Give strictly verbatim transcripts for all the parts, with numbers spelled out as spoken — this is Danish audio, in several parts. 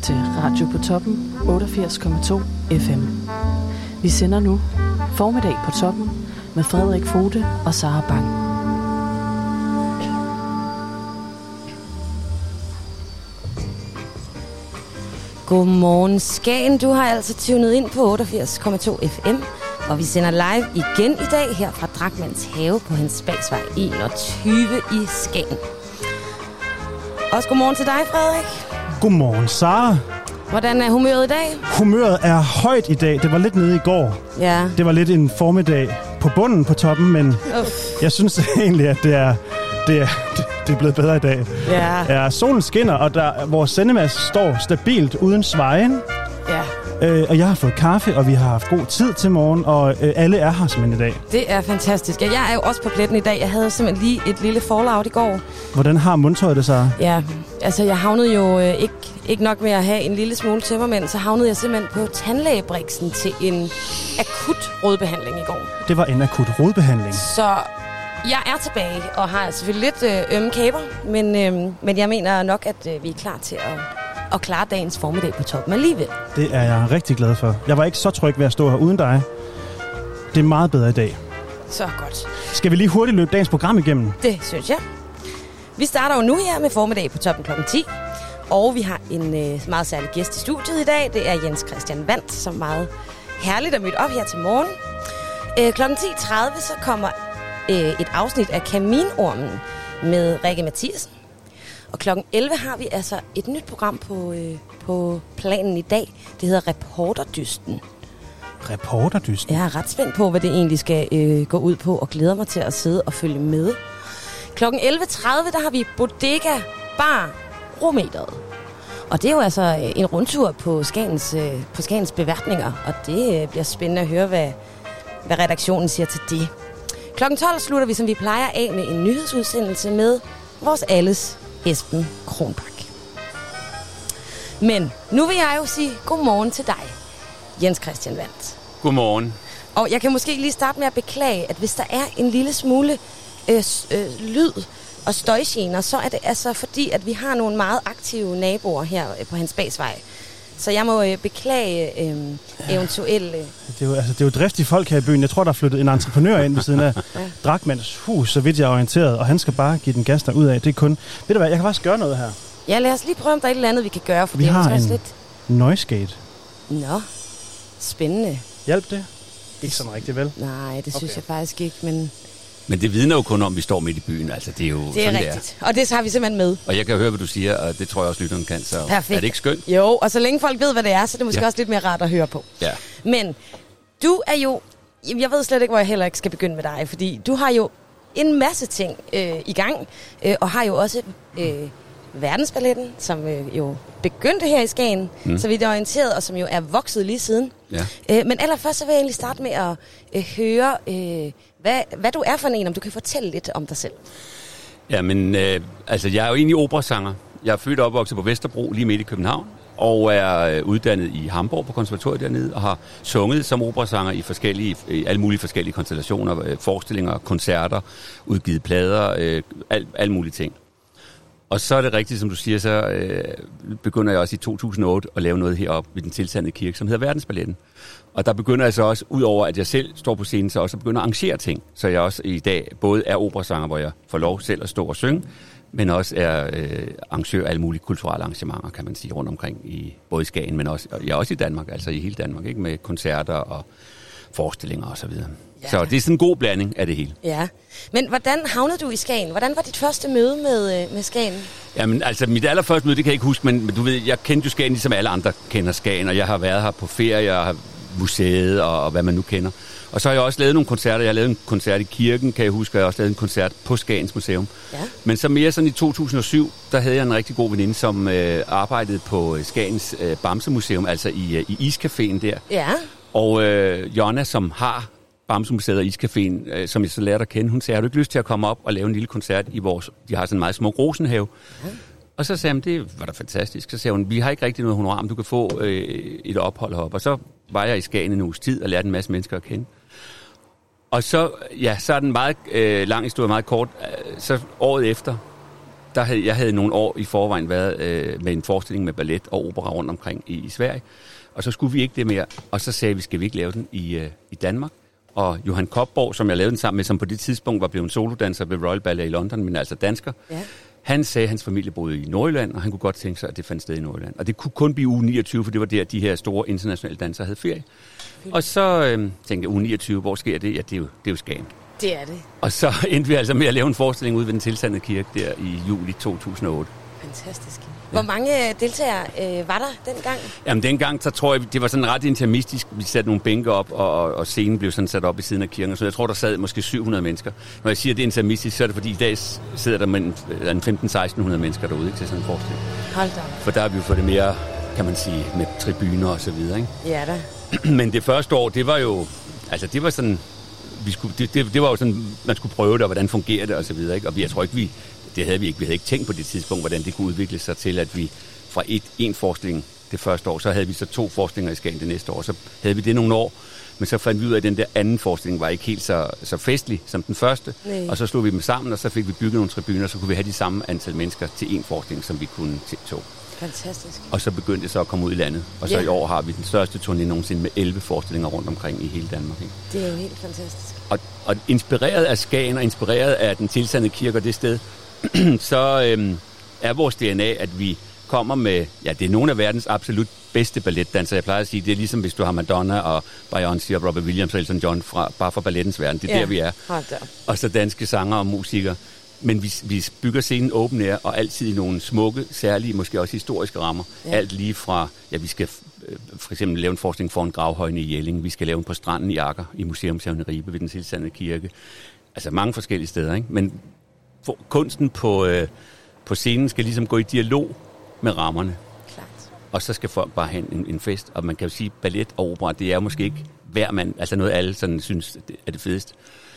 til Radio på Toppen otteogfirs komma to F M. Vi sender nu Formiddag på Toppen med Frederik Fogde og Sara Bang. Godmorgen Skagen, du har altså tunet ind på otteogfirs komma to F M, og vi sender live igen i dag her fra Drachmanns Have på Hans Bagsvej enogtyve i Skagen. Også godmorgen til dig, Frederik. Godmorgen, Sara. Hvordan er humøret i dag? Humøret er højt i dag. Det var lidt nede i går. Ja. Det var lidt en formiddag på bunden på toppen, men Uff. jeg synes egentlig, at det er, det er, det er blevet bedre i dag. Ja. Ja, solen skinner, og der, vores sendemasse står stabilt uden svejen. Ja. Øh, og jeg har fået kaffe, og vi har haft god tid til morgen, og øh, alle er her simpelthen i dag. Det er fantastisk. Ja, jeg er jo også på pletten i dag. Jeg havde simpelthen lige et lille fallout i går. Hvordan har mundtøjet det så? Ja, altså jeg havnede jo øh, ikke, ikke nok med at have en lille smule tømmermænd, så havnede jeg simpelthen på tandlægebriksen til en akut rodbehandling i går. Det var en akut rodbehandling. Så jeg er tilbage og har selvfølgelig lidt øh, ømme kæber, men, øh, men jeg mener nok, at øh, vi er klar til at, at klare dagens formiddag på Toppen alligevel. Det er jeg rigtig glad for. Jeg var ikke så tryg ved at stå her uden dig. Det er meget bedre i dag. Så godt. Skal vi lige hurtigt løbe dagens program igennem? Det synes jeg. Vi starter jo nu her med formiddag på Toppen klokken ti. Og vi har en øh, meget særlig gæst i studiet i dag. Det er Jens Christian Wandt, som meget herligt er mødt op her til morgen. Øh, klokken ti tredive så kommer øh, et afsnit af Kaminormen med Rikke Mathiasen. Og klokken elleve har vi altså et nyt program på, øh, på planen i dag. Det hedder Reporterdysten. Reporterdysten? Jeg er ret spændt på, hvad det egentlig skal øh, gå ud på, og glæder mig til at sidde og følge med. klokken elleve tredive der har vi Bodega Bar Rometeret. Og det er jo altså en rundtur på Skagens, øh, på Skagens beværtninger, og det øh, bliver spændende at høre, hvad, hvad redaktionen siger til det. klokken tolv slutter vi, som vi plejer, af med en nyhedsudsendelse med vores alles Esben Kronbak. Men nu vil jeg jo sige godmorgen til dig, Jens Christian Wandt. Godmorgen. Og jeg kan måske lige starte med at beklage, at hvis der er en lille smule øh, øh, lyd og støjgener, så er det altså fordi, at vi har nogle meget aktive naboer her på Hans Bagsvej. Så jeg må øh, beklage øh, eventuelle... Det er, jo, altså, det er jo driftige folk her i byen. Jeg tror, der er flyttet en entreprenør ind ved siden af ja. Drachmanns hus, så vidt jeg er orienteret, og han skal bare give den gas ud af. Det er kun... Ved du hvad, jeg kan faktisk gøre noget her. Ja, lad os lige prøve, om der er et eller andet, vi kan gøre, for vi det er har måske en lidt... noise gate. Nå, spændende. Hjælp det? Ikke sådan rigtigt, vel? Nej, det synes okay. jeg faktisk ikke, men... Men det vidner jo kun om, at vi står midt i byen. Altså, det er jo det er sådan, rigtigt. Det er. Og det har vi simpelthen med. Og jeg kan høre, hvad du siger, og det tror jeg også, lytteren kan. Så perfekt. Er det ikke skønt? Jo, og så længe folk ved, hvad det er, så er det måske ja. også lidt mere rart at høre på. Ja. Men du er jo... Jeg ved slet ikke, hvor jeg heller ikke skal begynde med dig, fordi du har jo en masse ting øh, i gang, øh, og har jo også øh, verdensballetten, som øh, jo begyndte her i Skagen, mm. så vidt jeg er orienteret, og som jo er vokset lige siden. Ja. Øh, men allerførst så vil jeg egentlig starte med at øh, høre, øh, hvad, hvad du er for en, om du kan fortælle lidt om dig selv. Jamen, øh, altså jeg er jo egentlig operasanger. Jeg er født og opvokset på Vesterbro, lige midt i København, og er øh, uddannet i Hamburg på konservatoriet dernede, og har sunget som operasanger i forskellige, i alle mulige forskellige konstellationer, øh, forestillinger, koncerter, udgivet plader, øh, al, alle mulige ting. Og så er det rigtigt, som du siger, så øh, begynder jeg også i to tusind og otte at lave noget heroppe ved den tilsandede kirke, som hedder Verdensballetten. Og der begynder jeg så også, udover at jeg selv står på scenen, så også begynder at arrangere ting. Så jeg også i dag både er operasanger, hvor jeg får lov selv at stå og synge, men også er øh, arrangør af alle mulige kulturelle arrangementer, kan man sige, rundt omkring, i, både i Skagen, men også, ja, også i Danmark, altså i hele Danmark, ikke, med koncerter og forestillinger og så videre. Ja. Så det er sådan en god blanding af det hele. Ja, men hvordan havnede du i Skagen? Hvordan var dit første møde med, med Skagen? Jamen, altså mit allerførste møde, det kan jeg ikke huske, men, men du ved, jeg kendte jo Skagen, ligesom alle andre kender Skagen, og jeg har været her på ferie, og har museet, og, og hvad man nu kender. Og så har jeg også lavet nogle koncerter. Jeg har lavet en koncert i kirken, kan jeg huske, og jeg har også lavet en koncert på Skagens Museum. Ja. Men så mere sådan i to tusind og syv, der havde jeg en rigtig god veninde, som øh, arbejdede på Skagens øh, Bamsemuseum, altså i, øh, i Iscaféen der. Ja. Og øh, Jonna, som har Bamsemuseet og Iscaféen, øh, som jeg så lærte at kende, hun sagde, har du ikke lyst til at komme op og lave en lille koncert i vores... De har sådan en meget smuk rosenhave. Ja. Og så sagde hun, det var da fantastisk. Så sagde hun, vi har ikke rigtig noget honorar, men du kan få øh, et ophold heroppe. Og så var jeg i Skagen en uges tid og lærte en masse mennesker at kende. Og så, ja, så er den meget øh, lang historie, meget kort. Så året efter, der havde, jeg havde nogle år i forvejen været øh, med en forestilling med ballet og opera rundt omkring i, i Sverige. Og så skulle vi ikke det mere. Og så sagde vi, skal vi ikke lave den i, øh, i Danmark? Og Johan Kopborg, som jeg lavede den sammen med, som på det tidspunkt var blevet en solodanser ved Royal Ballet i London, men altså dansker, ja. Han sagde, at hans familie boede i Nordjylland, og han kunne godt tænke sig, at det fandt sted i Nordjylland. Og det kunne kun blive uge niogtyve, for det var der, de her store internationale dansere havde ferie. Og så øh, tænkte jeg, uge niogtyve, hvor sker det? Ja, det er jo, det er jo Skagen. Det er det. Og så endte vi altså med at lave en forestilling ude ved den tilsandede kirke der i juli to tusind og otte. Fantastisk. Hvor mange deltagere øh, var der dengang? Jamen dengang, så tror jeg, det var sådan ret intermistisk. Vi satte nogle bænke op, og, og scenen blev sådan sat op i siden af kirken. Så jeg tror, der sad måske syv hundrede mennesker. Når jeg siger, at det er intermistisk, så er det fordi, i dag sidder der mellem femten til seksten hundrede mennesker derude, ikke, til sådan en forestilling. Hold da. For der har vi jo fået det mere, kan man sige, med tribuner og så videre, ikke? Ja da. Men det første år, det var jo, altså det var sådan, vi skulle, det, det, det var jo sådan, man skulle prøve det, og hvordan fungerer det og så videre, ikke? Og vi, jeg tror ikke, vi, det havde vi ikke, vi havde ikke tænkt på det tidspunkt, hvordan det kunne udvikle sig til, at vi fra et, en forestilling det første år, så havde vi så to forestillinger i Skagen det næste år, så havde vi det nogle år, men så fandt vi ud af, at den der anden forestilling var ikke helt så, så festlig som den første, nej. Og så slog vi dem sammen, og så fik vi bygget nogle tribuner, så kunne vi have de samme antal mennesker til en forestilling, som vi kunne til to. Fantastisk. Og så begyndte det så at komme ud i landet, og så yeah. i år har vi den største turné nogensinde med elleve forestillinger rundt omkring i hele Danmark. Ikke? Det er jo helt fantastisk. Og, og inspireret af Skagen og inspireret af den tilsandede kirke og det sted, så øhm, er vores D N A, at vi kommer med, ja, det er nogle af verdens absolut bedste balletdansere. Jeg plejer at sige, det er ligesom hvis du har Madonna og Beyoncé og Robert Williams og Elton John fra, bare fra ballettens verden. Det er ja. Der, vi er. Og så danske sanger og musikere. Men vi, vi bygger scenen open air, og altid i nogle smukke, særlige, måske også historiske rammer. Ja. Alt lige fra, ja, vi skal øh, for eksempel lave en forestilling foran gravhøjen i Jelling. Vi skal lave en på stranden i Akker, i Museumshaven i Ribe, ved den tilsandede kirke. Altså mange forskellige steder, ikke? Men for, kunsten på, øh, på scenen skal ligesom gå i dialog med rammerne. Klart. Og så skal folk bare have en, en fest. Og man kan jo sige, ballet og opera, det er jo måske ikke hver mand, altså noget alle sådan synes er det fedeste.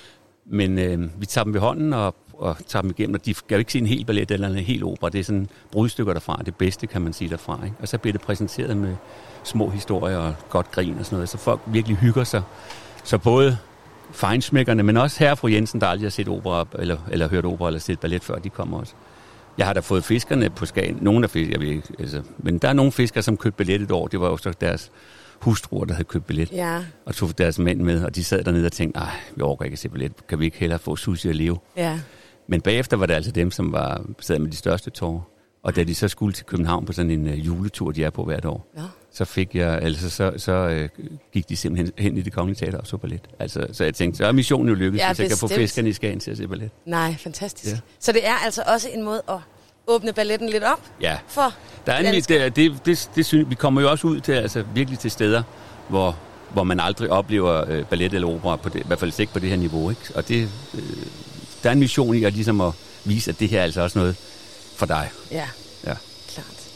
Men øh, vi tager dem ved hånden og, og tager dem igennem, og de kan jo ikke se en hel ballet eller en hel opera. Det er sådan brudstykker derfra, det bedste kan man sige derfra. Ikke? Og så bliver det præsenteret med små historier og godt grin og sådan noget, så folk virkelig hygger sig. Så både fejnsmækkerne, men også herre og fru Jensen, der aldrig har set opera, eller, eller hørt opera eller set ballet før, de kommer også. Jeg har da fået fiskerne på Skagen, nogle af fiskerne, jeg ved ikke, altså, men der er nogle fiskere, som købte billet et år, det var jo så deres hustruer, der havde købt billet, ja. Og tog deres mænd med, og de sad dernede og tænkte, nej, vi overgår ikke at se billet, kan vi ikke hellere få sushi og leve? Ja. Men bagefter var det altså dem, som var sad med de største tårer. Og da de så skulle til København på sådan en uh, juletur, de er på hvert år, ja. så fik jeg, altså så, så uh, gik de simpelthen hen i Det Kongelige Teater og så ballet. Altså, så jeg tænkte, så er missionen jo lykkedes, ja, hvis jeg kan få fiskerne i Skagen til at se ballet. Nej, fantastisk. Ja. Så det er altså også en måde at åbne balletten lidt op ja. for der er en, det, det, det, det, det synes, vi kommer jo også ud til, altså virkelig til steder, hvor, hvor man aldrig oplever øh, ballet eller opera, på det, i hvert fald ikke på det her niveau. Ikke? Og det, øh, der er en mission i at, ligesom at vise, at det her er altså også noget for dig. Ja, ja. Klart.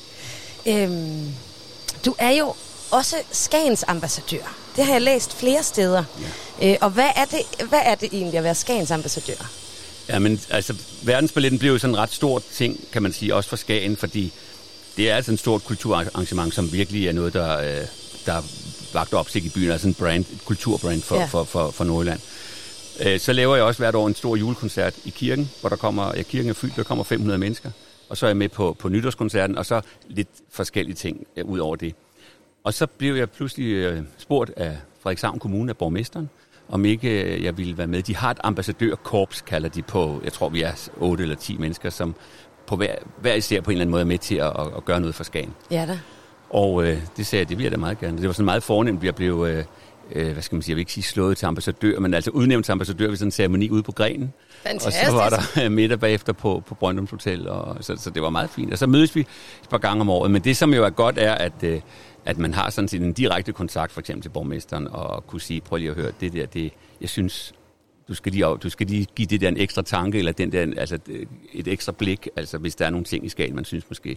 Øhm, du er jo også Skagens ambassadør. Det har jeg læst flere steder. Ja. Øh, og hvad er, det, hvad er det egentlig at være Skagens ambassadør? Ja, men altså, verdensballetten blev jo sådan en ret stor ting, kan man sige, også for Skagen, fordi det er altså et stort kulturarrangement, som virkelig er noget, der, øh, der vagt opsigt i byen, altså en brand, et kulturbrand for, ja. for, for, for Nordjylland. Øh, så laver jeg også hvert år en stor julekoncert i kirken, hvor der kommer, ja, kirken er fyldt, der kommer fem hundrede mennesker, og så er jeg med på, på nytårskoncerten, og så lidt forskellige ting øh, ud over det. Og så blev jeg pludselig øh, spurgt af Frederikshavn Kommune, af borgmesteren, om ikke jeg ville være med. De har et ambassadørkorps, kalder de på, jeg tror vi er otte eller ti mennesker, som på hver, hver især på en eller anden måde er med til at, at gøre noget for Skagen. Ja da. Og øh, det sagde jeg, det vil jeg da meget gerne. Det var sådan meget fornemt, jeg blev, øh, øh, hvad skal man sige, jeg vil ikke sige slået til ambassadør, men altså udnævnt til ambassadør ved sådan en ceremoni ude på Grenen. Fantastisk. Og så var der middag bagefter på, på Brøndums Hotel, og så, så det var meget fint. Og så mødes vi et par gange om året, men det som jo er godt er, at, øh, at man har sådan en direkte kontakt for eksempel til borgmesteren, og kunne sige, prøv lige at høre, det der, det, jeg synes, du skal, lige, du skal lige give det der en ekstra tanke, eller den der, altså et ekstra blik, altså hvis der er nogle ting i Skagen, man synes måske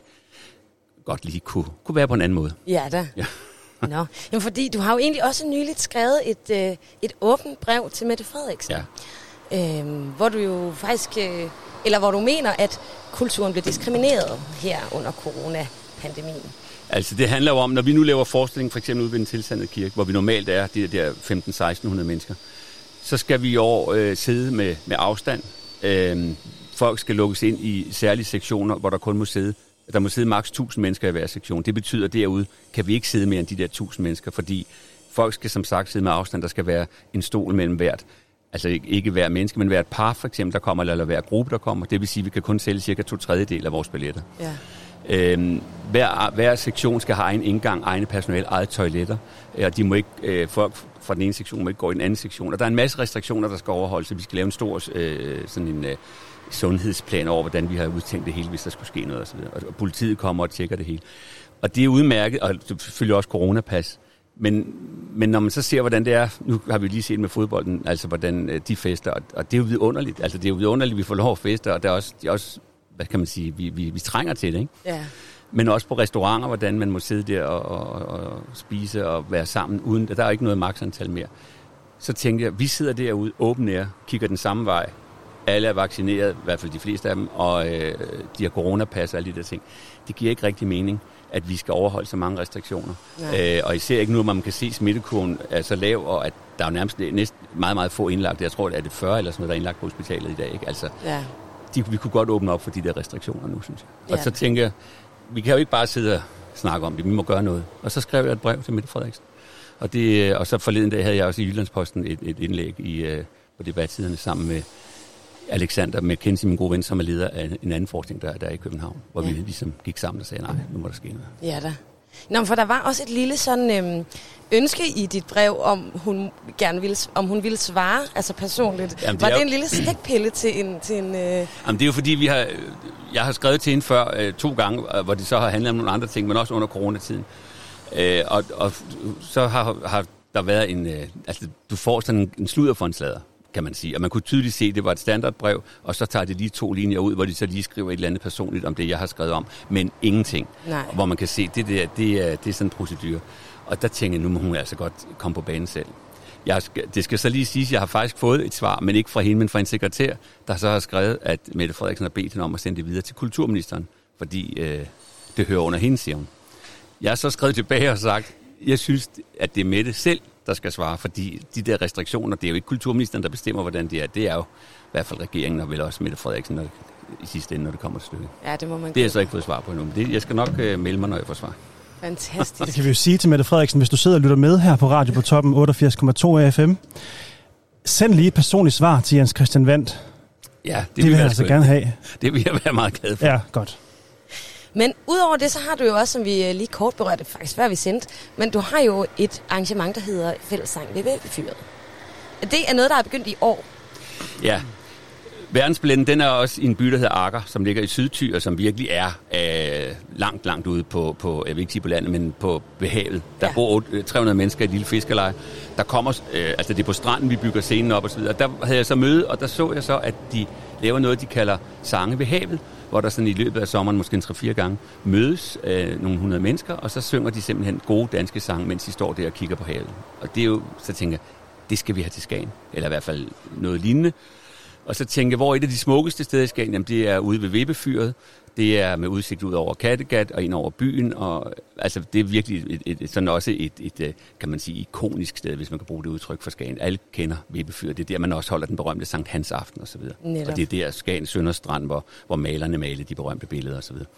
godt lige kunne, kunne være på en anden måde. Ja da. Ja. Nå. Jamen fordi du har jo egentlig også nyligt skrevet et, øh, et åbent brev til Mette Frederiksen. Ja. Øhm, hvor du jo faktisk, øh, eller hvor du mener, at kulturen bliver diskrimineret her under coronapandemien. Altså det handler jo om, når vi nu laver forestilling, for eksempel ude ved den tilsandede kirke, hvor vi normalt er de der femten til seksten hundrede mennesker, så skal vi i år øh, sidde med, med afstand. Øh, folk skal lukkes ind i særlige sektioner, hvor der kun må sidde, der må sidde maks tusind mennesker i hver sektion. Det betyder, at derude kan vi ikke sidde mere end de der tusind mennesker, fordi folk skal som sagt sidde med afstand. Der skal være en stol mellem hvert. Altså ikke, ikke hver menneske, men hvert par for eksempel, der kommer, eller hver gruppe, der kommer. Det vil sige, at vi kan kun sælge cirka to tredjedel af vores billetter. Ja. Øhm, hver, hver sektion skal have egen indgang, egne personale, eget toiletter. Og de må ikke, øh, folk fra den ene sektion må ikke gå i den anden sektion. Og der er en masse restriktioner, der skal overholdes, så vi skal lave en stor øh, sådan en, øh, sundhedsplan over, hvordan vi har udtænkt det hele, hvis der skulle ske noget osv. Og, og politiet kommer og tjekker det hele. Og det er udmærket, og selvfølgelig også coronapas. Men, men når man så ser, hvordan det er, nu har vi lige set med fodbolden, altså hvordan de fester, og, og det er jo vidunderligt, altså det er jo vidunderligt, vi får lov at feste, og det er også, det er også hvad kan man sige, vi, vi, vi trænger til det, ikke? Ja. Men også på restauranter, hvordan man må sidde der og, og, og spise og være sammen, uden der er ikke noget maksantal mere. Så tænkte jeg, vi sidder derude, åben air, kigger den samme vej, alle er vaccineret, i hvert fald de fleste af dem, og øh, de har coronapas og alle de der ting. Det giver ikke rigtig mening, at vi skal overholde så mange restriktioner. Øh, og især ikke nu, at man kan se, at smittekurven er så lav, og at der er jo nærmest næsten meget, meget få indlagt. Jeg tror, at det er fyrre eller sådan noget, der er indlagt på hospitalet i dag. Ikke? Altså, ja. de, vi kunne godt åbne op for de der restriktioner nu, synes jeg. Og ja. så tænker jeg, vi kan jo ikke bare sidde og snakke om det, vi må gøre noget. Og så skrev jeg et brev til Mette Frederiksen. Og, det, og så forleden dag havde jeg også i Jyllandsposten et, et indlæg i, uh, på debatsiderne sammen med Alexander McKenzie, min gode ven, som er leder af en anden forskning, der, der er i København, hvor ja. vi ligesom gik sammen og sagde, nej, nu må der ske noget. Ja da. Nå, for der var også et lille sådan øhm, ønske i dit brev, om hun gerne ville, om hun ville svare, altså personligt. Jamen, det var det jo en lille stikpille til en... Til en øh... Jamen, det er jo fordi, vi har, jeg har skrevet til hende før øh, to gange, hvor det så har handlet om nogle andre ting, men også under coronatiden. Øh, og, og så har, har der været en... Øh, altså, du får sådan en, en sludder for en slader, kan man sige. Og man kunne tydeligt se, at det var et standardbrev, og så tager de lige to linjer ud, hvor de så lige skriver et eller andet personligt om det, jeg har skrevet om, men ingenting. Nej. Hvor man kan se, det der, det er, det er sådan en procedure. Og der tænker jeg, nu må hun altså godt komme på banen selv. Jeg skal, det skal så lige siges, at jeg har faktisk fået et svar, men ikke fra hende, men fra en sekretær, der så har skrevet, at Mette Frederiksen har bedt hende om at sende det videre til kulturministeren, fordi øh, det hører under hende, siger hun. Jeg har så skrevet tilbage og sagt, jeg synes, at det er Mette selv, der skal svare, fordi de der restriktioner, det er jo ikke kulturministeren, der bestemmer, hvordan det er. Det er jo i hvert fald regeringen, og vel også Mette Frederiksen, når det, i sidste ende, når det kommer til stykket. Ja, det må man. Det har jeg så ikke fået svar på endnu, men det, jeg skal nok uh, melde mig, når jeg får svar. Fantastisk. Det kan vi jo sige til Mette Frederiksen, hvis du sidder og lytter med her på Radio på Toppen otteogfirs komma to F M. Send lige et personligt svar til Jens Christian Vandt. Ja, det, det vil jeg altså gerne have. Det vil jeg være meget glad for. Ja, godt. Men udover det, så har du jo også, som vi lige kort berørte, faktisk før vi sendte, men du har jo et arrangement, der hedder Fællessang ved Væbbefyret. Det er noget, der er begyndt i år. Ja. Verdensblænden, den er også i en by, der hedder Akker, som ligger i Sydthy, og som virkelig er øh, langt, langt ude på, på, jeg vil ikke sige på landet, men på ved havet. Der ja. bor tre hundrede mennesker i et lille fiskerleje. Der kommer, øh, altså det er på stranden, vi bygger scenen op og så videre. Der havde jeg så møde, og der så jeg så, at de laver noget, de kalder sange ved havet, hvor der sådan i løbet af sommeren, måske en tre-fire gange, mødes øh, nogle hundrede mennesker, og så synger de simpelthen gode danske sange, mens de står der og kigger på havet. Og det er jo, så tænker jeg, det skal vi have til Skagen, eller i hvert fald noget lignende. Og så tænker jeg, hvor er et af de smukkeste steder i Skagen? Jamen, det er ude ved Væbbefyret. Det er med udsigt ud over Kattegat og ind over byen. Og, altså, det er virkelig et, et, et, sådan også et, et, et, kan man sige, ikonisk sted, hvis man kan bruge det udtryk for Skagen. Alle kender Væbbefyret. Det er der, man også holder den berømte Sankt Hans aften og så videre. Netop. Og det er der Skagen Sønderstrand, hvor, hvor malerne maler de berømte billeder og så videre.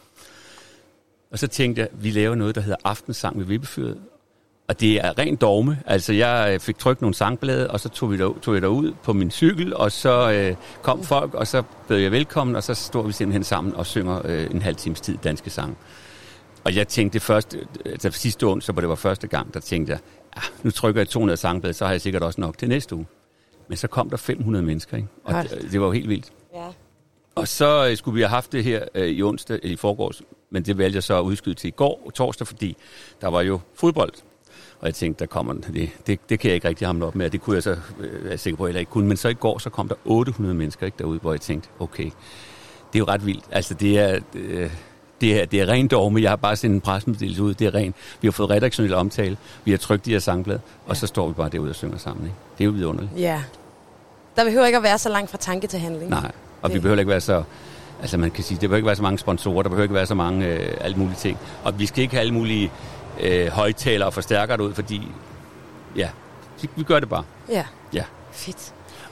Og så tænkte jeg, vi laver noget, der hedder Aftensang ved Væbbefyret. Og det er rent dogme. Altså, jeg fik trykt nogle sangblade, og så tog, vi der, tog jeg derud på min cykel, og så øh, kom folk, og så bød jeg velkommen, og så stod vi simpelthen sammen og synger øh, en halv times tid danske sange. Og jeg tænkte det første, altså sidste uge, så hvor det var første gang, der tænkte jeg, ah, nu trykker jeg to hundrede sangblade, så har jeg sikkert også nok til næste uge. Men så kom der fem hundrede mennesker, ikke? Og det, det var jo helt vildt. Ja. Og så øh, skulle vi have haft det her øh, i onsdag, eller i forgårs, men det valgte jeg så at udskyde til i går, torsdag, fordi der var jo fodbold. Og jeg tænkte, der kommer det, det, det kan jeg ikke rigtig hamle op med, og det kunne jeg så øh, er sikker på, at jeg ikke kunne. Men så i går, så kom der otte hundrede mennesker ikke, derude, hvor jeg tænkte, okay, det er jo ret vildt. Altså, det er, øh, det er, det er rent dogme. Jeg har bare sendt en pressemeddelelse ud, det er rent. Vi har fået redaktionel omtale, vi har trykt de her sangblad, ja. Og så står vi bare derude og synger sammen. Ikke? Det er jo vidunderligt. Ja. Der behøver ikke at være så langt fra tanke til handling. Nej, og det. Vi behøver ikke være så... Altså, man kan sige, det behøver ikke være så mange sponsorer, der behøver ikke være så mange øh, alle mulige ting. Og vi skal ikke have alle mulige... Øh, højtaler og forstærker det ud, fordi ja, vi gør det bare. Ja, ja. Fedt.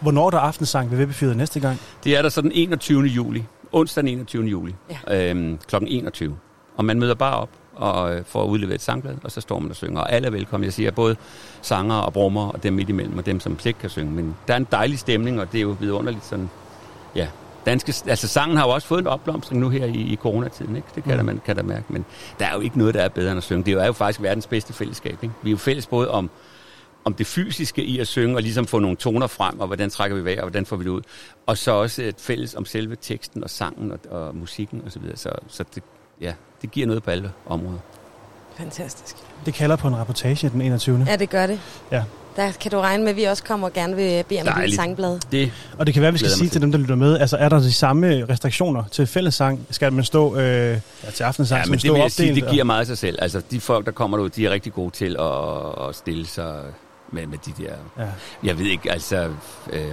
Hvornår der er aftensang ved Vippefyret næste gang? Det er der så den enogtyvende juli. Onsdag den enogtyvende juli. Ja. Øhm, klokken enogtyve. Og man møder bare op og øh, får udleveret et sangblad, og så står man og synger. Og alle er velkommen. Jeg siger både sanger og brummer, og dem midt imellem, og dem, som slet kan synge. Men der er en dejlig stemning, og det er jo vidunderligt sådan, ja. Danske, altså sangen har jo også fået en opblomstring nu her i, i coronatiden, ikke? Det kan, mm. der, man kan der mærke, men der er jo ikke noget, der er bedre end at synge. Det er jo faktisk verdens bedste fællesskab, ikke? Vi er jo fælles både om, om det fysiske i at synge, og ligesom få nogle toner frem, og hvordan trækker vi vejr, og hvordan får vi det ud. Og så også et fælles om selve teksten og sangen og, og musikken osv. Så, så det, ja, det giver noget på alle områder. Fantastisk. Det kalder på en reportage den enogtyvende Ja, det gør det. Ja. Der kan du regne med, at vi også kommer og gerne vil bede om et lille sangblad. Det og det kan være, at vi skal sige til dem, der lytter med, altså er der de samme restriktioner til fællessang? Skal man stå øh, ja, til aftensang, ja, som men stå det vil jeg opdelt? sige, det giver meget af sig selv. Altså, de folk, der kommer ud, de er rigtig gode til at, at stille sig med, med de der... Ja. Jeg ved ikke, altså... Øh,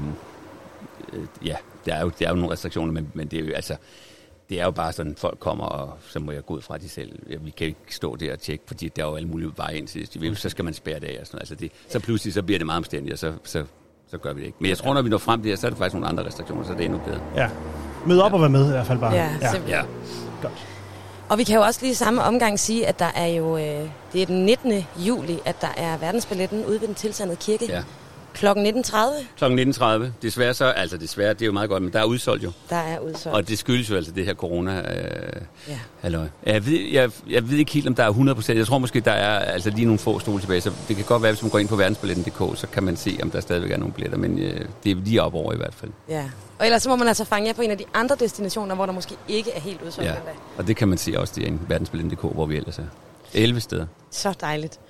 øh, ja, der er, jo, der er jo nogle restriktioner, men, men det er jo altså... Det er jo bare sådan, folk kommer, og så må jeg gå ud fra de selv. Vi kan ikke stå der og tjekke, fordi der er jo alle mulige veje ind til det. Så skal man spærre det af og sådan noget. Altså det, så pludselig så bliver det meget omstændigt, og så, så, så gør vi det ikke. Men jeg tror, når vi når frem til det, så er der faktisk nogle andre restriktioner, så det er endnu bedre. Ja. Mød op ja. og vær med i hvert fald bare. Ja, ja. ja. Godt. Og vi kan jo også lige i samme omgang sige, at der er jo, øh, det er den nittende juli, at der er verdensballetten ude ved den tilsandede kirke. Ja. Klokken nitten tredive. Klokken nitten tredive. Desværre så, altså desværre, det er jo meget godt, men der er udsolgt jo. Der er udsolgt. Og det skyldes jo altså det her corona. Øh, ja. Halløj. Jeg ved, jeg, jeg ved ikke helt, om der er hundrede procent. Jeg tror måske, der er altså lige nogle få stole tilbage. Så det kan godt være, hvis man går ind på verdensballetten punktum d k, så kan man se, om der stadigvæk er nogle billetter. Men øh, det er lige op over i hvert fald. Ja. Og ellers så må man altså fange jer på en af de andre destinationer, hvor der måske ikke er helt udsolgt. Ja, og det kan man se også, det er en verdensballetten punktum d k, hvor vi ellers er. elleve steder. Så dejligt.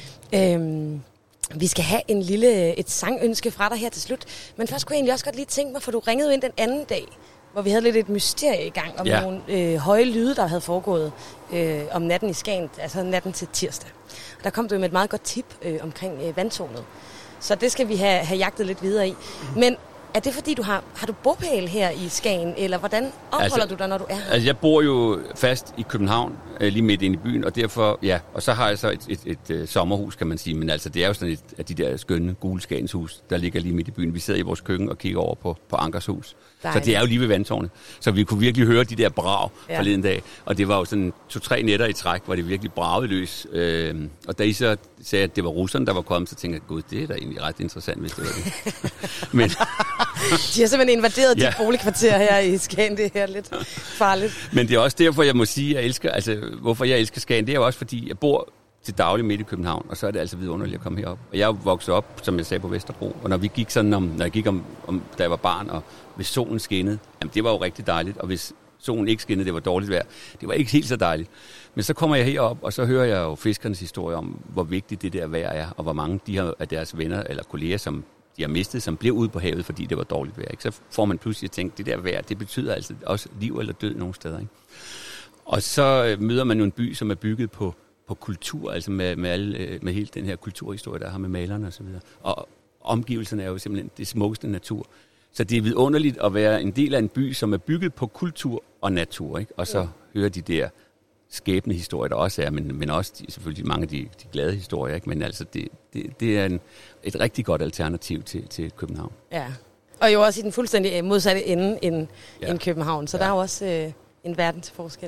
Øhm, vi skal have en lille, et sangønske fra dig her til slut. Men først kunne jeg egentlig også godt lige tænke mig, for du ringede jo ind den anden dag, hvor vi havde lidt et mysterie i gang om ja. nogle øh, høje lyde, der havde foregået øh, om natten i Skagen, altså natten til tirsdag. Og der kom du med et meget godt tip øh, omkring øh, vandtårnet. Så det skal vi have, have jagtet lidt videre i. Men er det fordi, du har, har du bopæl her i Skagen, eller hvordan opholder altså, du dig, når du er her? Altså, jeg bor jo fast i København, øh, lige midt inde i byen, og derfor, ja, og så har jeg så et, et, et, et sommerhus, kan man sige, men altså, det er jo sådan et af de der skønne gule Skagenshus, der ligger lige midt i byen. Vi sidder i vores køkken og kigger over på, på Ankershus. Så det er jo lige ved vandtårnet. Så vi kunne virkelig høre de der brag ja. forleden dag, og det var jo sådan to-tre nætter i træk, hvor det virkelig bragede løs. Øh, og da I så sagde, at det var russerne, der var kommet, så tænkte jeg, gud, det er da egentlig ret interessant, hvis det var det. Men de har simpelthen invaderet ja. dit boligkvarter her i Skagen. Det er lidt farligt. Men det er også derfor, jeg må sige, at jeg elsker, altså, hvorfor jeg elsker Skagen. Det er jo også, fordi jeg bor til daglig midt i København, og så er det altså vidunderligt at komme herop. Og jeg er vokset op, som jeg sagde, på Vesterbro. Og når vi gik sådan om, når jeg gik om, om da jeg var barn, og hvis solen skinnede, jamen det var jo rigtig dejligt. Og hvis solen ikke skinnede, det var dårligt vejr, det var ikke helt så dejligt. Men så kommer jeg herop, og så hører jeg jo fiskernes historie om, hvor vigtigt det der vejr er, og hvor mange de har af deres venner eller kolleger, som de har mistet, som blev ude på havet, fordi det var dårligt vejr. Ikke? Så får man pludselig tænkt, det der vejr, det betyder altså også liv eller død nogle steder. Ikke? Og så møder man jo en by, som er bygget på, på kultur, altså med, med, alle, med hele den her kulturhistorie, der har med malerne og så videre. Og omgivelserne er jo simpelthen det smukkeste natur. Så det er vidunderligt at være en del af en by, som er bygget på kultur og natur. Ikke? Og så ja. høre de der skæbne historier, der også er, men, men også de, selvfølgelig mange af de, de glade historier. Ikke? Men altså, det, det, det er en, et rigtig godt alternativ til, til København. Ja, og jo også i den fuldstændig modsatte ende end, ja. end København, så ja. der er jo også øh, en verden til forskel.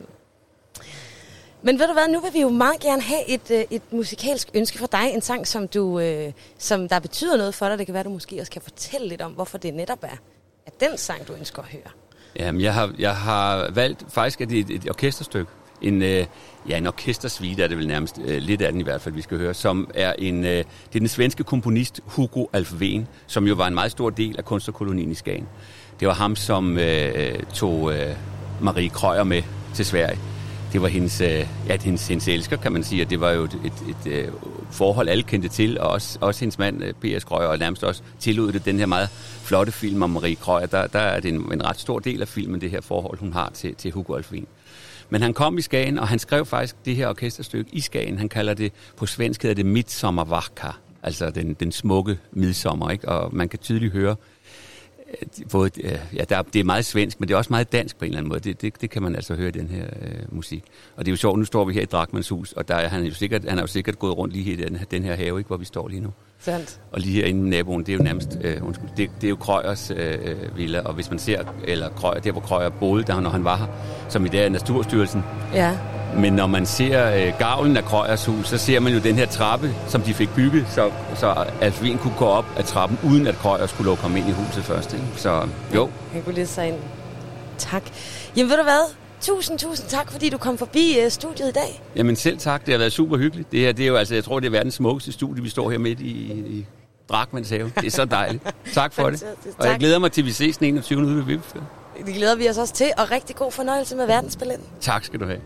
Men ved du hvad, nu vil vi jo meget gerne have et, et musikalsk ønske fra dig, en sang, som, du, øh, som der betyder noget for dig. Det kan være, at du måske også kan fortælle lidt om, hvorfor det netop er, at den sang, du ønsker at høre. Jamen, jeg har, jeg har valgt faktisk et, et, et orkesterstykke. En, øh, ja, en orkestersuite er det vel nærmest, øh, lidt af den i hvert fald, vi skal høre, som er en, øh, det er den svenske komponist Hugo Alfvén, som jo var en meget stor del af kunstnerkolonien i Skagen. Det var ham, som øh, tog øh, Marie Krøyer med til Sverige. Det var hendes, øh, ja, hendes, hendes elsker, kan man sige, og det var jo et, et, et, et forhold, alle kendte til, og også, også hendes mand, P S Krøyer, og nærmest også tillod det den her meget flotte film om Marie Krøyer. Der, der er det en, en ret stor del af filmen, det her forhold, hun har til, til Hugo Alfvén. Men han kom i Skagen, og han skrev faktisk det her orkesterstykke i Skagen. Han kalder det, på svensk hedder det Midsommarvaka, altså den, den smukke midsommer, ikke? Og man kan tydeligt høre både, ja, der er, det er meget svensk, men det er også meget dansk på en eller anden måde. Det, det, det kan man altså høre i den her øh, musik. Og det er jo sjovt, nu står vi her i Drachmanns hus, og der er, han, er jo sikkert, han har jo sikkert gået rundt lige i den, den her have, ikke, hvor vi står lige nu. Sandt. Og lige herinde i naboen, det er jo nærmest, øh, undskyld, det, det er jo Krøyers øh, villa, og hvis man ser, eller Krøyer, der hvor Krøyer boede, der, når han var her, som i dag er Naturstyrelsen. Ja. Men når man ser øh, gavlen af Krøyers hus, så ser man jo den her trappe, som de fik bygget, så, så Alfvén kunne gå op ad trappen, uden at Krøyer skulle lukke ham ind i huset først. Ikke? Så jo. Han kunne læse sig ind. Tak. Jamen ved du hvad? Tusind, tusind tak, fordi du kom forbi uh, studiet i dag. Jamen selv tak, det har været super hyggeligt. Det her, det er jo altså, jeg tror, det er verdens smukkeste studie, vi står her midt i, i Drachmanns have. Det er så dejligt. Tak for det. Og jeg glæder mig til, at vi ses den enogtyvende ude ved Vipfjord. Det glæder vi os også til, og rigtig god fornøjelse med verdensballetten. Tak skal du have.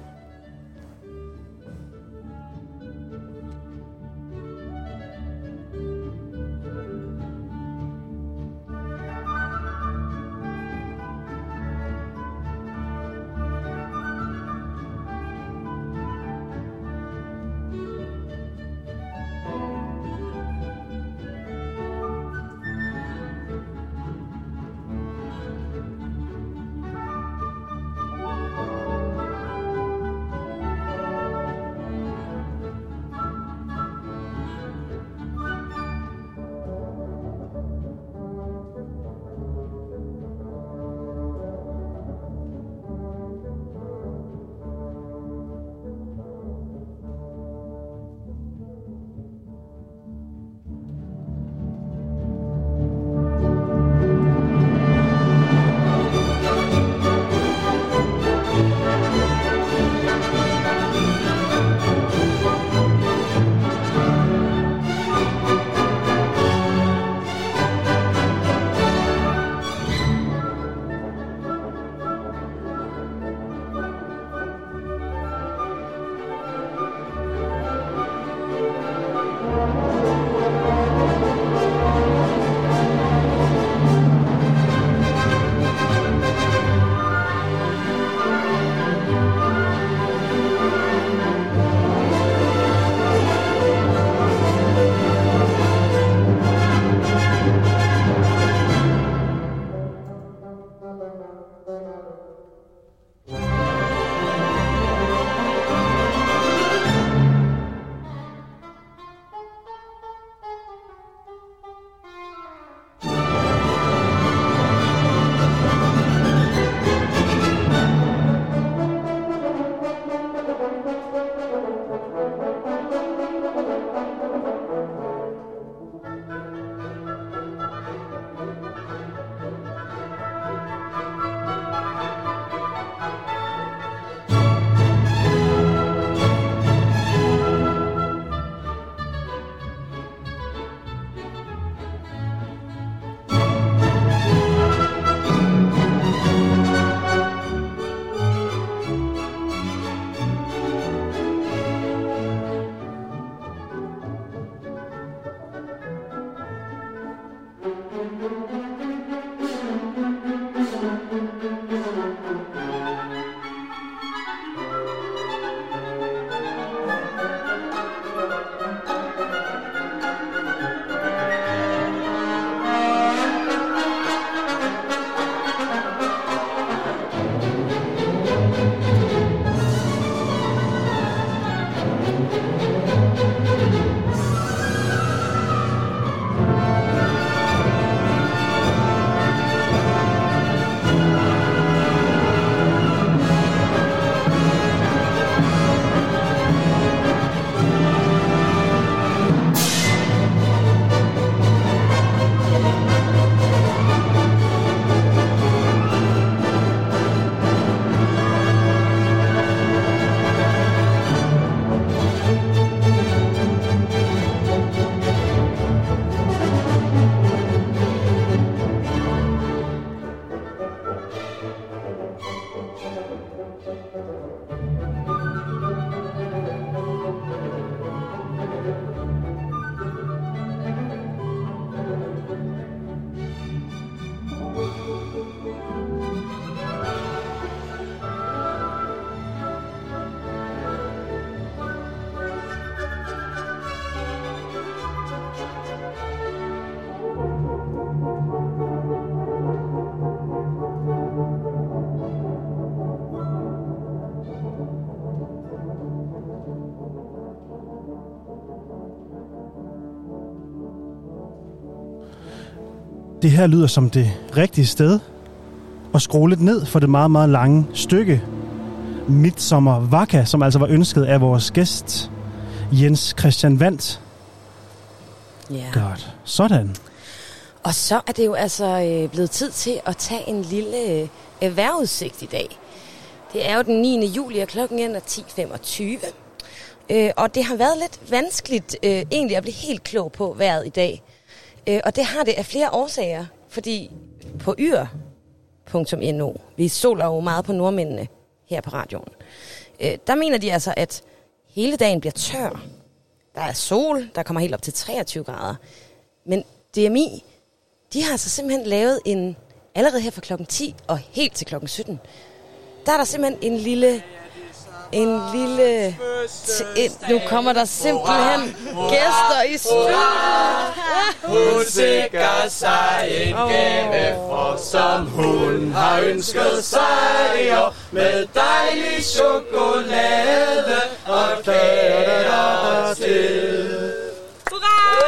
Det her lyder som det rigtige sted at skrue lidt ned for det meget, meget lange stykke Midtsommer Vaka, som altså var ønsket af vores gæst, Jens Christian Wandt. Ja. Godt. Sådan. Og så er det jo altså øh, blevet tid til at tage en lille øh, vejrudsigt i dag. Det er jo den niende juli, og klokken er ti femogtyve. Øh, og det har været lidt vanskeligt øh, egentlig at blive helt klog på vejret i dag. Øh, og det har det af flere årsager, fordi på yr punktum n o, vi soler jo meget på nordmændene her på radioen, øh, der mener de altså, at hele dagen bliver tør. Der er sol, der kommer helt op til treogtyve grader. Men D M I, de har altså simpelthen lavet en, allerede her fra klokken ti og helt til klokken sytten, der er der simpelthen en lille, en lille, t- nu kommer der simpelthen gæster i studiet. Hun sikrer sig en gavefrogt, som hun har ønsket sig i år, med dejlig chokolade og kager til. Hurra!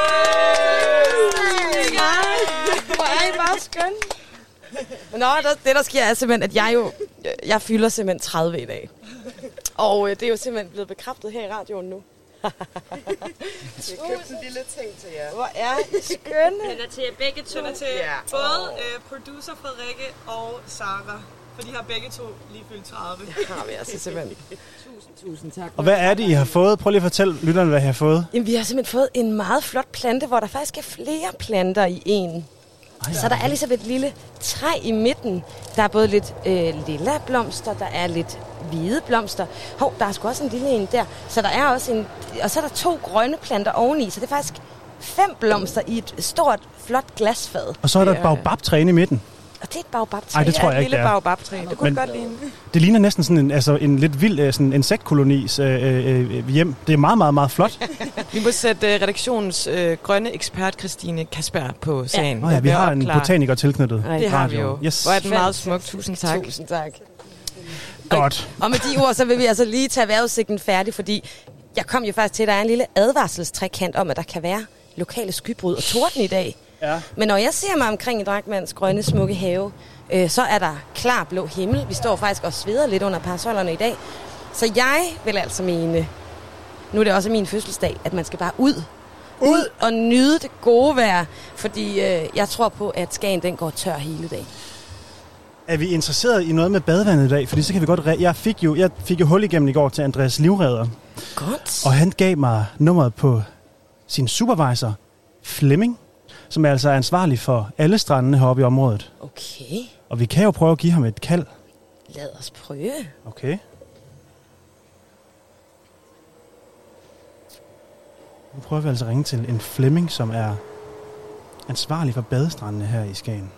Hvor er I bare skøn. Nå, der, det der sker er simpelthen, at jeg jo, jeg fylder simpelthen tredive i dag. Og øh, det er jo simpelthen blevet bekræftet her i radioen nu. Jeg købte en lille ting til jer. Hvor er I skønne. Den er til jer begge to. Den er til ja. både øh, producer Frederikke og Sara. For de har begge to lige fyldt tredive. Det har vi altså simpelthen. Tusind, tusind tak. Og hvad er det, I har fået? Prøv lige at fortælle lytterne, hvad I har fået. Jamen, vi har simpelthen fået en meget flot plante, hvor der faktisk er flere planter i en. Ej, så der er ligesom et lille træ i midten. Der er både lidt øh, lilla blomster, der er lidt hvide blomster. Hov, der er sgu også en lille en der. Så der er også en... Og så er der to grønne planter oveni, så det er faktisk fem blomster i et stort, flot glasfad. Og så er der et baobab-træ i midten. Og det er et baobab-træ. Ej, det tror jeg ikke, det er. baobab-træ. Det kunne Men godt ligne. det ligner næsten sådan en, altså en lidt vild sådan insektkolonis øh, øh, hjem. Det er meget, meget, meget flot. Vi må sætte uh, redaktionens uh, grønne ekspert, Christine Kasper, på sagen. Nå ja, vi har en botaniker tilknyttet. Ej, det har vi jo. Yes. Hvor er den meget smuk. Tusind tak. Tusind tak. Godt. Og, og med de ord, så vil vi altså lige tage vejrudsigten færdig, fordi jeg kom jo faktisk til, at der er en lille advarselstrækant om, at der kan være lokale skybrud og torden i dag. Ja. Men når jeg ser mig omkring i Drachmanns grønne, smukke have, øh, så er der klar blå himmel. Vi står faktisk og sveder lidt under parasollerne i dag. Så jeg vil altså mene, nu er det også min fødselsdag, at man skal bare ud. Ud og nyde det gode vejr, fordi øh, jeg tror på, at Skagen den går tør hele dagen. Er vi interesseret i noget med badevandet i dag? Fordi så kan vi godt... Re- jeg, fik jo, jeg fik jo hul igennem i går til Andreas Livredder. Godt. Og han gav mig nummeret på sin supervisor, Flemming, som er altså ansvarlig for alle strandene heroppe i området. Okay. Og vi kan jo prøve at give ham et kald. Lad os prøve. Okay. Nu prøver vi altså at ringe til en Flemming, som er ansvarlig for badestrandene her i Skagen.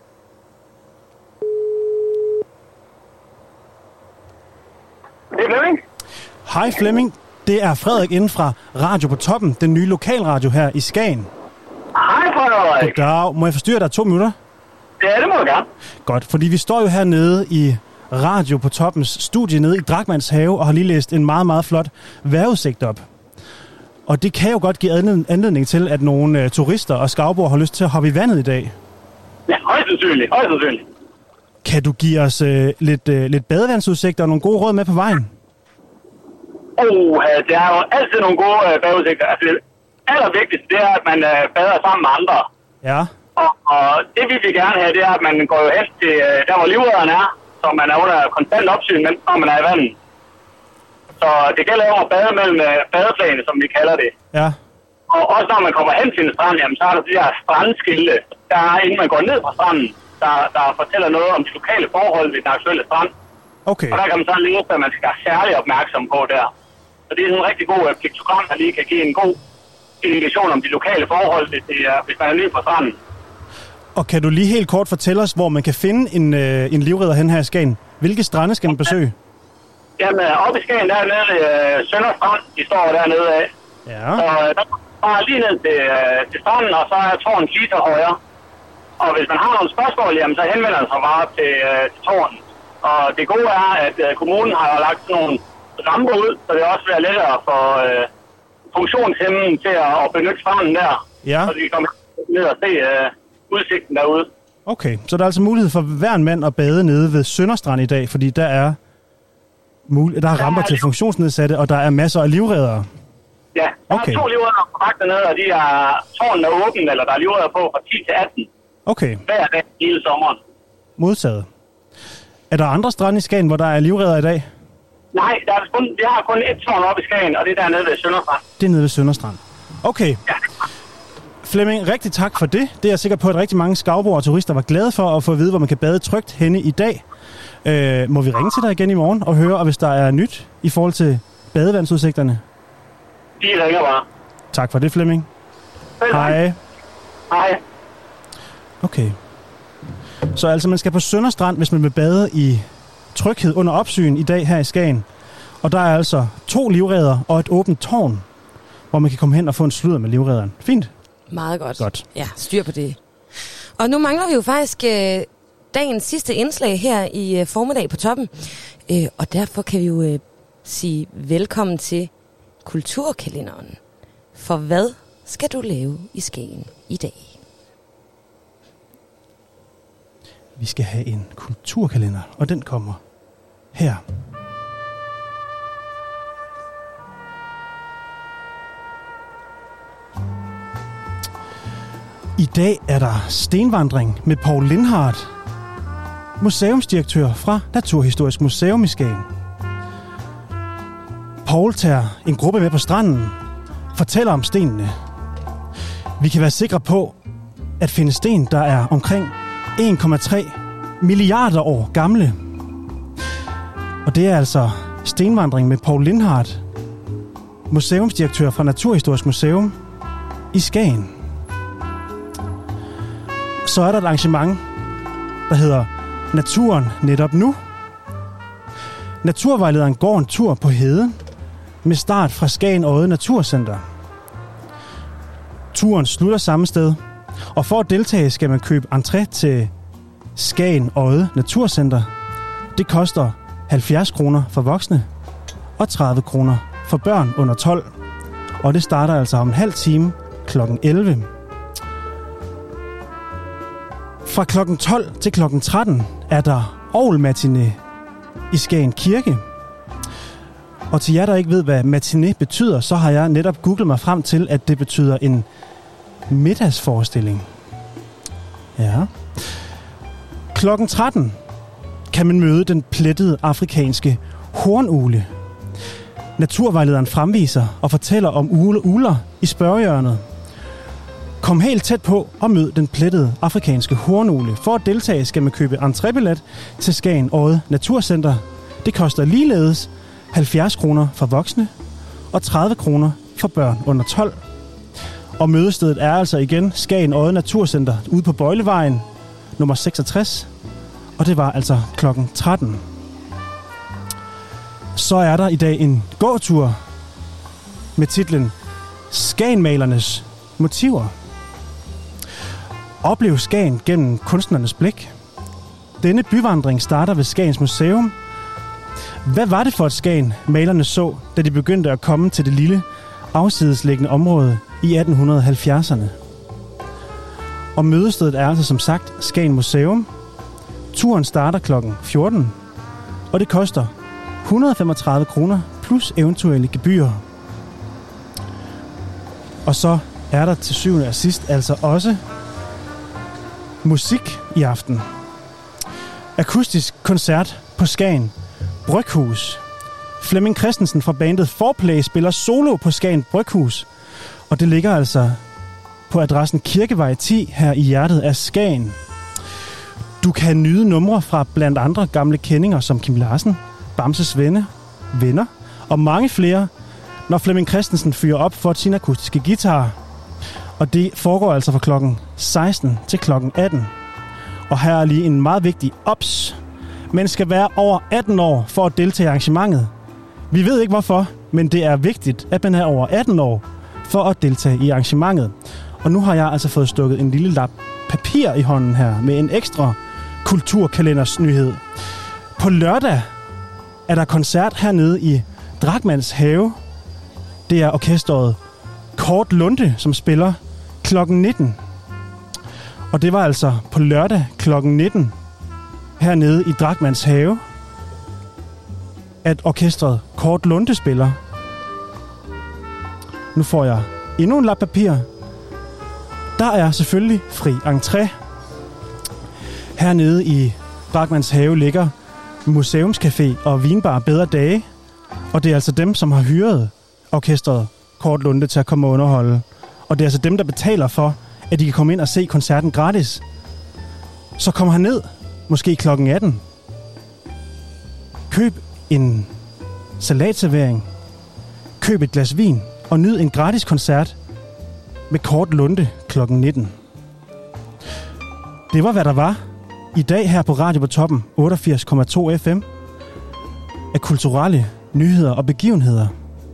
Det er Flemming. Hej Flemming, det er Frederik inden fra Radio på Toppen, den nye lokalradio her i Skagen. Hej Frederik. Goddag. Må jeg forstyrre dig to minutter? Ja, det må du gerne. Godt, fordi vi står jo hernede i Radio på Toppens studie nede i Drachmanns have og har lige læst en meget, meget flot vejrudsigt op. Og det kan jo godt give anledning til, at nogle uh, turister og skavboer har lyst til at hoppe i vandet i dag. Ja, højst sandsynligt. Højst sandsynligt. Kan du give os uh, lidt, uh, lidt badevandsudsigter og nogle gode råd med på vejen? Oh, det er jo altid nogle gode uh, badeudsigter. Altså, det allervigtigste, det er, at man uh, bader sammen med andre. Ja. Og, og det vi vil gerne have, det er, at man går jo hen til uh, der, hvor livredderen er, så man er under konstant opsyn, når man er i vandet. Så det gælder om at bade mellem uh, badeplaner, som vi kalder det. Ja. Og også når man kommer hen til en strand, jamen, så er der de her strandskilte, der er, inden man går ned fra stranden, der, der fortæller noget om de lokale forhold ved den aktuelle strand. Okay. Og der kan man så læse, at man skal være særlig opmærksom på der. Så det er sådan en rigtig god uh, piktogram, der lige kan give en god indikation om de lokale forhold, hvis, det er, hvis man er ny fra stranden. Og kan du lige helt kort fortælle os, hvor man kan finde en, øh, en livredder hen her i Skagen? Hvilke strande skal man besøge? Jamen, oppe i Skagen, der er nede ved øh, Sønder Strand, de står dernede af. Ja. Så øh, der er lige ned til, øh, til stranden, og så er tårnet lige til højre. Og hvis man har nogle spørgsmål, jamen, så henvender man sig bare til, øh, til tårnet. Og det gode er, at øh, kommunen har lagt sådan nogle ramper ud, så det også bliver lettere for øh, funktionshemmede til at, at benytte stranden der. Ja. Så de kan komme ned og se, øh, udsigten derude. Okay, så der er altså mulighed for hver en mand at bade nede ved Sønderstrand i dag, fordi der er, mul- der er ramper til funktionsnedsatte, og der er masser af livreddere. Ja, der okay. er to livredder på vagt dernede, og de er tårnen er åben, eller der er livredder på fra ti til atten. Okay. Hver dag hele sommeren. Modtaget. Er der andre strande i Skagen, hvor der er livredder i dag? Nej, der er kun, vi har kun et tårn oppe i Skagen, og det er dernede ved Sønderstrand. Det er nede ved Sønderstrand. Okay. Ja. Flemming, rigtig tak for det. Det er jeg sikker på, at rigtig mange skavboer og turister var glade for at få at vide, hvor man kan bade trygt henne i dag. Øh, må vi ringe til dig igen i morgen og høre, hvis der er nyt i forhold til badevandsudsigterne? De ringer bare. Tak for det, Flemming. Hej. Hej. Okay. Så altså, man skal på Sønderstrand, hvis man vil bade i tryghed under opsyn i dag her i Skagen. Og der er altså to livredder og et åbent tårn, hvor man kan komme hen og få en sludder med livredderen. Fint. Meget godt. Godt. Ja, styr på det. Og nu mangler vi jo faktisk øh, dagens sidste indslag her i øh, formiddag på toppen. Øh, og derfor kan vi jo øh, sige velkommen til Kulturkalenderen. For hvad skal du lave i Skagen i dag? Vi skal have en kulturkalender, og den kommer her. I dag er der stenvandring med Poul Lindhardt, museumsdirektør fra Naturhistorisk Museum i Skagen. Poul tager en gruppe med på stranden, fortæller om stenene. Vi kan være sikre på at finde sten, der er omkring en komma tre milliarder år gamle. Og det er altså stenvandring med Poul Lindhardt, museumsdirektør fra Naturhistorisk Museum i Skagen. Så er der et arrangement, der hedder Naturen netop nu. Naturvejlederen går en tur på hede med start fra Skagen Odde Naturcenter. Turen slutter samme sted, og for at deltage skal man købe entré til Skagen Odde Naturcenter. Det koster halvfjerds kroner for voksne og tredive kroner for børn under tolv. Og det starter altså om en halv time klokken elleve. Fra klokken tolv til klokken tretten er der orgelmatiné i Skagen Kirke. Og til jer, der ikke ved, hvad matiné betyder, så har jeg netop googlet mig frem til, at det betyder en middagsforestilling. Ja. klokken tretten kan man møde den plettede afrikanske hornugle. Naturvejlederen fremviser og fortæller om ule uler i spørgehjørnet. Kom helt tæt på og mød den plettede afrikanske hornugle. For at deltage skal man købe entrébillet til Skagen Odde Naturcenter. Det koster ligeledes halvfjerds kroner for voksne og tredive kroner for børn under tolv. Og mødestedet er altså igen Skagen Odde Naturcenter ude på Bøjlevejen nummer seksogtres. Og det var altså klokken tretten. Så er der i dag en gåtur med titlen Skagenmalernes motiver. Oplev Skagen gennem kunstnernes blik. Denne byvandring starter ved Skagens Museum. Hvad var det for et Skagen, malerne så, da de begyndte at komme til det lille, afsidesliggende område i atten halvfjerdserne? Og mødestedet er altså som sagt Skagen Museum. Turen starter klokken fjorten, og det koster et hundrede og femogtredive kroner plus eventuelle gebyrer. Og så er der til syvende og sidst altså også musik i aften. Akustisk koncert på Skagen Bryghus. Flemming Christensen fra bandet Foreplay spiller solo på Skagen Bryghus. Og det ligger altså på adressen Kirkevej ti her i hjertet af Skagen. Du kan nyde numre fra blandt andre gamle kendinger som Kim Larsen, Bamses Venne, Venner og mange flere, når Flemming Christensen fyrer op for sin akustiske guitar. Og det foregår altså fra klokken seksten til klokken atten. Og her er lige en meget vigtig ops. Man skal være over atten år for at deltage i arrangementet. Vi ved ikke hvorfor, men det er vigtigt, at man er over atten år for at deltage i arrangementet. Og nu har jeg altså fået stukket en lille lap papir i hånden her med en ekstra kulturkalenders nyhed. På lørdag er der koncert hernede i Drachmanns Have. Det er orkestret Kort Lunde, som spiller klokken nitten. Og det var altså på lørdag klokken nitten hernede i Drachmanns Have, at orkestret Kort Lunde spiller. Nu får jeg endnu en lap papir. Der er selvfølgelig fri entré. Hernede i Drachmanns Have ligger museumscafé og vinbar Bedre Dage. Og det er altså dem, som har hyret orkestret Kort Lunde til at komme og underholde. Og det er altså dem, der betaler for, at de kan komme ind og se koncerten gratis. Så kom herned, måske klokken atten. Køb en salatservering. Køb et glas vin og nyd en gratis koncert med Kort Lunde klokken nitten. Det var, hvad der var i dag her på Radio på Toppen otteogfirs komma to F M af kulturelle nyheder og begivenheder.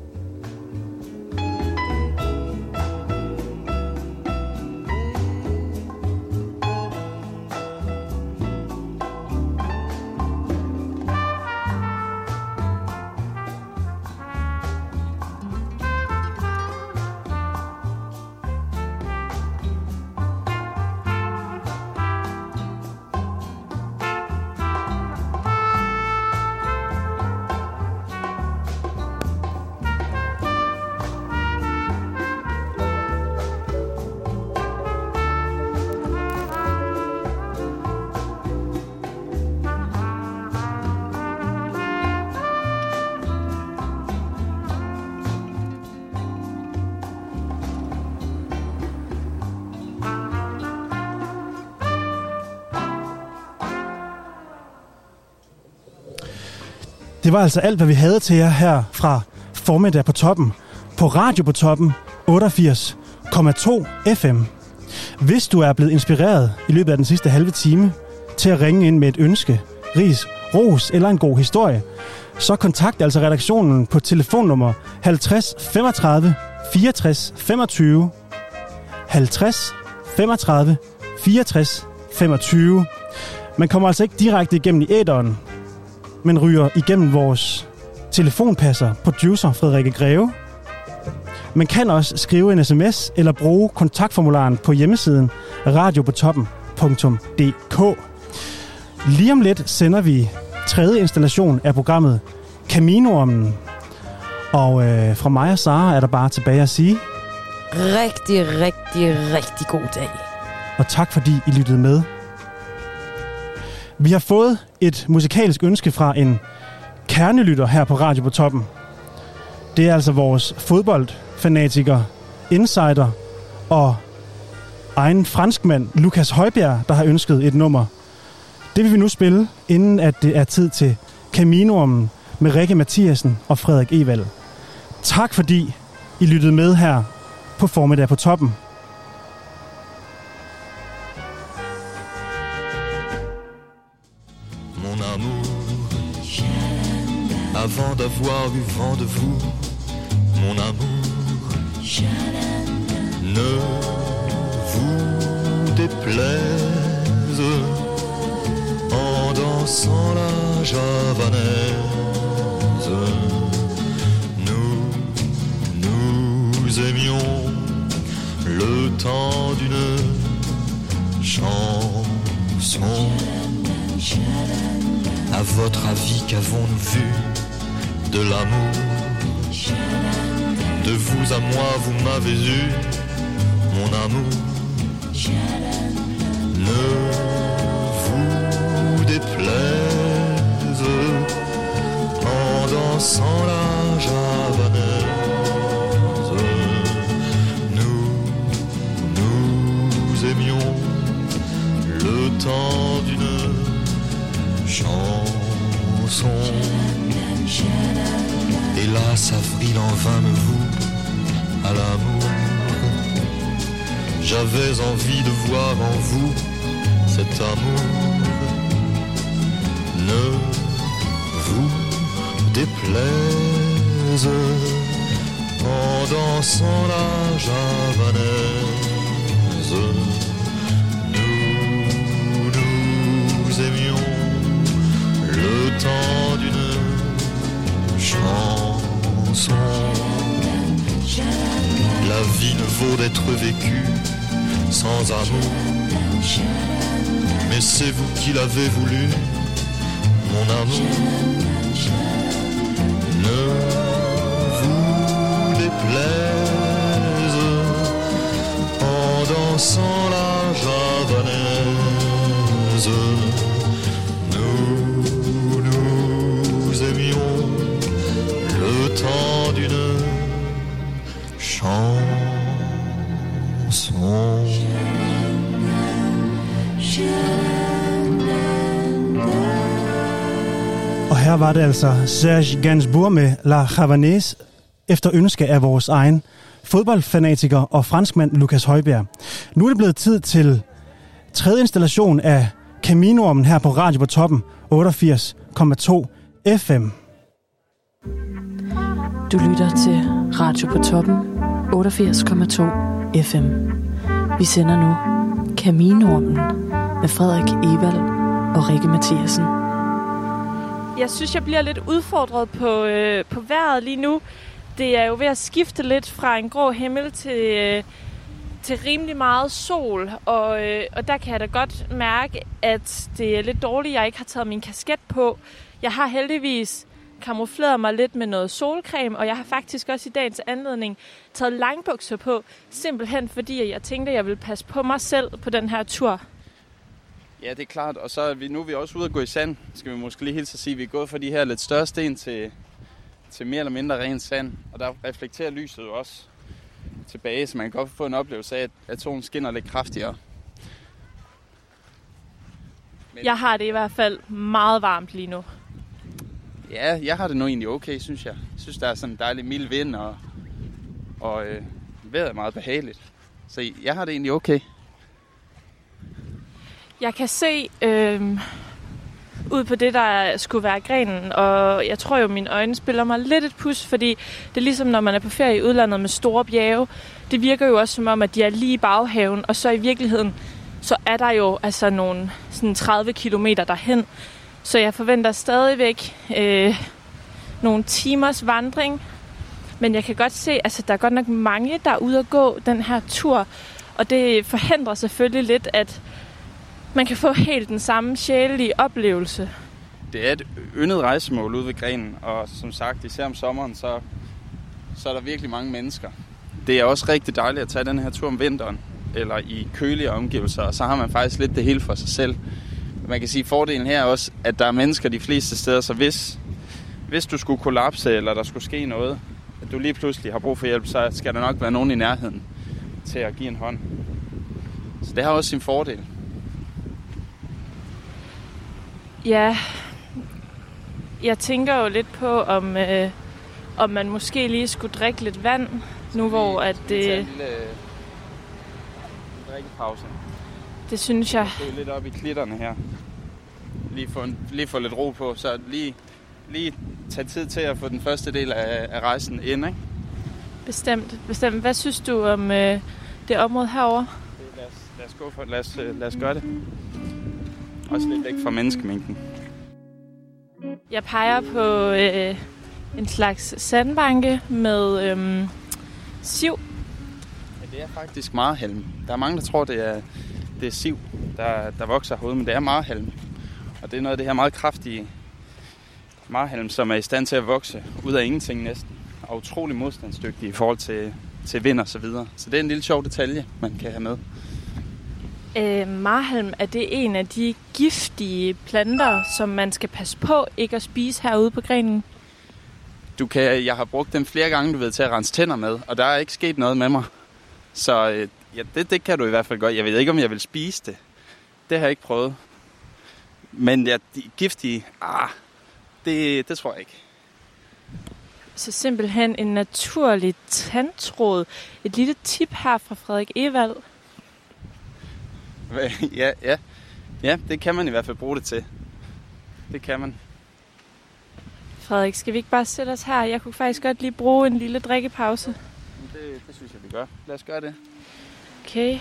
Det var altså alt, hvad vi havde til jer her fra Formiddag på Toppen på Radio på Toppen otteogfirs komma to F M. Hvis du er blevet inspireret i løbet af den sidste halve time til at ringe ind med et ønske, ris, ros eller en god historie, så kontakt altså redaktionen på telefonnummer halvtreds femogtredive fireogtres femogtyve. halvtreds femogtredive fireogtres femogtyve. Man kommer altså ikke direkte igennem i æteren, men ryger igennem vores telefonpasser, producer Frederikke Greve. Man kan også skrive en sms eller bruge kontaktformularen på hjemmesiden radiopotoppen punktum d k. Lige om lidt sender vi tredje installation af programmet Caminoormen. Og øh, fra mig og Sara er der bare tilbage at sige rigtig, rigtig, rigtig god dag. Og tak fordi I lyttede med. Vi har fået et musikalsk ønske fra en kernelytter her på Radio på Toppen. Det er altså vores fodboldfanatiker, insider og egen franskmand Lukas Højbjerg, der har ønsket et nummer. Det vil vi nu spille, inden at det er tid til Caminoormen med Rikke Mathiasen og Frederik Evald. Tak fordi I lyttede med her på Formiddag på Toppen. Mon amour, avant d'avoir eu vent de vous, mon amour, ne vous déplaise en dansant la javanaise. Nous, nous aimions le temps d'une chanson. À votre avis, qu'avons-nous vu de l'amour? De vous à moi, vous m'avez eu, mon amour. Ne vous déplaise en dansant la javanaise. Nous, nous aimions le temps d'une chanson. Hélas, avril en vain me voue à l'amour. J'avais envie de voir en vous cet amour. Ne vous déplaise en dansant la javanaise. Nous, nous aimions le temps d'une chanson. La vie ne vaut d'être vécue sans amour. Mais c'est vous qui l'avez voulu, mon amour. Ne vous déplaise en dansant la javanaise. Nous nous aimions le temps d'une chanson. Og her var det altså Serge Gainsbourg med La Havanaise, efter ønske af vores egen fodboldfanatiker og franskmand Lukas Højbjerg. Nu er det blevet tid til tredje installation af Caminoormen her på Radio på Toppen otteogfirs komma to F M. Du lytter til Radio på Toppen otteogfirs komma to F M. Vi sender nu Caminoormen med Frederik Evald og Rikke Mathiasen. Jeg synes, jeg bliver lidt udfordret på, øh, på vejret lige nu. Det er jo ved at skifte lidt fra en grå himmel til, øh, til rimelig meget sol. Og, øh, og der kan jeg da godt mærke, at det er lidt dårligt, at jeg ikke har taget min kasket på. Jeg har heldigvis kamufleret mig lidt med noget solcreme, og jeg har faktisk også i dagens anledning taget langbukser på, simpelthen fordi jeg tænkte, at jeg ville passe på mig selv på den her tur. Ja, det er klart, og så er vi, nu er vi også ude at gå i sand, skal vi måske lige hilse at sige. Vi er gået fra de her lidt større sten til, til mere eller mindre ren sand, og der reflekterer lyset jo også tilbage, så man kan godt få en oplevelse af, at solen skinner lidt kraftigere. Men jeg har det i hvert fald meget varmt lige nu. Ja, jeg har det nu egentlig okay, synes jeg. Jeg synes, der er sådan en dejlig mild vind, og, og øh, vejret er meget behageligt. Så jeg har det egentlig okay. Jeg kan se øh, ud på det, der skulle være grenen, og jeg tror jo, at mine øjne spiller mig lidt et pus, fordi det er ligesom, når man er på ferie i udlandet med store bjerge. Det virker jo også som om, at de er lige i baghaven, og så i virkeligheden, så er der jo altså nogle sådan tredive kilometer derhen. Så jeg forventer stadigvæk øh, nogle timers vandring. Men jeg kan godt se, at altså, der er godt nok mange, der er ude at gå den her tur. Og det forhindrer selvfølgelig lidt, at man kan få helt den samme sjælelige oplevelse. Det er et yndet rejsemål ude ved grenen, og som sagt, især om sommeren, så, så er der virkelig mange mennesker. Det er også rigtig dejligt at tage den her tur om vinteren, eller i kølige omgivelser, og så har man faktisk lidt det hele for sig selv. Man kan sige, at fordelen her er også, at der er mennesker de fleste steder, så hvis, hvis du skulle kollapse, eller der skulle ske noget, at du lige pludselig har brug for hjælp, så skal der nok være nogen i nærheden til at give en hånd. Så det har også sin fordel. Ja, jeg tænker jo lidt på, om, øh, om man måske lige skulle drikke lidt vand, nu hvor at det... Tage en lille drikkepause. Det synes jeg. Det er lidt op i klitterne her. Lige få, lige få lidt ro på, så lige, lige tage tid til at få den første del af, af rejsen ind, ikke? Bestemt, bestemt. Hvad synes du om øh, det område herovre? Lad os, lad os gå for lad os, lad os gøre det. Også lidt væk fra menneskemængden. Jeg peger på øh, en slags sandbanke med øh, siv. Ja, det er faktisk marhalm. Der er mange, der tror, det er, det er siv, der, der vokser herude, men det er marhalm. Og det er noget af det her meget kraftige marhalm, som er i stand til at vokse ud af ingenting næsten. Og utrolig modstandsdygtig i forhold til, til vind og så videre. Så det er en lille sjov detalje, man kan have med. Øh, marhalm, er det en af de giftige planter, som man skal passe på ikke at spise herude på grenen? Du kan, jeg har brugt dem flere gange, du ved, til at rense tænder med, og der er ikke sket noget med mig. Så øh, ja, det, det kan du i hvert fald godt. Jeg ved ikke, om jeg vil spise det. Det har jeg ikke prøvet. Men ja, de giftige, ah, det, det tror jeg ikke. Så simpelthen en naturlig tandtråd. Et lille tip her fra Frederik Evald. Ja, ja. Ja, det kan man i hvert fald bruge det til. Det kan man. Frederik, skal vi ikke bare sætte os her? Jeg kunne faktisk godt lige bruge en lille drikkepause. Det, det synes jeg, vi gør. Lad os gøre det. Okay.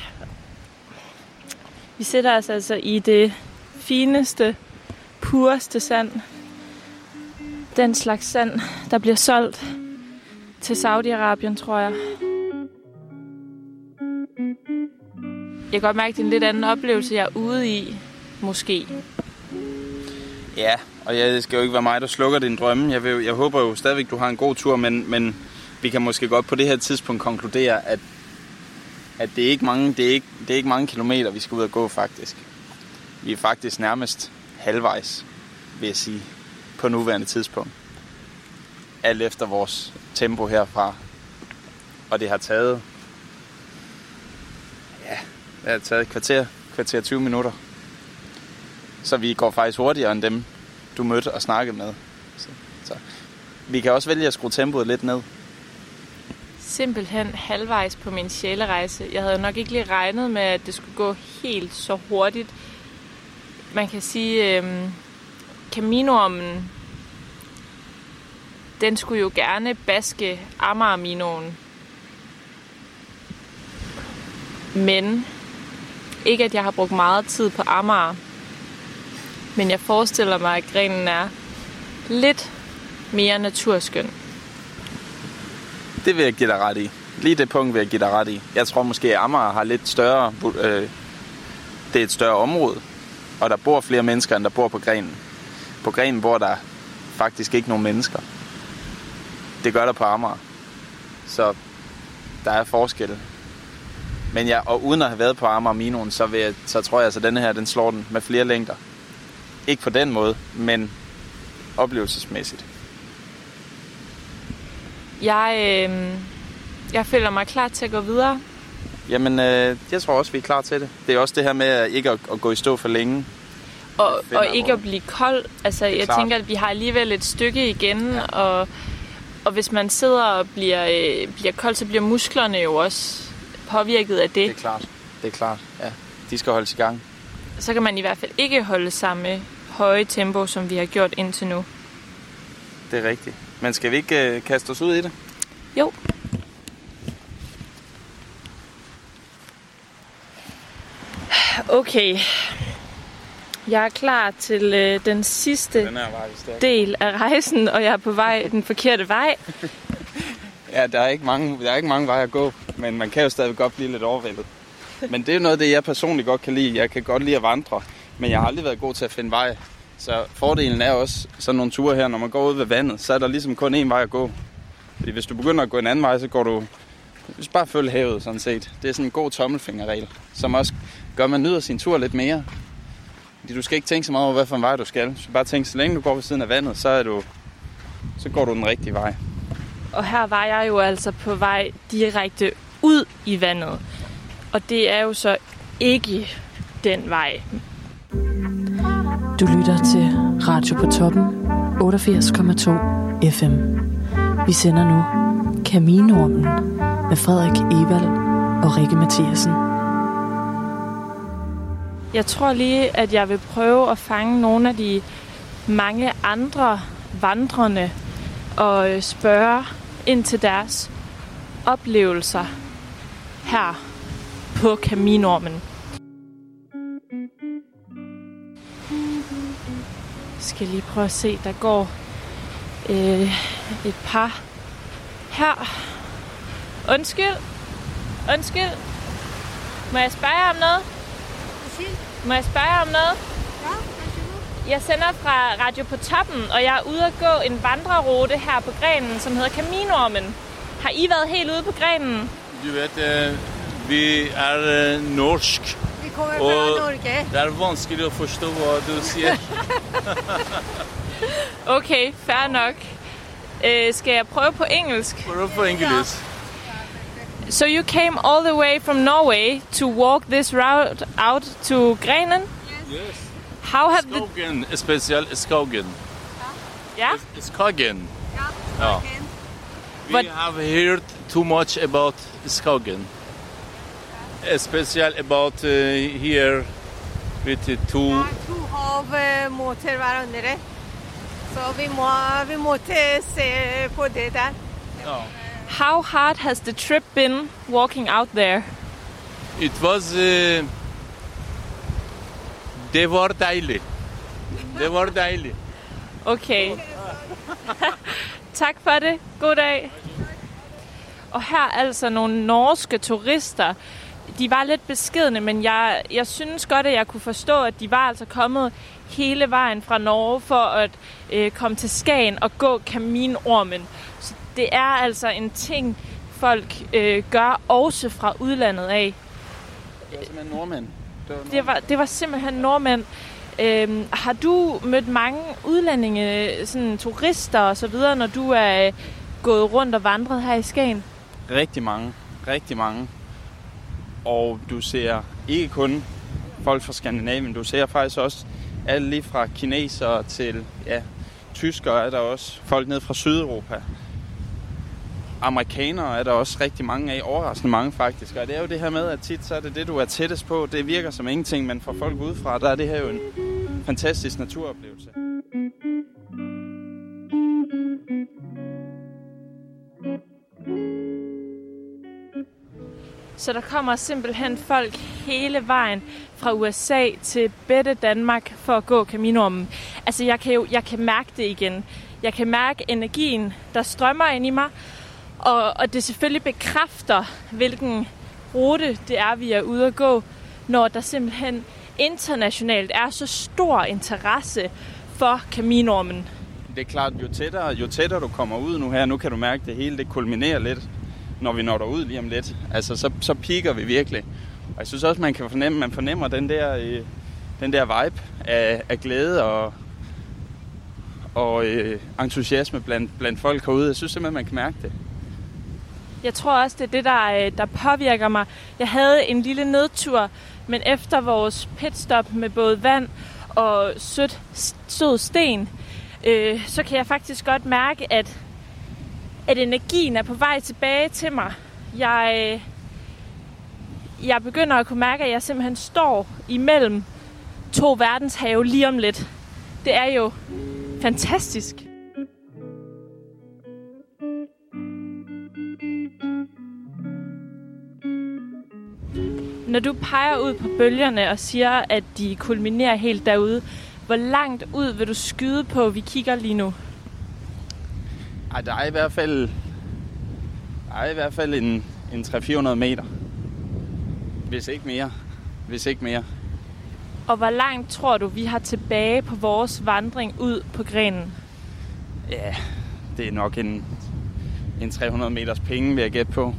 Vi sætter os altså i det fineste, pureste sand. Den slags sand, der bliver solgt til Saudi-Arabien, tror jeg. jeg kan godt mærke, at det er en lidt anden oplevelse, jeg er ude i, måske. Ja, og jeg skal jo ikke være mig, der slukker din drømme. Jeg, vil, jeg håber jo stadigvæk, du har en god tur, men, men vi kan måske godt på det her tidspunkt konkludere, at, at det, er ikke mange, det, er ikke, det er ikke mange kilometer, vi skal ud og gå, faktisk. Vi er faktisk nærmest halvvejs, vil jeg sige, på nuværende tidspunkt. Alt efter vores tempo herfra. Og det har taget, ja, det har taget et kvarter, kvarter tyve minutter. Så vi går faktisk hurtigere end dem, du mødte og snakkede med. Så, så. Vi kan også vælge at skrue tempoet lidt ned. Simpelthen halvvejs på min sjælerejse. Jeg havde nok ikke lige regnet med, at det skulle gå helt så hurtigt. Man kan sige, øh, Caminoen, den skulle jo gerne baske Amager-minoen. Men ikke, at jeg har brugt meget tid på Amager. Men jeg forestiller mig, at grenen er lidt mere naturskøn. Det vil jeg give dig ret i. Lige det punkt vil jeg give dig ret i. Jeg tror måske, at Amager har lidt større... Øh, det er et større område. Og der bor flere mennesker, end der bor på grenen. På grenen bor der faktisk ikke nogen mennesker. Det gør der på Amager. Så der er forskel. Men ja, og uden at have været på Amager-minoen, så, vil jeg, så tror jeg, at denne her, den slår den med flere længder. Ikke på den måde, men oplevelsesmæssigt. Jeg, øh, jeg føler mig klar til at gå videre. Jamen, øh, jeg tror også, vi er klar til det. Det er også det her med ikke at, at gå i stå for længe. Og, og ikke at blive kold. Altså, jeg klart. tænker, at vi har alligevel et stykke igen, ja. og, og hvis man sidder og bliver, øh, bliver kold, så bliver musklerne jo også påvirket af det. Det er klart. Det er klart, ja. De skal holdes i gang. Så kan man i hvert fald ikke holde samme høje tempo, som vi har gjort indtil nu. Det er rigtigt. Men skal vi ikke øh, kaste os ud i det? Jo. Okay. Jeg er klar til øh, den sidste den her vej, del af rejsen, og jeg er på vej den forkerte vej. Ja, der er, ikke mange, der er ikke mange veje at gå, men man kan jo stadig godt blive lidt overvældet. Men det er jo noget af det, jeg personligt godt kan lide. Jeg kan godt lide at vandre, men jeg har aldrig været god til at finde vej. Så fordelen er også sådan nogle ture her, når man går ud ved vandet, så er der ligesom kun én vej at gå. Fordi hvis du begynder at gå en anden vej, så går du... Hvis bare følge havet, sådan set. Det er sådan en god tommelfingerregel, som også gør, at man nyder sin tur lidt mere. Fordi du skal ikke tænke så meget over, hvad for en vej du skal. Så bare tænk, så længe du går ved siden af vandet, så, er du, så går du den rigtige vej. Og her var jeg jo altså på vej direkte ud i vandet. Og det er jo så ikke den vej. Du lytter til Radio på Toppen, otteogfirs komma to F M. Vi sender nu Caminoen med Frederik Evald og Rikke Mathiasen. Jeg tror lige, at jeg vil prøve at fange nogle af de mange andre vandrende og spørge ind til deres oplevelser her på Caminoen. Jeg skal lige prøve at se, der går øh, et par her. Undskyld. Undskyld. Må jeg spørge jer om noget? Må jeg spørge jer om noget? Ja, jeg sender fra Radio på Toppen, og jeg er ude at gå en vandrerute her på grenen, som hedder Caminoen. Har I været helt ude på grenen? Du vet, eh, vi er eh, norsk. Vi kommer fra Norge. Det er vanskelig at forstå, hvad du siger. Okay, fair nok. Uh, skal jeg prøve på engelsk? Prøv på engelsk. So you came all the way from Norway to walk this route out to Grenen? Yes. How have Skogen, the... special Skogen. Yeah? Skogen. Yeah. Oh. We But... have heard too much about Skogen. Especially about uh, here with the two... Ja, to hav mot hverandre. Så vi må, vi må se på det der. Oh. How hard has the trip been walking out there? It was... Uh, det var dejligt. Det var dejligt. Okay. Tak for det. God dag. Og her er altså nogle norske turister, de var lidt beskedne, men jeg, jeg synes godt, at jeg kunne forstå, at de var altså kommet hele vejen fra Norge for at øh, komme til Skagen og gå Kaminormen. Så det er altså en ting, folk øh, gør også fra udlandet af. Det var simpelthen nordmænd. Det var, det var, det var simpelthen nordmænd. Øhm, har du mødt mange udlændinge, sådan turister og så videre, når du er øh, gået rundt og vandret her i Skagen? Rigtig mange. Rigtig mange. Og du ser ikke kun folk fra Skandinavien, du ser faktisk også alle lige fra kinesere til ja, tyskere er der også, folk ned fra Sydeuropa. Amerikanere er der også rigtig mange af, overraskende mange faktisk. Og det er jo det her med, at tit så er det det, du er tættest på. Det virker som ingenting, men for folk udefra, der er det her jo en fantastisk naturoplevelse. Så der kommer simpelthen folk hele vejen fra U S A til bedte Danmark for at gå Kaminormen. Altså jeg kan jo jeg kan mærke det igen. Jeg kan mærke energien, der strømmer ind i mig, og, og det selvfølgelig bekræfter, hvilken rute det er, vi er ude at gå, når der simpelthen internationalt er så stor interesse for Kaminormen. Det er klart, jo tættere, jo tættere du kommer ud nu her, nu kan du mærke, det hele det kulminerer lidt, når vi når derud lige om lidt. Altså, så, så piker vi virkelig. Og jeg synes også, man kan fornemme, man fornemmer den der, øh, den der vibe af, af glæde og, og øh, entusiasme blandt, blandt folk herude. Jeg synes simpelthen, man kan mærke det. Jeg tror også, det er det, der, der påvirker mig. Jeg havde en lille nedtur, men efter vores pitstop med både vand og sødt, sød sten, øh, så kan jeg faktisk godt mærke, at at energien er på vej tilbage til mig. Jeg, jeg begynder at kunne mærke, at jeg simpelthen står imellem to verdenshave lige om lidt. Det er jo fantastisk. Når du peger ud på bølgerne og siger, at de kulminerer helt derude, hvor langt ud vil du skyde på, vi kigger lige nu? Ej, der er i hvert fald, der er i hvert fald en, en tre hundrede til fire hundrede meter. Hvis ikke mere. Hvis ikke mere. Og hvor langt tror du, vi har tilbage på vores vandring ud på grenen? Ja, det er nok en, en tre hundrede meters penge, vil jeg gætte på.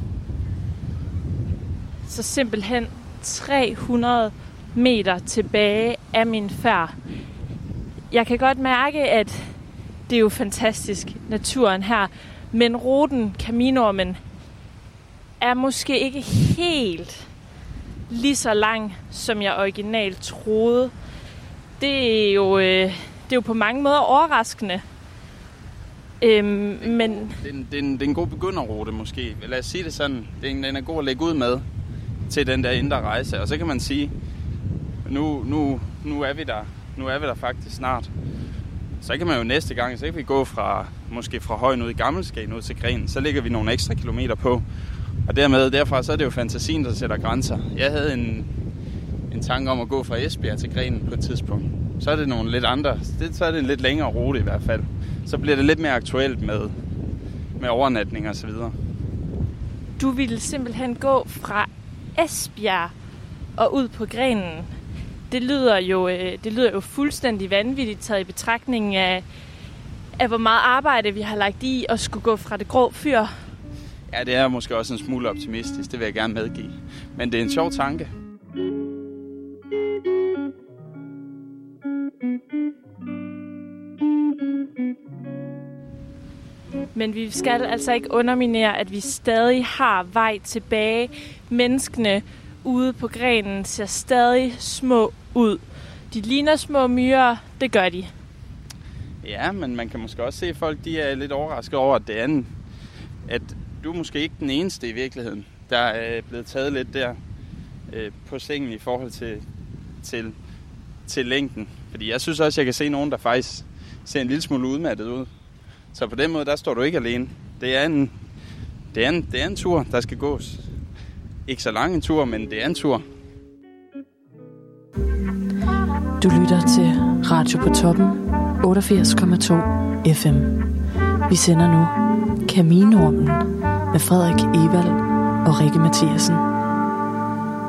Så simpelthen tre hundrede meter tilbage af min færd. Jeg kan godt mærke, at det er jo fantastisk, naturen her. Men ruten, Kaminormen, er måske ikke helt lige så lang, som jeg originalt troede. Det er jo, øh, det er jo på mange måder overraskende. Øhm, men det, er en, det, er en, det er en god begynderrute måske. Lad os sige det sådan. Det er en, den er god at lægge ud med til den der indre rejse. Og så kan man sige, nu, nu, nu er vi der. Nu er vi der faktisk snart. Så kan man jo næste gang, så kan vi gå fra, måske fra Højen ud i Gammelskagen ud til Grenen. Så lægger vi nogle ekstra kilometer på. Og dermed, derfra, så er det jo fantasien, der sætter grænser. Jeg havde en, en tanke om at gå fra Esbjerg til Grenen på et tidspunkt. Så er det nogle lidt andre, det, så er det en lidt længere rute i hvert fald. Så bliver det lidt mere aktuelt med, med overnatning og så videre. Du ville simpelthen gå fra Esbjerg og ud på Grenen. Det lyder jo, det lyder jo fuldstændig vanvittigt taget i betragtning af, af, hvor meget arbejde vi har lagt i at skulle gå fra det grå fyr. Ja, det er måske også en smule optimistisk, det vil jeg gerne medgive. Men det er en sjov tanke. Men vi skal altså ikke underminere, at vi stadig har vej tilbage. Menneskene ude på grenen ser stadig små ud. De ligner små myrer, det gør de. Ja, men man kan måske også se, at folk de er lidt overrasket over, at det er en, at du er måske ikke den eneste i virkeligheden, der er blevet taget lidt der øh, på sengen i forhold til, til, til længden. Fordi jeg synes også, at jeg kan se nogen, der faktisk ser en lille smule udmattet ud. Så på den måde, der står du ikke alene. Det er en, det er en, det er en tur, der skal gås. Ikke så lang en tur, men det er en tur. Du lytter til Radio på Toppen, otteogfirs komma to F M. Vi sender nu Kaminormen med Frederik Evald og Rikke Mathiasen.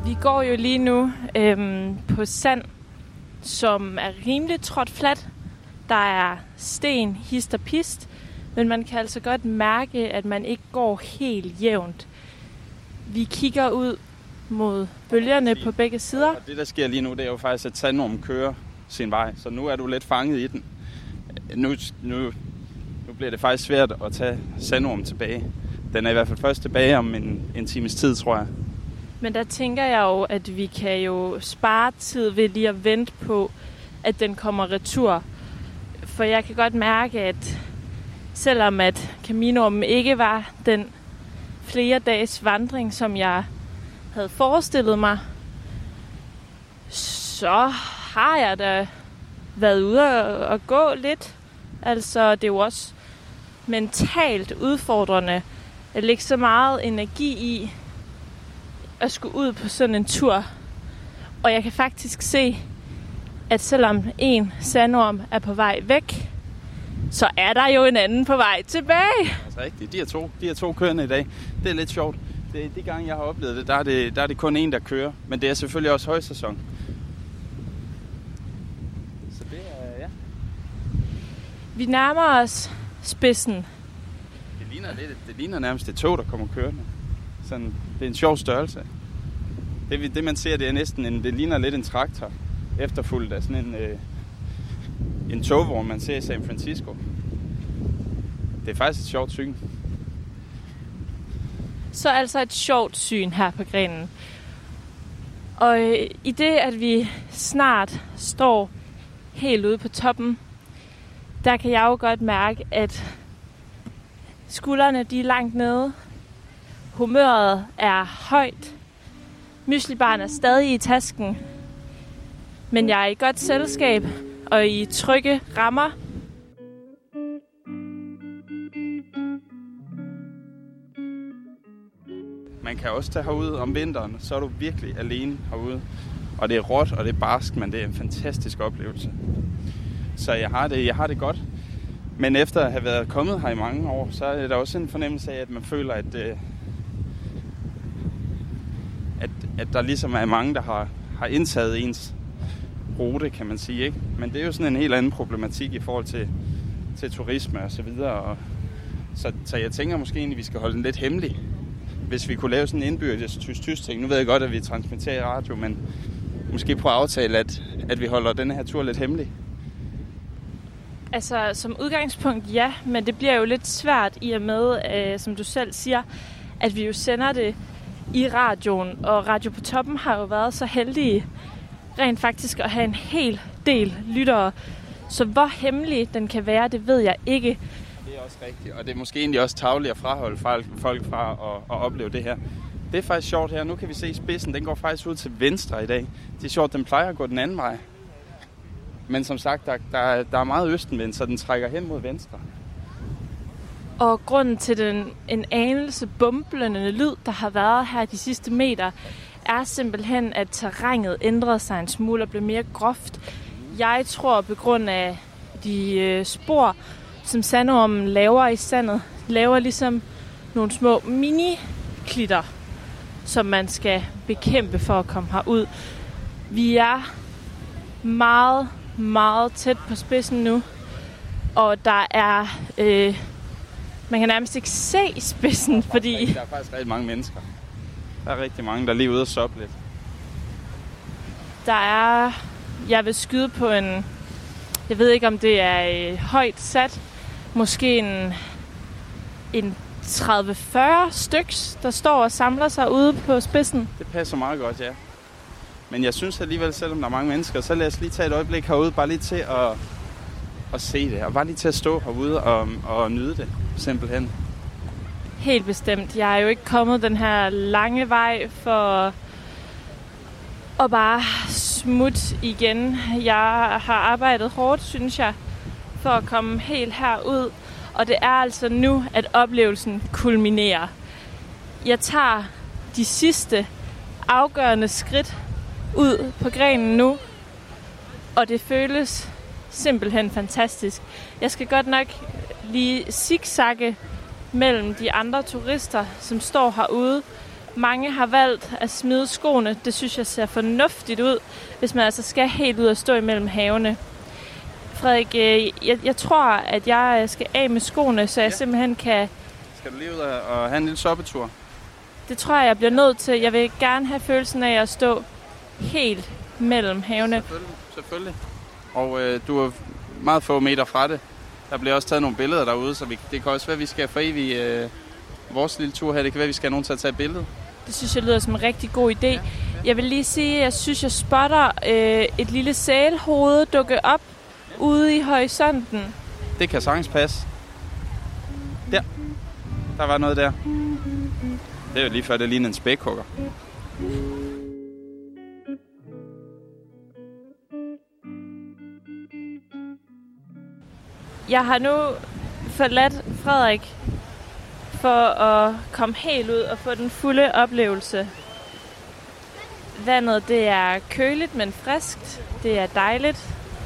Vi går jo lige nu øhm, på sand, som er rimelig trådt fladt. Der er sten, hist og pist, men man kan altså godt mærke, at man ikke går helt jævnt. Vi kigger ud mod bølgerne på begge sider. Og det, der sker lige nu, det er jo faktisk, at sandormen kører sin vej, så nu er du lidt fanget i den. Nu, nu, nu bliver det faktisk svært at tage sandormen tilbage. Den er i hvert fald først tilbage om en, en times tid, tror jeg. Men der tænker jeg jo, at vi kan jo spare tid ved lige at vente på, at den kommer retur. For jeg kan godt mærke, at selvom at Caminoormen ikke var den flere dages vandring, som jeg havde forestillet mig, så har jeg da været ude og, og gå lidt. Altså, det er jo også mentalt udfordrende at lægge så meget energi i at skulle ud på sådan en tur. Og jeg kan faktisk se, at selvom en sandorm er på vej væk, så er der jo en anden på vej tilbage. Altså rigtigt. De er to, de er to kørende i dag. Det er lidt sjovt. Det, de gange, jeg har oplevet det, der er det, der er det kun en, der kører. Men det er selvfølgelig også højsæson. Så det er, ja. Vi nærmer os spidsen. Det ligner, lidt, det ligner nærmest det tog, der kommer kørende. Sådan, det er en sjov størrelse. Det, det man ser, det er næsten en, det ligner lidt en traktor. Efterfulgt af sådan en, øh, en togvogn, man ser i San Francisco. Det er faktisk et sjovt syn. Så altså et sjovt syn her på grenen. Og øh, i det, at vi snart står helt ude på toppen, der kan jeg jo godt mærke, at skuldrene de er langt nede. Humøret er højt. Myslibaren er stadig i tasken. Men jeg er i godt selskab og i trygge rammer. Man kan også tage herud om vinteren, så er du virkelig alene herude. Og det er råt, og det er barsk, men det er en fantastisk oplevelse. Så jeg har det, jeg har det godt. Men efter at have været kommet her i mange år, så er der også en fornemmelse af, at man føler, at, at, at der ligesom er mange, der har, har indtaget ens rute, kan man sige, ikke? Men det er jo sådan en helt anden problematik i forhold til, til turisme og så videre. Og, så, så jeg tænker måske egentlig, at vi skal holde den lidt hemmelig. Hvis vi kunne lave sådan en indbyrdes tysk-tysk ting. Nu ved jeg godt, at vi transmitterer i radio, men måske prøve at aftale, at, at vi holder denne her tur lidt hemmelig. Altså, som udgangspunkt ja, men det bliver jo lidt svært i og med, øh, som du selv siger, at vi jo sender det i radioen. Og Radio på Toppen har jo været så heldige rent faktisk at have en hel del lyttere. Så hvor hemmelig den kan være, det ved jeg ikke. Det er også rigtigt, og det er måske egentlig også tarveligt at fraholde folk fra at, at opleve det her. Det er faktisk sjovt her. Nu kan vi se spidsen. Den går faktisk ud til venstre i dag. Det er sjovt, den plejer at gå den anden vej. Men som sagt, der, der, der er meget østenvind, så den trækker hen mod venstre. Og grunden til den en anelse bumblende lyd, der har været her de sidste meter, er simpelthen, at terrænet ændrede sig en smule og blev mere groft. Jeg tror på grund af de øh, spor, som sandormen laver i sandet, laver ligesom nogle små mini-klitter, som man skal bekæmpe for at komme herud. Vi er meget, meget tæt på spidsen nu, og der er, øh, man kan nærmest ikke se spidsen, fordi... Der er faktisk rigtig mange mennesker. Der er rigtig mange, der er lige ude og soppe lidt. Der er, jeg vil skyde på en, jeg ved ikke om det er øh, højt sat, måske en, en tredive fyrre styks, der står og samler sig ude på spidsen. Det passer meget godt, ja. Men jeg synes alligevel, selvom der er mange mennesker, så lad os lige tage et øjeblik herude, bare lige til at, at se det, og bare lige til at stå herude og, og nyde det, simpelthen. Helt bestemt. Jeg er jo ikke kommet den her lange vej for at bare smutte igen. Jeg har arbejdet hårdt, synes jeg, for at komme helt herud. Og det er altså nu, at oplevelsen kulminerer. Jeg tager de sidste afgørende skridt ud på grenen nu, og det føles simpelthen fantastisk. Jeg skal godt nok lige zigzagge mellem de andre turister, som står herude Mange har valgt at smide skoene. Det synes jeg ser fornuftigt ud, hvis man altså skal helt ud og stå imellem havene. Frederik, jeg, jeg tror, at jeg skal af med skoene, så jeg ja. simpelthen kan... Skal du lige ud og have en lille soppetur? Det tror jeg, jeg bliver nødt til. Jeg vil gerne have følelsen af at stå helt mellem havene. Selvfølgelig, selvfølgelig. Og øh, du er meget få meter fra det. Der bliver også taget nogle billeder derude, så vi, det kan også være, at vi skal forevige øh, vores lille tur her. Det kan være, at vi skal have nogen til at tage et billede. Det synes jeg lyder som en rigtig god idé. Ja, ja. Jeg vil lige sige, at jeg synes, jeg spotter øh, et lille sælhoved dukke op ja. ude i horisonten. Det kan sagtens passe. Der. Der var noget der. Det er jo lige før, det ligner en spækhugger. Jeg har nu forladt Frederik for at komme helt ud og få den fulde oplevelse. Vandet, det er køligt, men friskt. Det er dejligt.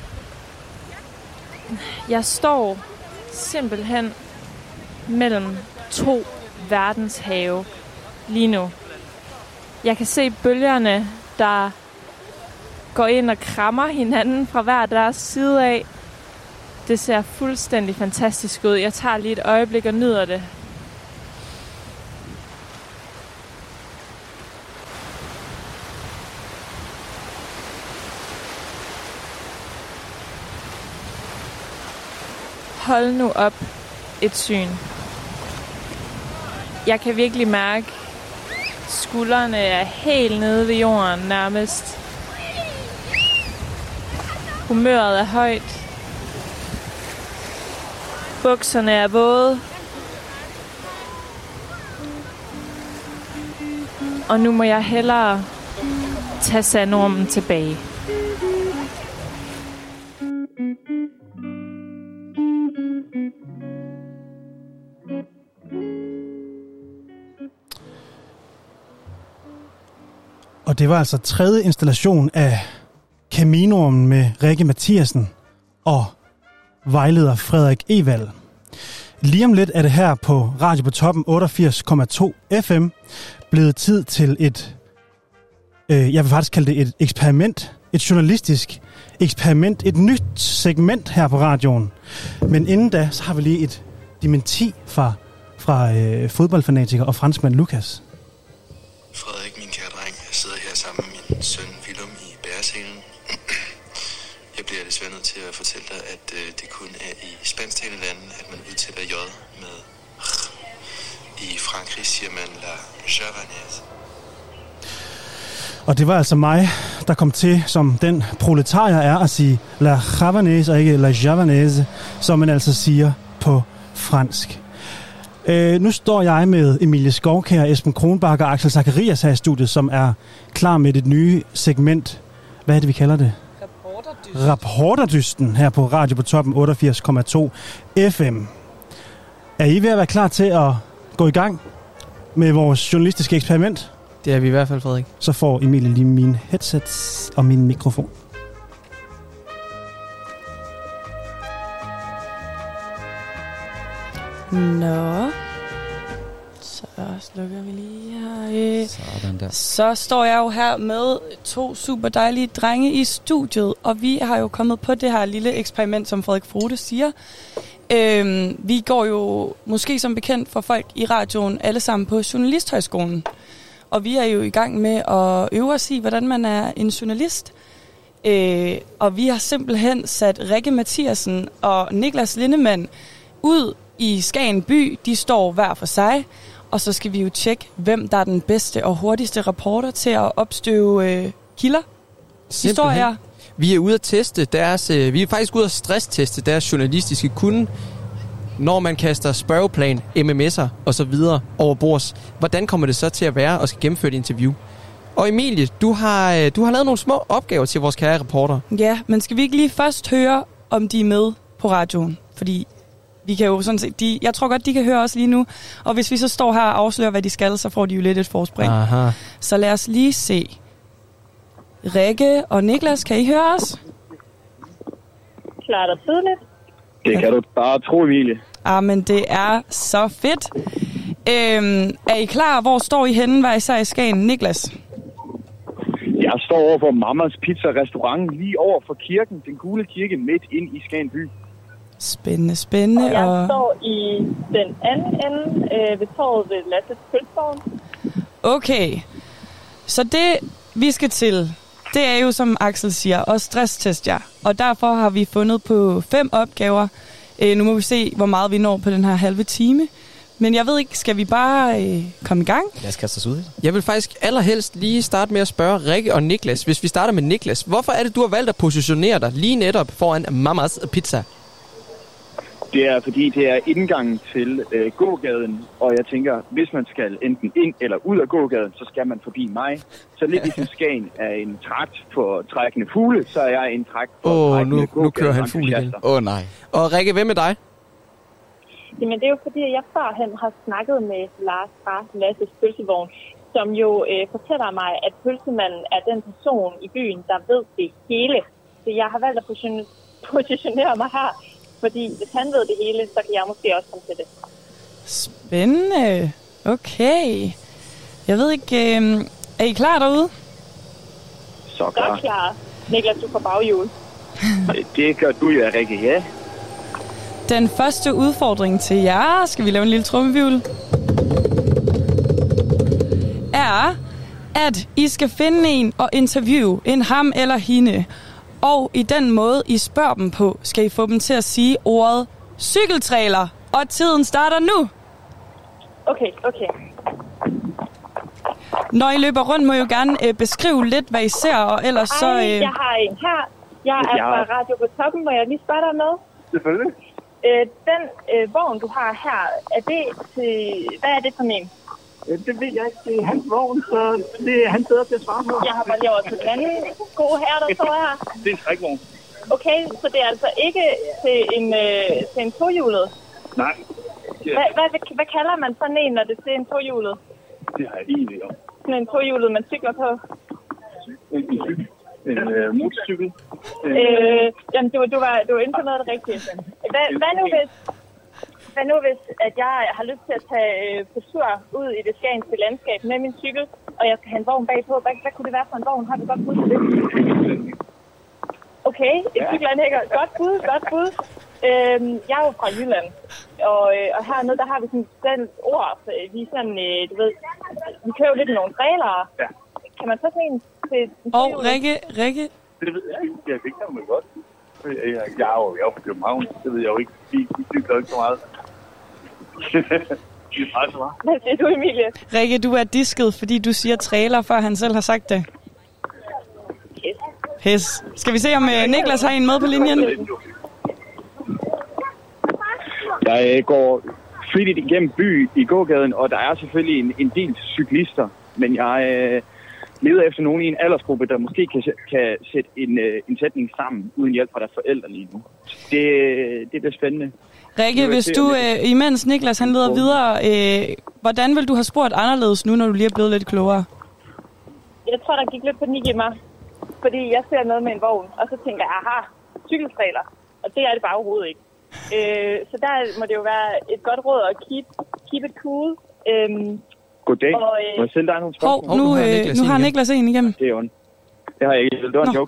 Jeg står simpelthen mellem to verdenshave lige nu. Jeg kan se bølgerne, der går ind og krammer hinanden fra hver deres side af. Det ser fuldstændig fantastisk ud. Jeg tager lige et øjeblik og nyder det. Hold nu op et syn. Jeg kan virkelig mærke, at skuldrene er helt nede ved jorden nærmest. Humøret er højt. Bukserne er våde. Og nu må jeg hellere tage sandormen tilbage. Og det var altså tredje installation af Caminoen med Rikke Mathiasen og vejleder Frederik Evald. Lige om lidt er det her på Radio på Toppen otteogfirs komma to F M blevet tid til et, øh, jeg vil faktisk kalde det et eksperiment, et journalistisk eksperiment, et nyt segment her på radioen. Men inden da, så har vi lige et dementi fra, fra øh, fodboldfanatiker og franskmand Lukas. Frederik, min kære dreng, jeg sidder her sammen med min søn Willum i bæreselen. Jeg bliver desværre nødt til at fortælle dig, at øh, det kun er i spansktalende lande, at man udtaler J med R. I Frankrig siger man la javanaise. Og det var altså mig, der kom til, som den proletar jeg er, at sige la javanaise og ikke la javanaise, som man altså siger på fransk. Øh, nu står jeg med Emilie Skovkær, Esben Kronbach og Axel Zacharias her i studiet, som er klar med det nye segment. Hvad er det, vi kalder det? Reporterdysten. Reporterdysten her på Radio på Toppen otteogfirs komma to F M. Er I ved at være klar til at gå i gang med vores journalistiske eksperiment? Det er vi i hvert fald, Frederik. Så får Emilie lige mine headsets og min mikrofon. Nå. Så slukker vi lige her. Sådan der. Så står jeg jo her med to super dejlige drenge i studiet, og vi har jo kommet på det her lille eksperiment, som Frederik Frode siger. Øhm, vi går jo måske som bekendt for folk i radioen alle sammen på Journalisthøjskolen. Og vi er jo i gang med at øve os i, hvordan man er en journalist. Øh, og vi har simpelthen sat Rikke Mathiasen og Niklas Lindemann ud i Skagen by. De står hver for sig. Og så skal vi jo tjekke, hvem der er den bedste og hurtigste reporter til at opstøve øh, kilder. Historier. Vi er ude at teste deres, øh, vi er faktisk ude at stressteste deres journalistiske kunde, når man kaster spørgeplan, M M S'er og så videre over bords. Hvordan kommer det så til at være at skal gennemføre et interview? Og Emilie, du har, du har lavet nogle små opgaver til vores kære reporter. Ja, men skal vi ikke lige først høre, om de er med på radioen? Fordi vi kan jo sådan set, de, jeg tror godt, de kan høre os lige nu. Og hvis vi så står her og afslører, hvad de skal, så får de jo lidt et forspring. Aha. Så lad os lige se. Rikke og Niklas, kan I høre os? Klart og tydeligt. Det kan du bare tro, Emilie. Ah, men det er så fedt. Øhm, er I klar? Hvor står I henne, hver især i Skagen? Niklas? Jeg står over for Mamas Pizza Restaurant, lige over for kirken, den gule kirke, midt ind i Skagen by. Spændende, spændende. Og jeg og... står i den anden ende øh, ved torvet ved Lasses Pølsevogn. Okay, så det vi skal til, det er jo som Axel siger, at stressteste jer. Og derfor har vi fundet på fem opgaver. Øh, nu må vi se, hvor meget vi når på den her halve time. Men jeg ved ikke, skal vi bare øh, komme i gang? Lad os kaste os ud. Jeg vil faktisk allerhelst lige starte med at spørge Rikke og Niklas. Hvis vi starter med Niklas, hvorfor er det, du har valgt at positionere dig lige netop foran Mamas Pizza? Det er, fordi det er indgangen til øh, gågaden, og jeg tænker, hvis man skal enten ind eller ud af gågaden, så skal man forbi mig. Så lidt ligesom Skagen er en trakt for trækkende fugle, så er jeg en trakt for oh, trækkende nu, nu kører han fugle igen. Åh oh, nej. Og Rikke, hvem er dig? Jamen det er jo fordi, at jeg førhen har snakket med Lars fra Lasses Pølsevogn, som jo øh, fortæller mig, at pølsemanden er den person i byen, der ved det hele. Så jeg har valgt at positionere mig her, fordi hvis han ved det hele, så kan jeg måske også komme til det. Spændende. Okay. Jeg ved ikke, øh, er I klar derude? Så klar. Så klar. Niklas, du får baghjul. Det gør du jo, Rikke, ja. Den første udfordring til jer, skal vi lave en lille trummevivl, er, at I skal finde en og interviewe en ham eller hende. Og i den måde, I spørger dem på, skal I få dem til at sige ordet cykeltrailer. Og tiden starter nu. Okay, okay. Når I løber rundt, må I jo gerne øh, beskrive lidt, hvad I ser, og ellers Ej, så... Øh... jeg har en her. Jeg er Ja. fra Radio på Toppen, må jeg lige spørge dig med? Selvfølgelig. Øh, den øh, vogn, du har her, er det til... Hvad er det for en? Det ved jeg ikke. Det er hans vogn, så det er han bedre til at svare på. Jeg har bare lige over til den anden gode herre, der står her. Det er en trækvogn. Okay, så det er altså ikke til en, øh, til en tohjulet? Nej. Hvad, hvad, hvad kalder man sådan en, når det er til en tohjulet? Det har jeg egentlig om. Sådan en tohjulet, man cykler på? En cykel. En øh, motorcykel. Øh, jamen, du, du, var, du var inde på noget af det rigtige. Hvad, hvad, nu hvis, hvad nu hvis, at jeg har lyst til at tage øh, på tur ud i det skagenske landskab med min cykel, og jeg skal have en vogn bagpå? Hvad, hvad kunne det være for en vogn? Har du godt bud på det? Okay, et Ja. cykelanhænger. Godt bud, godt bud. Øhm, jeg er jo fra Jylland, og, øh, og hernede, der har vi sådan den ord, så vi er sådan, øh, du ved, vi kører jo lidt i nogle trailere. Ja. Kan man så sådan en til... Og Rikke, Rikke, Det ved jeg ikke. Jeg fik det godt. Jeg, jeg, jeg er jo jeg er fra København. Det ved jeg jo ikke. Vi, vi cykler ikke så meget. Det er meget så meget. Hvad siger du, Emilie? Rikke, du er disket, fordi du siger trailer, før han selv har sagt det. Yes. Pis. Skal vi se, om uh, Niklas har en med på linjen? Jeg øh, går flittigt igennem by i gågaden, og der er selvfølgelig en, en del cyklister. Men jeg øh, leder efter nogen i en aldersgruppe, der måske kan, kan sætte en, øh, en sætning sammen, uden hjælp fra deres forældre lige nu. Det, det bliver spændende. Rikke, hvis du, øh, imens Niklas han leder videre, øh, hvordan vil du have spurgt anderledes nu, når du lige er blevet lidt klogere? Jeg tror, der gik lidt panik i mig, fordi jeg ser noget med en vogn, og så tænker jeg, aha, cykeltraler, og det er det bare overhovedet ikke. Øh, så der må det jo være et godt råd at keep, keep it cool. Øhm, Goddag. Og, øh, Må jeg stille dig nogle spørgsmål? Hov, nu, øh, nu har Niklas en igennem. Det er ondt. Det har jeg ikke. Det var en joke.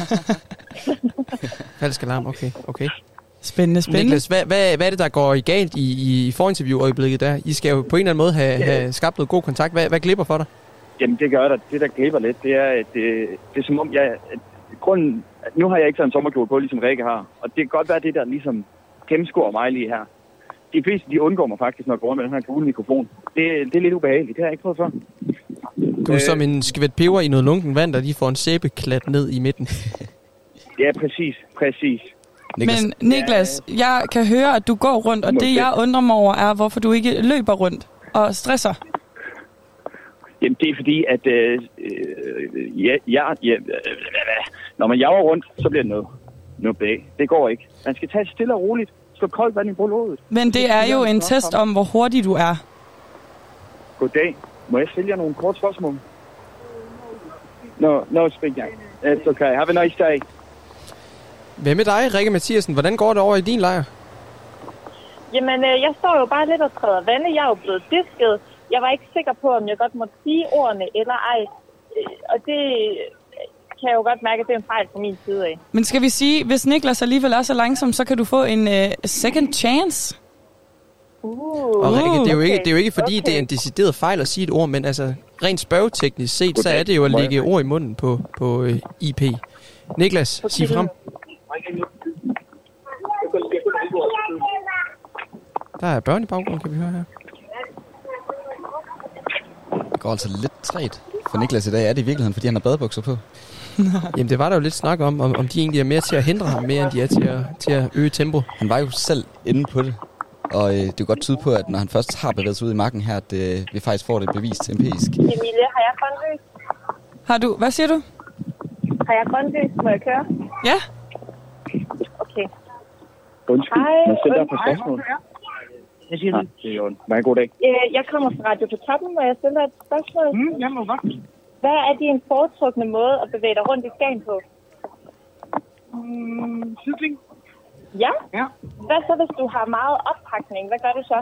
Falsk alarm, okay. okay. Spændende, spændende. Niklas, hvad, hvad, hvad er det, der går i galt i, i forinterview-øjeblikket der? I skal jo på en eller anden måde have, have skabt noget god kontakt. Hvad, hvad glipper for dig? Jamen, det gør der. Det, der glipper lidt, det er, at det, det er som om, jeg... At grunden... At nu har jeg ikke sådan en sommerkjole på, ligesom Rikke har. Og det kan godt være det, der ligesom gennemskuer mig lige her. De fleste, de undgår mig faktisk, når jeg går med den her gule mikrofon. Det, det er lidt ubehageligt. Det har jeg ikke prøvet før. Du er øh, som en skvæt peber i noget lunken vand, der lige får en sæbeklat ned i midten. Ja, præcis. Præcis. Niklas. Men Niklas, jeg kan høre, at du går rundt, og det jeg undrer mig over er, hvorfor du ikke løber rundt og stresser. Jamen, det er fordi, at øh, øh, ja, ja, ja, øh, når man jager rundt, så bliver det noget, noget bag. Det går ikke. Man skal tage stille og roligt. Slå koldt vand i blodet. Men det er jo en test om, hvor hurtig du er. Goddag. Må jeg stille jer nogle kort spørgsmål? No, no speaking. It's okay. Have a nice day. Hvad med dig, Rikke Mathiasen? Hvordan går det over i din lejr? Jamen, øh, jeg står jo bare lidt og træder vande. Jeg er jo blevet disket. Jeg var ikke sikker på, om jeg godt måtte sige ordene eller ej. Øh, og det kan jeg jo godt mærke, at det er en fejl fra min side af. Men skal vi sige, hvis Niklas alligevel er så langsom, så kan du få en uh, second chance? Uh, Og Rikke, det er jo ikke, okay. det er jo ikke fordi, Okay. det er en decideret fejl at sige et ord, men altså rent spørgeteknisk set, så er det jo at lægge ord i munden på, på uh, I P. Niklas, sig frem. Der er børn i baggrunden, kan vi høre her. Det går altså lidt træt for Niklas i dag. Er det i virkeligheden, fordi han har badebukser på? Jamen, det var der jo lidt snak om, om, om de egentlig er mere til at hindre ham, mere end de er til at, til at øge tempo. Han var jo selv inde på det. Og øh, det er jo godt tyde på, at når han først har bevæget sig ud i marken her, at øh, vi faktisk får det bevist empirisk. Emilie, har jeg grønt lys? Har du, hvad siger du? Har jeg grønt lys? Må jeg køre? Ja. Okay. Undskyld, Hej, jeg stiller dig på undskyld. spørgsmål. Hvad siger du? Det er jo en meget god dag. Øh, Jeg kommer fra Radio på Toppen, og jeg stiller et spørgsmål. Mm, jeg må godt. Hvad er din foretrukne måde at bevæge dig rundt i Skagen på? Mm, cykling. Ja? Ja. Hvad så, hvis du har meget oppakning? Hvad gør du så?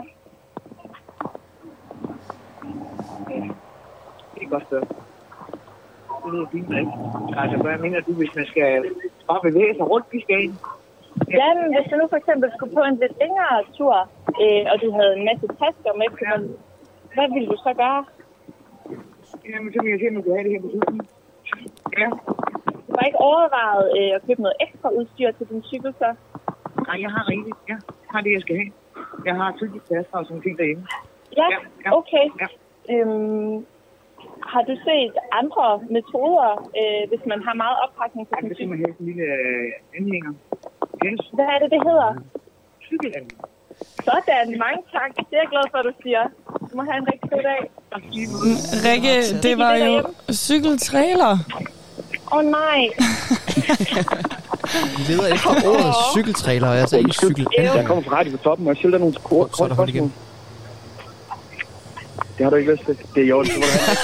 Det er godt sted. Det lyder fint, ikke? Altså, hvad mener du, hvis man skal bare bevæge sig rundt i Skagen? Ja, men hvis du nu for eksempel skulle på en lidt længere tur, øh, og du havde en masse tasker med, ja. Hvad ville du så gøre? Jamen, så vil jeg se, om du kan have det her på cyklen. Ja. Du har ikke overvejet øh, at købe noget ekstra udstyr til din cykel, så? Nej, jeg har rigeligt. Ja, jeg har det, jeg skal have. Jeg har cykeltasker og sådan ting derhjemme. Ja, Ja, ja. okay. Ja. Øhm, har du set andre metoder, øh, hvis man har meget oppakning på Jeg sin kan cykel? simpelthen have sådan en lille øh, anhænger. Yes. Hvad er det, det hedder? Cykelanhænger. Sådan, mange tak. Det er jeg glad for, at du siger. Du må have en rigtig god dag. Rikke, det var jo cykeltrailer. Åh oh, nej. Vi leder efter ordet cykeltrailer, altså ikke cykel. Jeg kommer fra Radio på Toppen, og jeg stiller nogle kort Så er der hold igen. Det har du ikke lyst til. Det er i orden.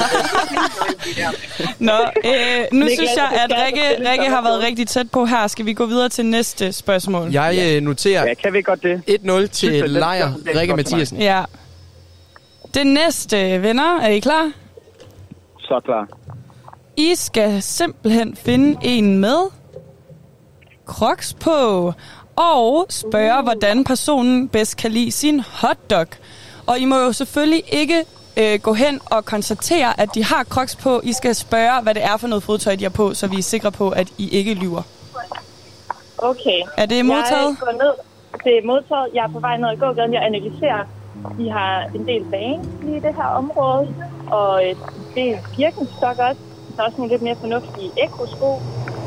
Nå, øh, nu Niklas, synes jeg, du at skal Rikke, stille Rikke har spørgsmål. været rigtig tæt på her. Skal vi gå videre til næste spørgsmål? Jeg øh, noterer Ja, kan vi godt det? et nul til Synes, at den- Lejer den- den- Rikke den- Mathiasen. Ja. Det næste, venner, er I klar? Så klar. I skal simpelthen finde en med Crocs på og spørge, hvordan personen bedst kan lide sin hotdog. Og I må jo selvfølgelig ikke øh, gå hen og konstatere, at de har Crocs på. I skal spørge, hvad det er for noget fodtøj, de har på, så vi er sikre på, at I ikke lyver. Okay. Er det modtaget? Jeg går ned. Det er modtaget. Jeg er på vej ned ad gågaden. Jeg analyserer. Vi har en del vane i det her område, og øh, det er Birkenstock også. Der er også nogle lidt mere fornuftige ekosko.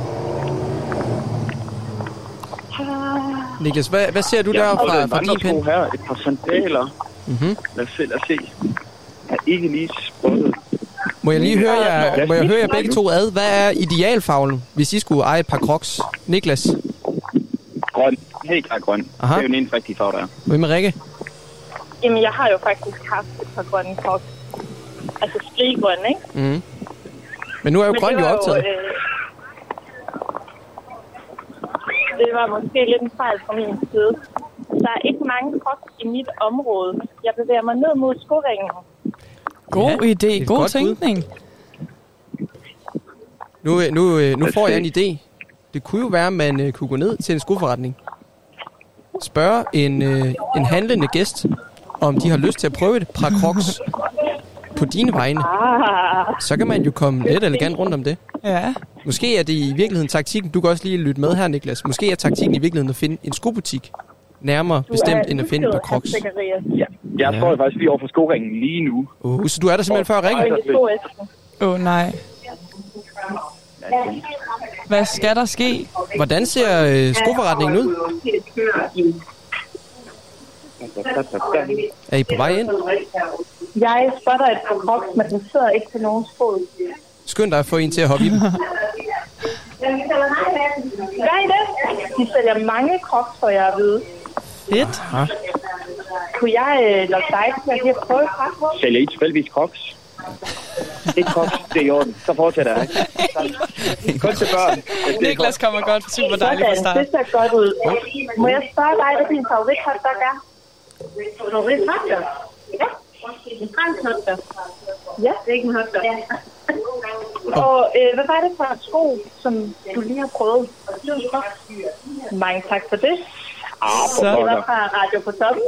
Ah. Niklas, hvad, hvad ser du der Jeg fra, har fra din vandresko pind? her, et par sandaler. Mm-hmm. Lad os se, lad os se. Jeg har ikke lige spottet. Må jeg lige høre jer, må jeg høre jer begge to ad? Hvad er idealfarven, hvis I skulle eje et par Crocs? Niklas? Grøn. Helt klart grøn. Aha. Det er jo den eneste rigtige farve, der er. Hvad med Rikke? Jamen, jeg har jo faktisk haft et par grønne Crocs. Altså skriggrønne, ikke? Mm. Men nu er jo Men grøn det jo var optaget. øh, det var måske lidt en fejl fra min side. Der er ikke mange Crocs i mit område. Jeg bevæger mig ned mod skoringen. God Ja, idé, et god godt bud. tænkning. Nu, øh, nu, øh, nu får jeg en idé. Det kunne jo være, at man øh, kunne gå ned til en skoforretning. Spørge en, øh, en handlende gæst, om de har lyst til at prøve et par Crocs på dine vegne. Ah, Så kan man jo komme lidt elegant rundt om det. Ja. Måske er det i virkeligheden taktikken. Du kan også lige lytte med her, Niklas. Måske er taktikken i virkeligheden at finde en skobutik nærmere bestemt, end at finde et par Crocs. Ja. Jeg står jo faktisk lige over for skoringen lige nu. Uh, så du er der simpelthen før Rikke? Åh oh, nej. Hvad skal der ske? Hvordan ser øh, skoforretningen ud? Er I på vej ind? Jeg spotter et par Crocs, men den sidder ikke til nogen fod. Skynd dig at få en til at hoppe i dem. Hvad er det? De sælger mange Crocs, for jeg at vide. Fedt. Ja. Kunne jeg øh, lokke dig til at lige prøve et par på? Sælger I tilfældigvis Crocs? Ikke Crocs, det er i orden. Så fortsætter jeg. Kun til børn. Niklas kommer godt. Super dejligt fra Sådan, start. det ser godt ud. Må jeg spørge dig, hvad din favorit hotdog er? Nå, det er en hotdog. Ja, en fransk hotdog. Ja, det er ikke en hotdog. Ja. Og øh, hvad var det for et sko, som du lige har prøvet? Mange tak for det. Så det var fra Radio på Toppen.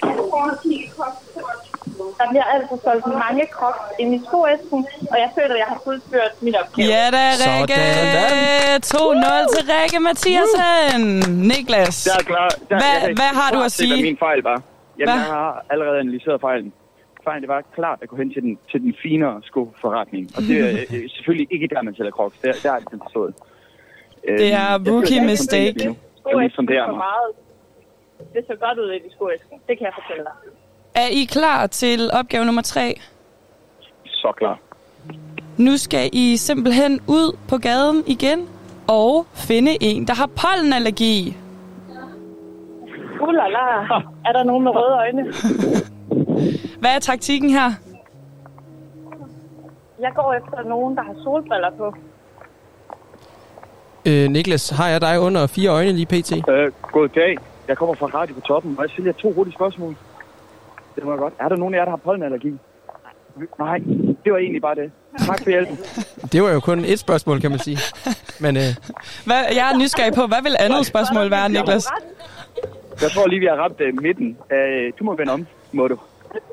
Der bliver altså solgt mange crocs inde i skoæsken, og jeg føler, at jeg har fuldført min opgave. Ja da, Rikke! to nul til Rikke Mathiasen. Niklas, Der er klar. Der, hvad, jeg, hvad har du at sige? Det er min fejl bare. Jamen, Hvad? jeg har allerede analyseret fejlen. Fejlen, det var klart at gå hen til den, til den finere skoforretning. Og det er øh, selvfølgelig ikke der, man sælger crocs. Der, der er det sådan forstået. Det er rookie mistake. Skoæsken er for meget. Det så godt ud i skoæsken. Det kan jeg fortælle dig. Er I klar til opgave nummer tre? Så klar. Nu skal I simpelthen ud på gaden igen og finde en, der har pollenallergi. Ulala, er der nogen med røde øjne? Hvad er taktikken her? Jeg går efter nogen, der har solbriller på. Øh, Niklas, har jeg dig under fire øjne lige pt? Øh, god dag. Jeg kommer fra Radio på Toppen, og jeg stiller to hurtige spørgsmål. Det var godt. Er der nogen af jer, der har pollenallergi? Nej, det var egentlig bare det. Tak for hjælpen. Det var jo kun et spørgsmål, kan man sige. Men, øh... hvad, jeg er nysgerrig på, hvad vil andet spørgsmål være, Niklas? Jeg tror lige, vi har ramt uh, midten. Uh, du må vende om, må du.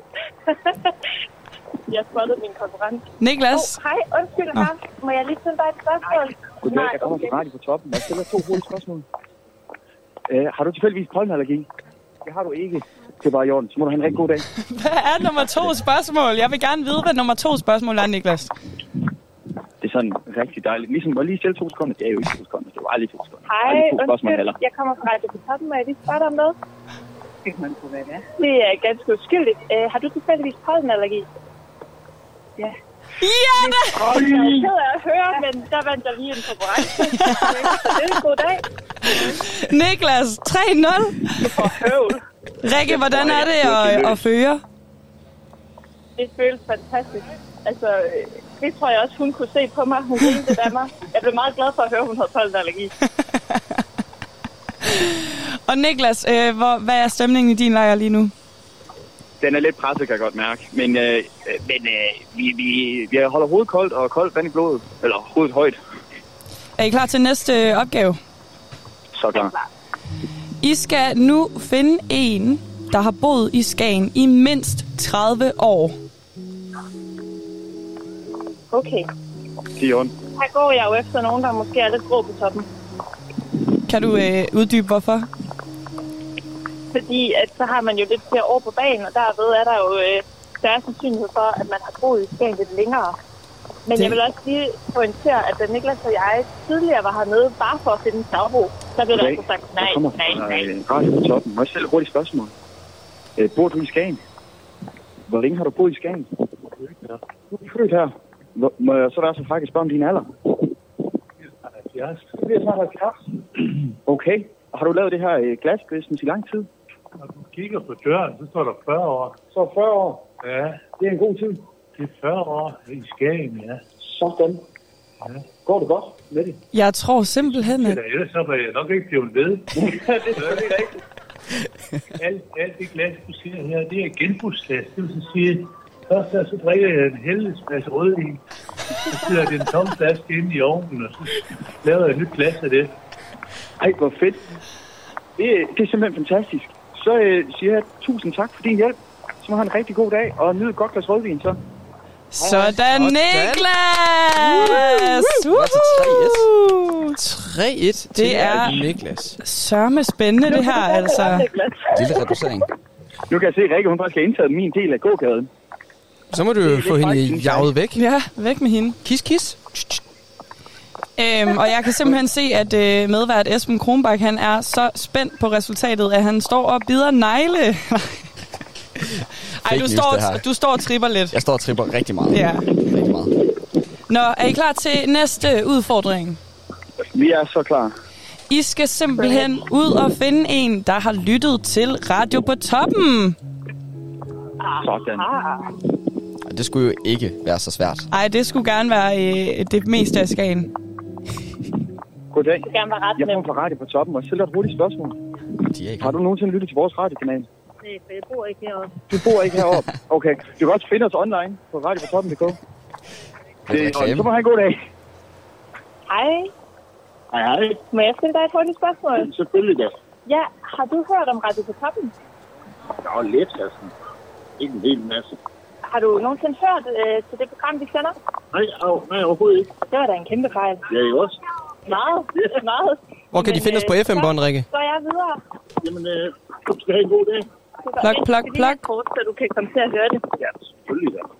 Jeg spottede min konkurrent. Niklas? Oh, hej, undskyld her. Må jeg lige stille dig et spørgsmål? Goddag, jeg kommer fra Radio på Toppen. Jeg stiller to hurtige spørgsmål. Uh, har du tilfældigvis pollenallergi? Det har du ikke. Det er bare i orden. Så må du have en rigtig god dag. Hvad er nummer to spørgsmål? Jeg vil gerne vide, hvad nummer to spørgsmål er, Niklas. Det er sådan rigtig dejligt. Ligesom at lige stille to sekunder. Det er jo ikke to sekunder. Det var lige to sekunder. Hej, undskyld. Jeg kommer fra Radio på Toppen. Må jeg lige spørge dig om noget? Det kan man få, hvad det er. Det er ganske uskyldigt. Uh, har du tilfældigvis pollenallergi? Ja. Ja da! Jeg er ked af at høre, men der vandt jeg lige en konkurrence. Så det er en god dag. Niklas, tre nul. For høvl. Rikke, hvordan er det at, at føre? Det føles fantastisk. Altså, det tror jeg også, hun kunne se på mig. Hun grinte af mig. Jeg blev meget glad for at høre, at hun havde pollenallergi. Og Niklas, øh, hvor, hvad er stemningen i din lejr lige nu? Den er lidt presset, kan jeg godt mærke. Men, øh, men øh, vi, vi, vi holder hovedet koldt og koldt vand i blodet. Eller hovedet højt. Er I klar til næste opgave? Så klar. I skal nu finde en, der har boet i Skagen i mindst tredive år. Okay. Det er ondt. Her går jeg jo efter nogen, der måske er lidt grå på toppen. Kan du øh, uddybe, hvorfor? Fordi at så har man jo lidt flere år på banen, og derved er der jo øh, større sandsynlighed for, at man har boet i Skagen lidt længere. Men det... jeg vil også lige pointere, at da Niklas og jeg tidligere var hernede bare for at finde en dagbo, så blev der altså sagt nej, nej, nej. Radio på Toppen. Må jeg stille et hurtigt spørgsmål? Øh, bor du i Skagen? Hvor længe har du boet i Skagen? Du er født her. Hvor, må jeg så være så fræk at spørge om din alder? halvfjerds. Det er snart halvfjerds. Okay. Har du lavet det her øh, glasbusiness i lang tid? Når du kigger på døren, så står der fyrre år. Så fyrre år? Ja. Det er en god tid. Det er fyrre år i Skagen, ja. Sådan. Ja. Går det godt med det? Jeg tror simpelthen, at... Ja, ellers så var jeg nok ikke blevet ved. Det er ikke rigtigt. alt, alt det glas, du ser her, det er genbrugsglas. Det vil sige, først så drikker jeg en helvedes masse rødvin. Så stiller jeg den tomme flaske ind i ovnen, og så laver jeg et nyt glas af det. Ej, hvor fedt. Det, det er simpelthen fantastisk. Så øh, siger jeg tusind tak for din hjælp. Så må have en rigtig god dag, og nyde et godt glas rødvin, så. Sådan, Niklas! tre et til Det er Niklas. sørme spændende, det her, altså. Lille reducering. Nu kan jeg se, at Rikke, hun faktisk har indtaget min del af gågaden. Så må du jo få hende jaget væk. Ja, væk med hende. Kis, kis. Øhm, og jeg kan simpelthen se, at øh, medvært Esben Kronbach, han er så spændt på resultatet, at han står og bider negle. Ej, du står, du står og tripper lidt. Jeg står og tripper rigtig meget. Ja. Rigtig meget. Nå, er I klar til næste udfordring? Vi er så klar. I skal simpelthen ud og finde en, der har lyttet til Radio på Toppen. Sådan. Det skulle jo ikke være så svært. Ej, det skulle gerne være øh, det meste af Skagen. Goddag. Det gerne være ret jeg kommer fra Radio på Toppen, og stiller et hurtigt spørgsmål. Har du nogensinde lyttet til vores radiokanal? Nej, for jeg bor ikke heroppe. Du bor ikke heroppe? Okay. Du kan også finde os online på radio på toppen punktum d k. Det, så må have en god dag. Hej. Hej, hej. Må jeg stille dig et hurtigt spørgsmål? Selvfølgelig da. Ja, har du hørt om Radio på Toppen? Der var lidt, altså. Ikke en hel masse. Har du nogensinde hørt øh, til det program, vi sender? Nej, au, nej, overhovedet ikke. Det var da en kæmpe fejl. Ja, jo også. Meget, meget. Hvor kan Men, de finde os på øh, F M-bånd, Rikke? Så går jeg videre. Jamen, øh, du skal have en god dag. Pluk, pluk, pluk. Kort, så du kan komme til at høre det. Ja, selvfølgelig da.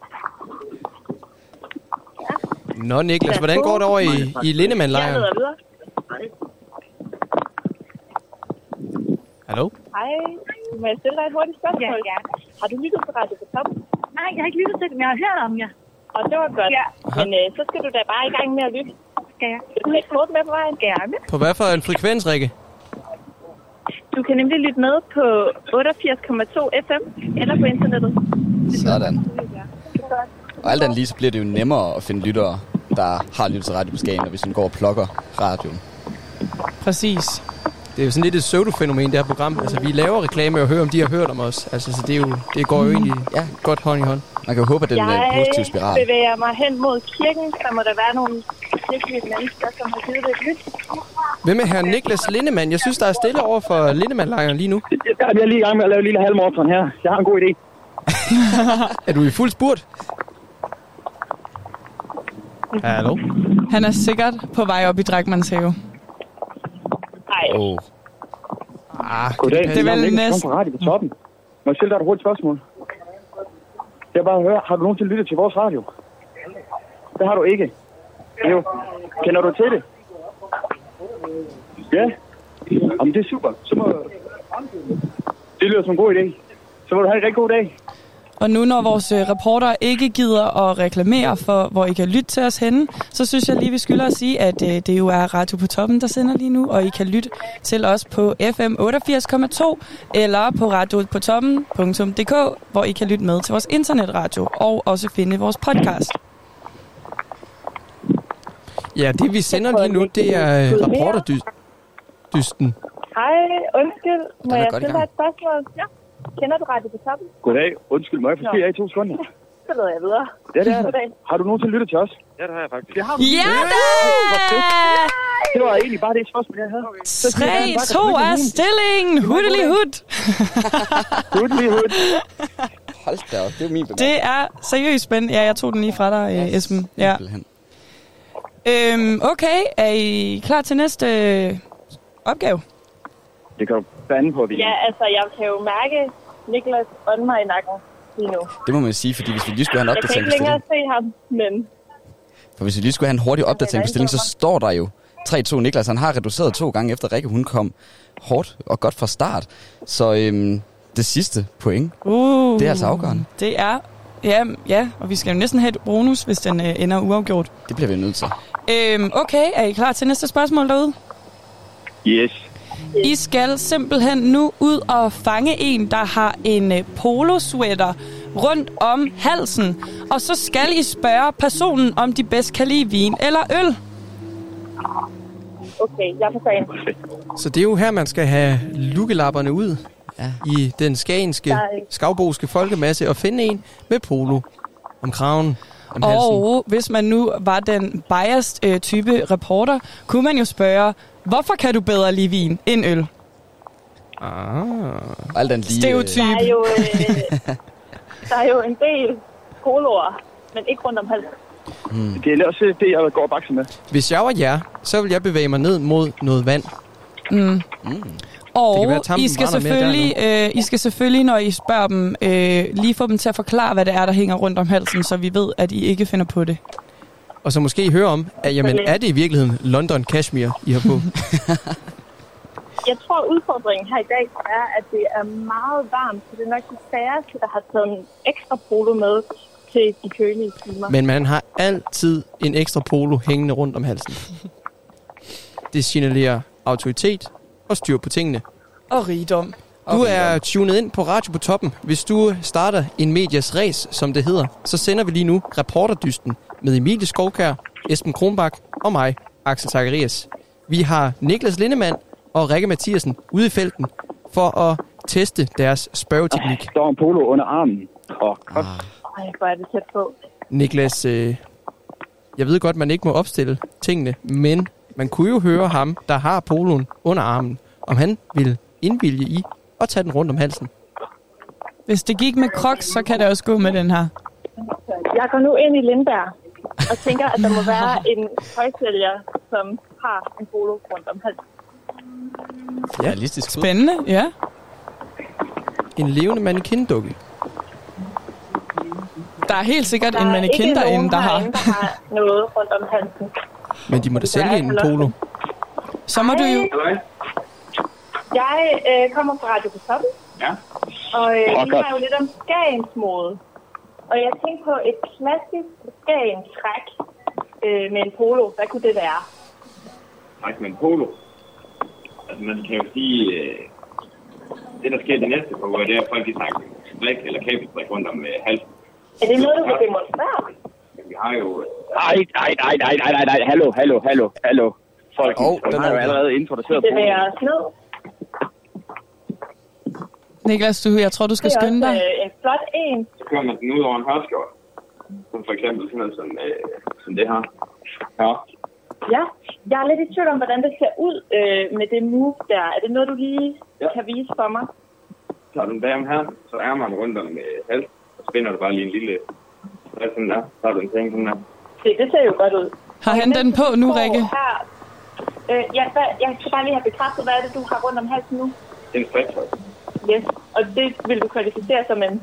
Nå, Niklas, hvordan går det over i, i Lindemann-lejren? Jeg leder videre. Hallo? Hej. Må jeg stille dig et hurtigt spørgsmål? Ja, ja. Har du lyttet til Radio på Toppen? Nej, jeg har ikke lyttet til det, men jeg har hørt om jer. Og det var godt. Ja. Men øh, så skal du da bare i gang med at lytte. Skal jeg? Vil du have et kort med på vejen? Gerne. På hvad for en frekvens, Rikke? Du kan nemlig lytte med på otteogfirs komma to F M eller på internettet. Sådan. Og alt andet lige, så bliver det jo nemmere at finde lyttere, der har lyttet til Radio på Skagen, hvis man går og plukker radioen. Præcis. Det er jo sådan lidt et pseudo-fænomen, det her program. Altså, vi laver reklame og hører, om de har hørt om os. Altså, så det, er jo, det går jo egentlig ja. godt hånd i hånd. Man kan jo håbe, at det er en positiv spiral. Jeg bevæger mig hen mod kirken. Der må der være nogle kirkelige mennesker, som har givet det et lyt. Hvem er her Niklas Lindemann? Jeg synes, der er stille over for Lindemann-lejren lige nu. Jeg er lige i gang med at lave en lille halvmarathon her. Jeg har en god idé. Er du i fuld spurt? Hallo? Han er sikkert på vej op i Drachmanns have. Nej. Oh. Ah, Goddag. Det er vel næsten. Kom på radio på toppen. Må jeg stille dig et hurtigt spørgsmål? Jeg bare høre, har du nogensinde lyttet til vores radio? Det har du ikke. Jo. Kender du til det? Ja. Jamen, det er super. Så må... Det lyder som en god idé. Så må du have en rigtig god dag. Og nu når vores øh, reporter ikke gider at reklamere for, hvor I kan lytte til os henne, så synes jeg lige, vi skylder at sige, at øh, det jo er Radio på Toppen, der sender lige nu, og I kan lytte til os på F M otteogfirs komma to eller på radio på toppen punktum d k, hvor I kan lytte med til vores internetradio og også finde vores podcast. Ja, det vi sender lige nu, det er øh, reporterdysten. Hej, undskyld. Må jeg stille dig et spørgsmål? Ja. Kender du Radio på Toppen? Goddag. Undskyld mig, jeg forstyrrer jer i to sekunder. Så leder jeg videre. Ja, det er det. Har du nogensinde lyttet til os? Ja, det har jeg faktisk. Det har du. Ja, da! Det var egentlig bare det spørgsmål, jeg havde. tre to er stillingen. Hudelig hud. Hudelig hud. Hold da op, det er min bemærkning. Det er seriøst spændende. Ja, jeg tog den lige fra dig, yes. Esben. Ja. Øhm, okay, er I klar til næste øh, opgave? Det kan du bande på, vi. Ja, altså, jeg kan jo mærke Niklas ånd mig i nakken lige nu. Det må man sige, fordi hvis vi lige skulle have en opdatering på Jeg kan ikke stillingen... længere se ham, men... For hvis vi lige skulle have en hurtig opdatering på stillingen, så står der jo tre to. Niklas, han har reduceret to gange efter Rikke, hun kom hårdt og godt fra start. Så øhm, det sidste point, uh, det er altså afgørende. Det er... Ja, ja, og vi skal jo næsten have et bonus, hvis den øh, ender uafgjort. Det bliver vi nødt til. Øhm, okay, er I klar til næste spørgsmål derude? Yes. I skal simpelthen nu ud og fange en, der har en øh, polosweater rundt om halsen. Og så skal I spørge personen, om de bedst kan lide vin eller øl. Okay, jeg får sagen. Så det er jo her, man skal have lukkelapperne ud ja. i den skagenske, skavboske folkemasse og finde en med polo om kraven. Om og hvis man nu var den biased øh, type reporter, kunne man jo spørge, hvorfor kan du bedre lide vin end øl? Ah. Alt den lige, stereotyp. Der er jo, øh, der er jo en del poloer, men ikke rundt om halsen. Hmm. Det er også det, jeg går og bakser med. Hvis jeg var jer, så vil jeg bevæge mig ned mod noget vand. Mm. Mm. Og være, I skal selvfølgelig, øh, I skal selvfølgelig, når I spørger dem, øh, lige få dem til at forklare, hvad det er, der hænger rundt om halsen, så vi ved, at I ikke finder på det. Og så måske høre om, at jamen, er det i virkeligheden London Cashmere, I har på? Jeg tror, udfordringen her i dag er, at det er meget varmt, så det er nok de færreste, der har taget en ekstra polo med til de kølige timer. Men man har altid en ekstra polo hængende rundt om halsen. Det signalerer autoritet og styr på tingene. Og rigdom. Du er tunet ind på Radio på Toppen. Hvis du starter en medias race, som det hedder, så sender vi lige nu reporterdysten med Emilie Skovkær, Esben Kronbak og mig, Axel Zacharias. Vi har Niklas Lindemann og Rikke Mathiasen ude i felten for at teste deres spørgeteknik. Der er en polo under armen. Og Ej, hvor er det tæt på. Niklas, øh, jeg ved godt, man ikke må opstille tingene, men man kunne jo høre ham, der har poloen under armen, om han vil indvilge i at tage den rundt om halsen. Hvis det gik med Crocs, så kan det også gå med den her. Jeg går nu ind i Lindberg og tænker, at der må være en tøjsælger, som har en polo rundt om halsen. Ja, realistisk. Spændende, ja. En levende mannequin-dukke. Der er helt sikkert en mannequin derinde, der har. Der har noget rundt om halsen. Men de må da sælge en polo. Så må du jo... Jeg øh, kommer fra Radio på Toppen. Ja. Og øh, Oh, vi har jo lidt om Skagens mode. Og jeg tænkte på et klassisk Skagens træk øh, med en polo. Hvad kunne det være? Træk med en polo? Altså man kan jo sige, øh, det der sker de næste par uger, det er, at folk de snakker strik eller kabelstrik rundt om øh, halsen. Er det noget, du kan demonstrere? Vi har jo... Nej, nej, nej, nej, nej, nej, nej, hallo, hallo, hallo, hallo. Folk, oh, den er jo allerede introduceret på. Det vil jeg sned. Niklas, du, jeg tror, du skal skynde dig. Det er også øh, en flot en. Så kører man den ud over en hørskjort. Som for eksempel sådan noget som, øh, som det her. Ja. Ja, jeg er lidt i tvivl om, hvordan det ser ud øh, med det move der. Er det noget, du lige ja. kan vise for mig? Så har du en dame her, så er man rundt om øh, hals, og spænder du bare lige en lille... Hvad er sådan der? Så har du en ting sådan der. Det, det ser jo godt ud. Har han den på nu, Rikke? Her, øh, ja, hvad, jeg skal bare lige have bekræftet, hvad er det, du har rundt om halsen nu? Det er en striktøj. Yes, og det vil du kvalificere som en...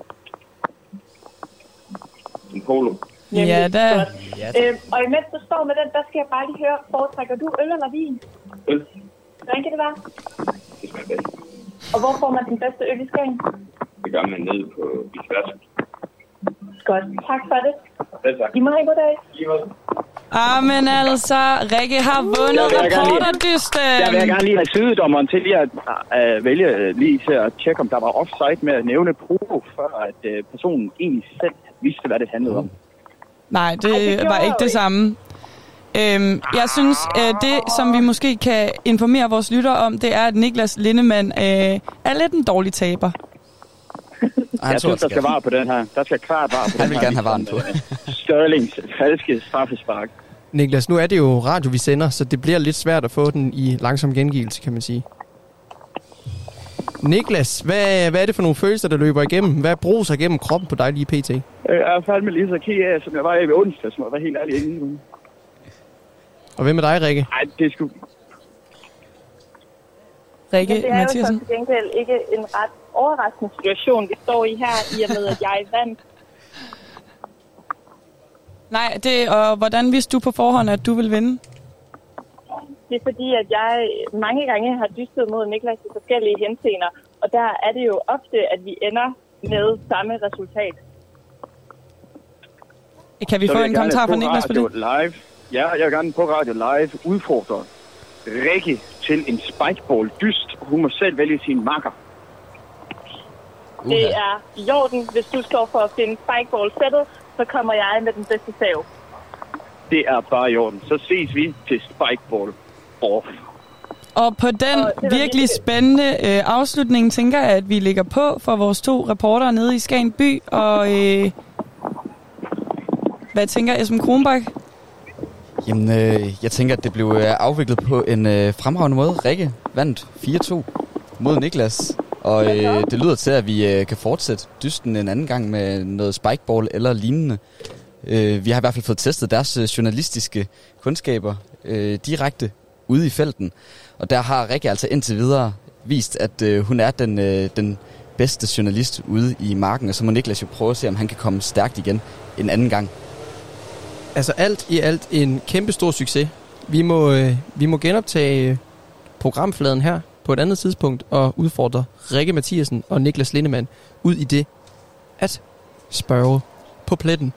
En polo. Ja, da. Ja, øh, og imens du står med den, der skal jeg bare lige høre, foretrækker du øl eller vin? Øl. Hvordan kan det være? Det smager bedst. Og hvor får man den bedste øl i Skagen? Det gør man nede på Bisværsen. Godt, tak for det. Selv tak. I må have en god dag. I må. Ah, men altså, Rikke har vundet reporterdysten. Jeg vil gerne lige have sidedommeren til lige at uh, vælge lige til at tjekke, om der var offside med at nævne polo, før at uh, personen egentlig selv vidste, hvad det handlede om. Nej, det, Ej, det var ikke det samme. Øhm, jeg synes, øh, det som vi måske kan informere vores lyttere om, det er, at Niklas Lindemann øh, er lidt en dårlig taber. Ej, jeg synes, der skal vare på den her. Der skal klart vare på den her. Han vil gerne have varen på. Sterlings falske straffespark. Niklas, nu er det jo radio, vi sender, så det bliver lidt svært at få den i langsom gengivelse, kan man sige. Niklas, hvad, hvad er det for nogle følelser, der løber igennem? Hvad bruser igennem kroppen på dig lige pt? Jeg er fandme lige så ked af, som jeg var i ved onsdag, som jeg var helt ærlig inden. Og hvem er dig, Rikke? Nej, det er sgu... Rikke det er Mathiasen. jo så til gengæld ikke en ret overraskende situation, vi står i her, i og med, at jeg vandt. Nej, det, og hvordan vidste du på forhånd, at du vil vinde? Det er fordi, at jeg mange gange har dystet mod Niklas i forskellige henseender, og der er det jo ofte, at vi ender med samme resultat. Kan vi så få en kommentar fra Niklas på det? Live. Ja, jeg vil gerne på radio live udfordre Rikke til en spikeball dyst. Hun må selv vælge sin makker. Uh-huh. Det er i orden. Hvis du står for at finde spikeball-sættet, så kommer jeg med den bedste sav. Det er bare i orden. Så ses vi til spikeball off. Og på den og virkelig spændende øh, afslutning, tænker jeg, at vi ligger på for vores to reportere nede i Skagen by. Og øh, hvad tænker Esben Kronbach? Jamen, øh, jeg tænker, at det blev øh, afviklet på en øh, fremragende måde. Rikke vandt fire to mod Niklas. Og øh, det lyder til, at vi øh, kan fortsætte dysten en anden gang med noget spikeball eller lignende. Øh, vi har i hvert fald fået testet deres øh, journalistiske kundskaber øh, direkte ude i felten. Og der har Rikke altså indtil videre vist, at øh, hun er den, øh, den bedste journalist ude i marken. Og så må Niklas jo prøve at se, om han kan komme stærkt igen en anden gang. Altså alt i alt en kæmpe stor succes. Vi må, øh, vi må genoptage programfladen her på et andet tidspunkt og udfordre Rikke Mathiasen og Niklas Lindemann ud i det at spørge på pletten.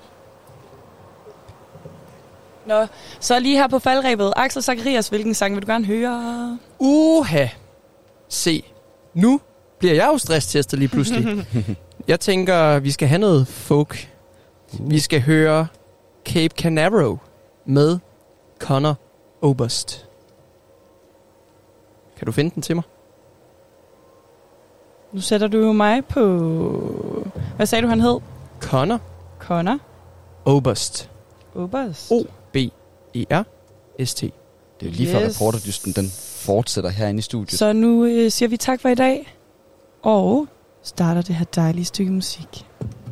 Nå, så lige her på faldrebet. Axel Zacharias, hvilken sang vil du gerne høre? Uha! Se, nu bliver jeg jo stresstestet lige pludselig. Jeg tænker, vi skal have noget folk. Vi skal høre Cape Canaveral med Conor Oberst. Kan du finde den til mig? Nu sætter du jo mig på... Hvad sagde du, han hed? Connor. Connor. Oberst. Oberst. O B E R S T. Det er lige før reporterdysten, den fortsætter herinde i studiet. Så nu øh, siger vi tak for i dag. Og starter det her dejlige stykke musik.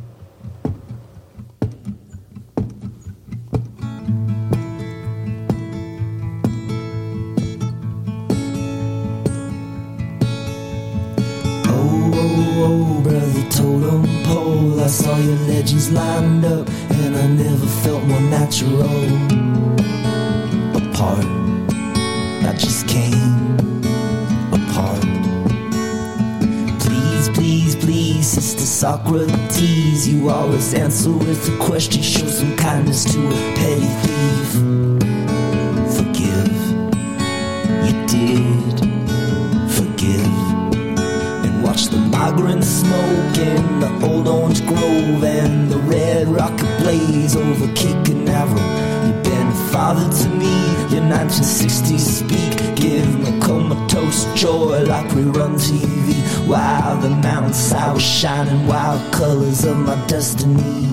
Oh, brother totem pole, I saw your legends lined up, and I never felt more natural. Apart, I just came apart. Please, please, please, Sister Socrates, you always answer with a question, show some kindness to a petty thief. Forgive, you did forgive. Watch the migrant smoke in the old orange grove and the red rocket blaze over Cape Canaveral. You've been a father to me, your nineteen sixties speak, give me comatose joy like rerun T V. While the mountainside was shining wild colors of my destiny.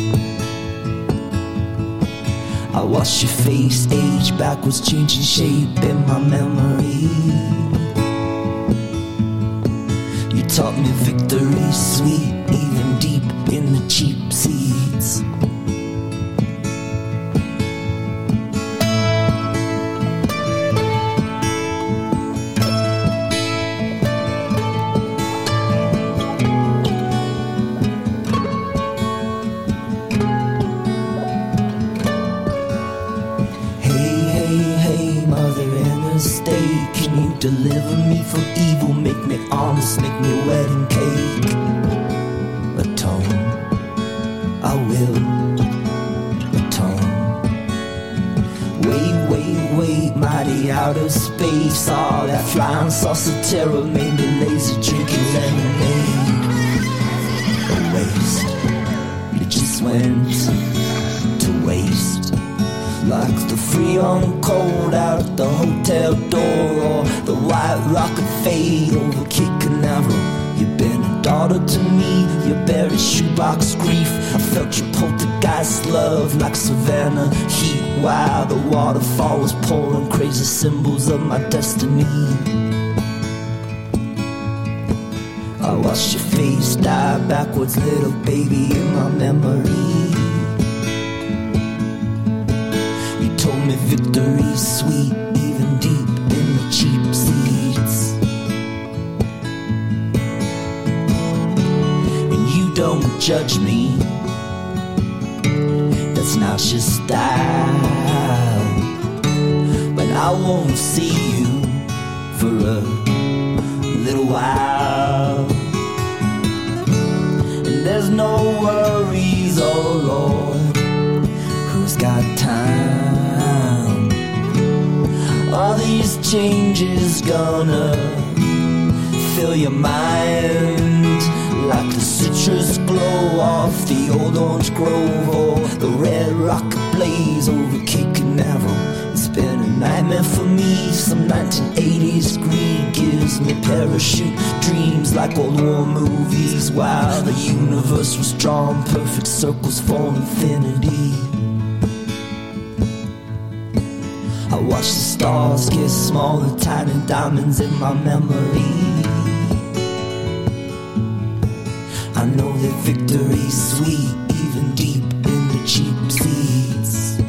I watch your face age backwards, changing shape in my memory. Taught me victory sweet, even deep in the cheap seats. Hey, hey, hey, Mother Interstate, can you deliver me from evil? Make me honest, make me wedding cake. Atone, I will atone. Wait, wait, wait, mighty outer space. All that flying saucer terror made me lazy, drinking lemonade. A waste, it just went to waste. Like the free on cold out at the hotel door, or the white rocket fade over Cape Canaveral. You've been a daughter to me, your buried shoebox grief. I felt your poltergeist love like Savannah heat, while the waterfall was pouring crazy symbols of my destiny. I watched your face die backwards, little baby, in my memory. Told me victory's sweet, even deep in the cheap seats. And you don't judge me, that's not your style. But I won't see you for a little while. And there's no worries, oh Lord, who's got time? All these changes gonna fill your mind like the citrus glow off the old orange grove, or the red rocket blaze over Cape Canaveral. It's been a nightmare for me. Some nineteen eighties greed gives me parachute dreams like old war movies, while the universe was drawn perfect circles for infinity. I watch the stars get smaller, tiny diamonds in my memory. I know that victory's sweet, even deep in the cheap seats.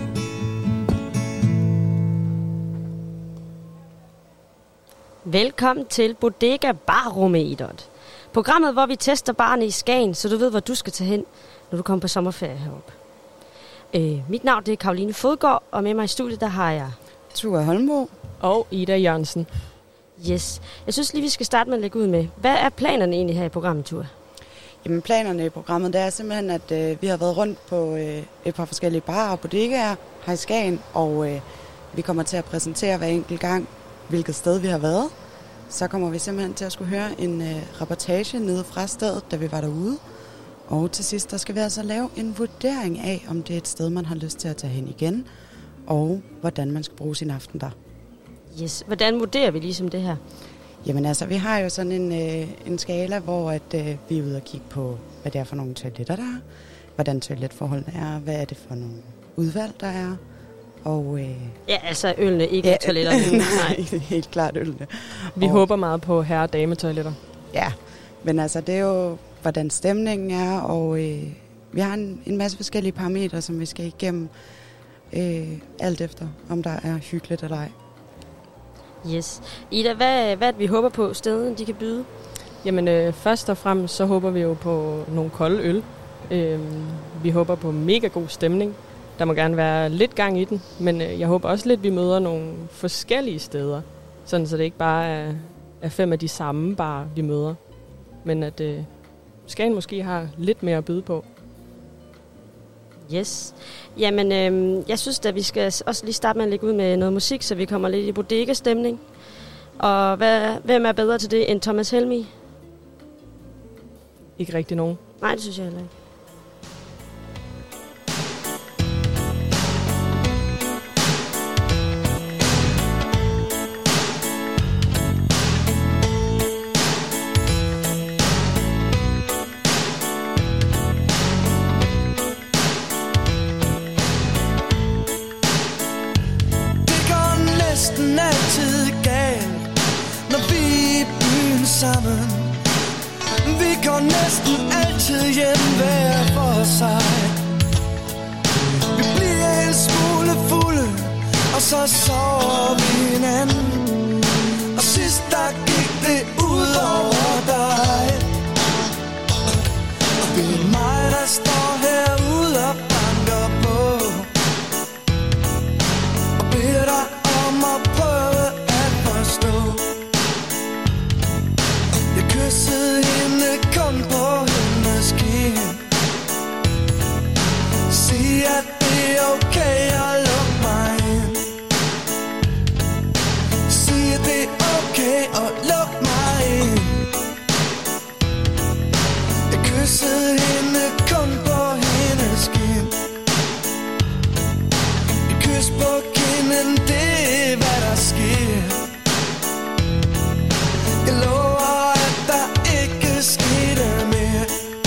Velkommen til Bodega Barometeret. Programmet, hvor vi tester barne i Skagen, så du ved, hvor du skal tage hen, når du kommer på sommerferie heroppe. Øh, mit navn det er Karoline Fodgaard, og med mig i studiet, der har jeg Tua Holmbo og Ida Jørgensen. Yes. Jeg synes lige, vi skal starte med at lægge ud med, hvad er planerne egentlig her i programmet, Tua? Jamen planerne i programmet, det er simpelthen, at øh, vi har været rundt på øh, et par forskellige barer og bodegaer her i Skagen, og øh, vi kommer til at præsentere hver enkelt gang, hvilket sted vi har været. Så kommer vi simpelthen til at skulle høre en øh, reportage nede fra stedet, da vi var derude. Og til sidst, der skal vi altså lave en vurdering af, om det er et sted, man har lyst til at tage hen igen, og hvordan man skal bruge sin aften der. Yes. Hvordan vurderer vi ligesom det her? Jamen altså, vi har jo sådan en, øh, en skala, hvor at, øh, vi er ude og kigge på, hvad det er for nogle toiletter, der er, hvordan toiletforholdene er, hvad er det for nogle udvalg, der er. Og, øh, ja, altså ølene, ikke ja, toiletterne. Nej, helt klart ølene. Vi og, håber meget på herre- og dametoiletter. Ja, men altså, det er jo, hvordan stemningen er, og øh, vi har en, en masse forskellige parametre, som vi skal igennem, øh, alt efter, om der er hyggeligt eller ej. Yes. Ida, hvad, hvad er det, vi håber på stederne, de kan byde? Jamen, øh, først og fremmest, så håber vi jo på nogle kolde øl. Øh, vi håber på mega god stemning. Der må gerne være lidt gang i den, men øh, jeg håber også lidt, at vi møder nogle forskellige steder. Sådan, så det ikke bare er, er fem af de samme bare, vi møder. Men at øh, Skagen måske har lidt mere at byde på. Yes. Jamen, øh, jeg synes at vi skal også lige starte med at lægge ud med noget musik, så vi kommer lidt i bodega-stemning. Og hvad, hvem er bedre til det end Thomas Helmig? Ikke rigtig nogen. Nej, det synes jeg heller ikke. Sammen. Vi går næsten altid hjem hver for sig. Vi bliver en smule fulde, og så sover vi hinanden. Og sidst der gik det ud over dig. Og det er mig, der står herude og banker på og beder dig om at prøve at forstå. Kyssede hende kun på hendes kind. Sig at det er okay at lukke mig ind. Sig at det er okay at lukke mig ind. Jeg kyssede hende kun på hendes kind. Et kys på kinden, det er hvad der sker. Jeg lover skete mere.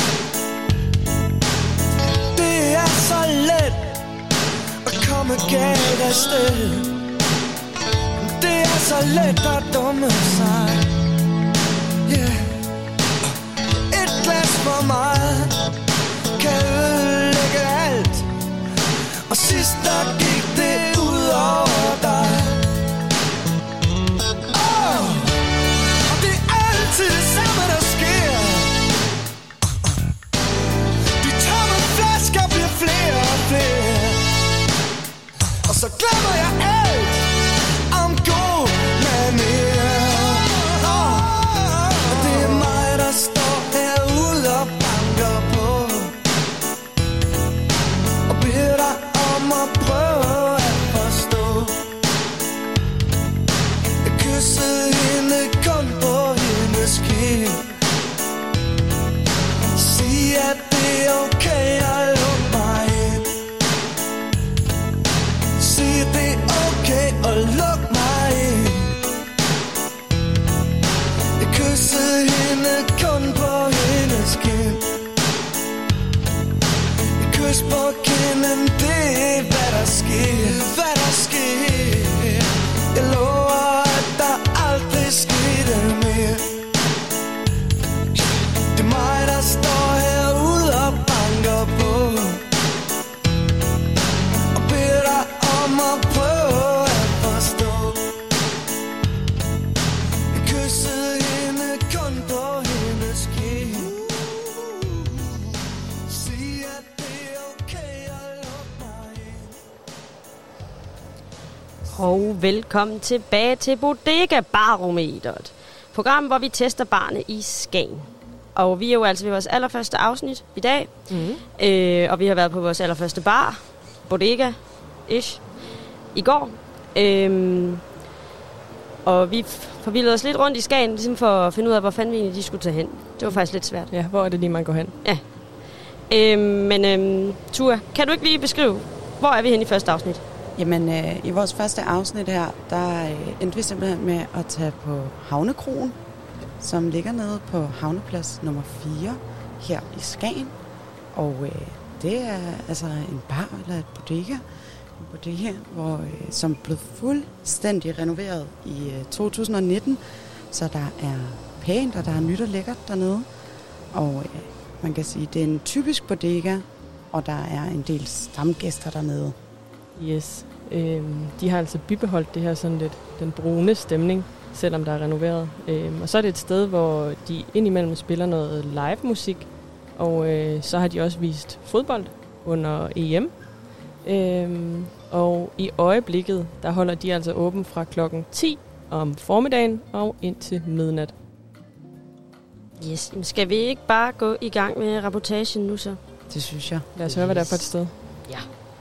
Det er så let at komme galt afsted. Det er så let at dumme sig. Yeah. Et glas for meget kan ødelægge alt. Og sidst der gik det ud over dig. Oh. Og det er altid det samme der sker. De tomme flasker bliver flere og flere. Og så glemmer jeg alt om god manér. Og det er mig der står herude og banker på og beder dig om at prøve at forstå. Jeg kyssede hende kun på hendes kind. Sig at det er okay at lukke mig ind. Sig at det er okay at lukke mig ind. Jeg kyssede hende kun på hendes kind. Et kys på kinden, det er hvad der sker. Hvad der sker. Jeg lover at der aldrig skete mere. Det er mig der står herude og banker på og beder dig om at prøve at forstå. Jeg kyssede hende kun på hendes kind. Sig at det er okay at lukke mig ind. Og velkommen tilbage til Bodega Barometeret. Program, hvor vi tester barne i Skagen. Og vi er jo altså ved vores allerførste afsnit i dag. Mm-hmm. Øh, og vi har været på vores allerførste bar, Bodega-ish, i går. Øh, og vi forvildede os lidt rundt i Skagen, ligesom for at finde ud af, hvor fanden vi egentlig de skulle tage hen. Det var faktisk lidt svært. Ja, hvor er det lige, man går hen? Ja. Øh, men øh, Tua, kan du ikke lige beskrive, hvor er vi hen i første afsnit? Jamen, øh, i vores første afsnit her, der øh, endte vi simpelthen med at tage på Havnekroen, som ligger nede på Havneplads nummer fire her i Skagen. Og øh, det er altså en bar eller et bodega, en bodega hvor, øh, som blev fuldstændig renoveret i øh, to tusind og nitten. Så der er pænt, og der er nyt og lækkert dernede. Og øh, man kan sige, det er en typisk bodega, og der er en del stamgæster dernede. Yes. Øhm, de har altså bibeholdt det her sådan lidt den brune stemning, selvom der er renoveret. Øhm, og så er det et sted, hvor de indimellem spiller noget live musik, og øh, så har de også vist fodbold under E M. Øhm, og i øjeblikket, der holder de altså åben fra klokken ti om formiddagen og indtil midnat. Yes. Skal vi ikke bare gå i gang med rapportagen nu så? Det synes jeg. Lad os høre, hvad der er for et sted. Ja.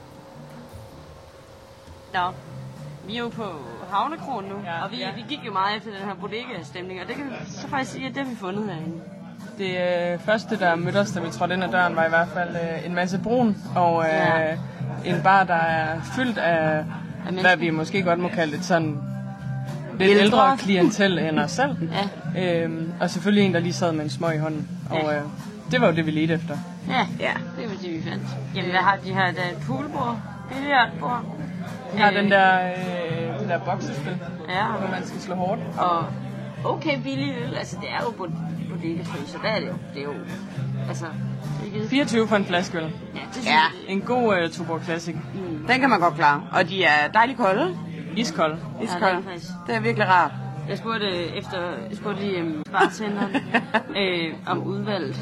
Nå, vi er jo på Havnekroen nu, ja, og vi, ja. vi gik jo meget efter den her bodega-stemning, og det kan vi så faktisk sige, at det har vi fundet herinde. Det øh, første, der mødte os, da vi trådte ind ad døren, var i hvert fald øh, en masse brun, og øh, ja. en bar, der er fyldt af, af hvad vi måske godt må kalde et sådan lidt ældre, ældre klientel end os selv. Ja. Øhm, og selvfølgelig en, der lige sad med en smøg i hånden, og ja. øh, det var jo det, vi ledte efter. Ja, ja, det var det, vi fandt. Jamen, hvad har de her? Der er et poolbord, billiardbord. Vi har øh, den der, øh, det der boksespil, ja. hvor man skal slå hårdt. Og okay billig øl, altså det er jo bodega-fri, så der er det jo, det er jo, altså... Det er fireogtyve for en flaske øl. Ja, det ja. En god uh, Tuborg Classic. Mm. Den kan man godt klare, og de er dejligt kolde. Iskolde. Iskolde. Ja, det, det er virkelig rart. Jeg spurgte efter, jeg spurgte lige um, bartenderen øh, om udvalget.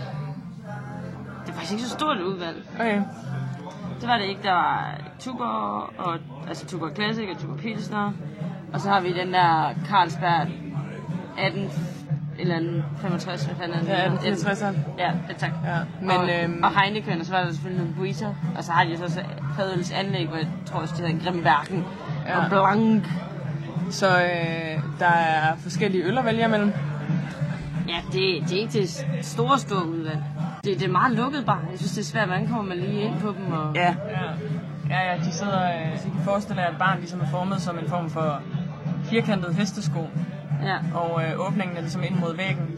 Det er faktisk ikke så stort et udvalg. Okay. Det var det ikke. Der var Tuborg, og, altså Tuborg Classic og Tuborg Pilsner. Og så har vi den der Carlsberg atten eller anden femogtres, hvad fanden er det? Ja, atten fireogtres. Ja, tak. Ja. Men, og, øhm... og Heineken, og så var der selvfølgelig nogle buiser. Og så har de så også fadøls anlæg, hvor jeg tror også, det hedder Grimbergen ja. og Blanc. Så øh, der er forskellige øl at vælge mellem? Ja, det, det er ikke det store, store udvalg. Det, det er meget lukket bare. Jeg synes, det er svært, hvordan kommer man lige ind på dem. Og... Ja. Ja, ja, de sidder, øh, så I kan forestille jer, at et barn ligesom er formet som en form for firkantet hestesko. Ja. Og øh, åbningen er ligesom ind mod væggen.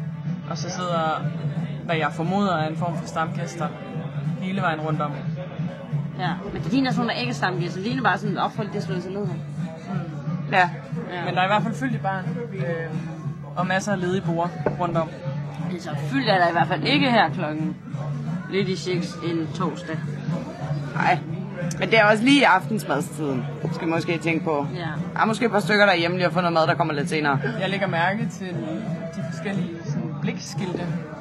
Og så sidder, hvad jeg formoder, er en form for stamgæster hele vejen rundt om. Ja, men det ligner sådan nogle, der ikke er stamgæster. Det ligner bare sådan et ophold, det slået sig ned her. Mm. Ja. ja, men der er i hvert fald fyldt i baren. Øh, og masser af ledige borde rundt om. Altså fyldt er der i hvert fald ikke her klokken lidt i seks en torsdag. Nej. Men det er også lige i aftensmadstiden, skal man måske tænke på. Ja. Der er måske et par stykker derhjemme lige at få noget mad, der kommer lidt senere. Jeg lægger mærke til de forskellige sådan, blikskilte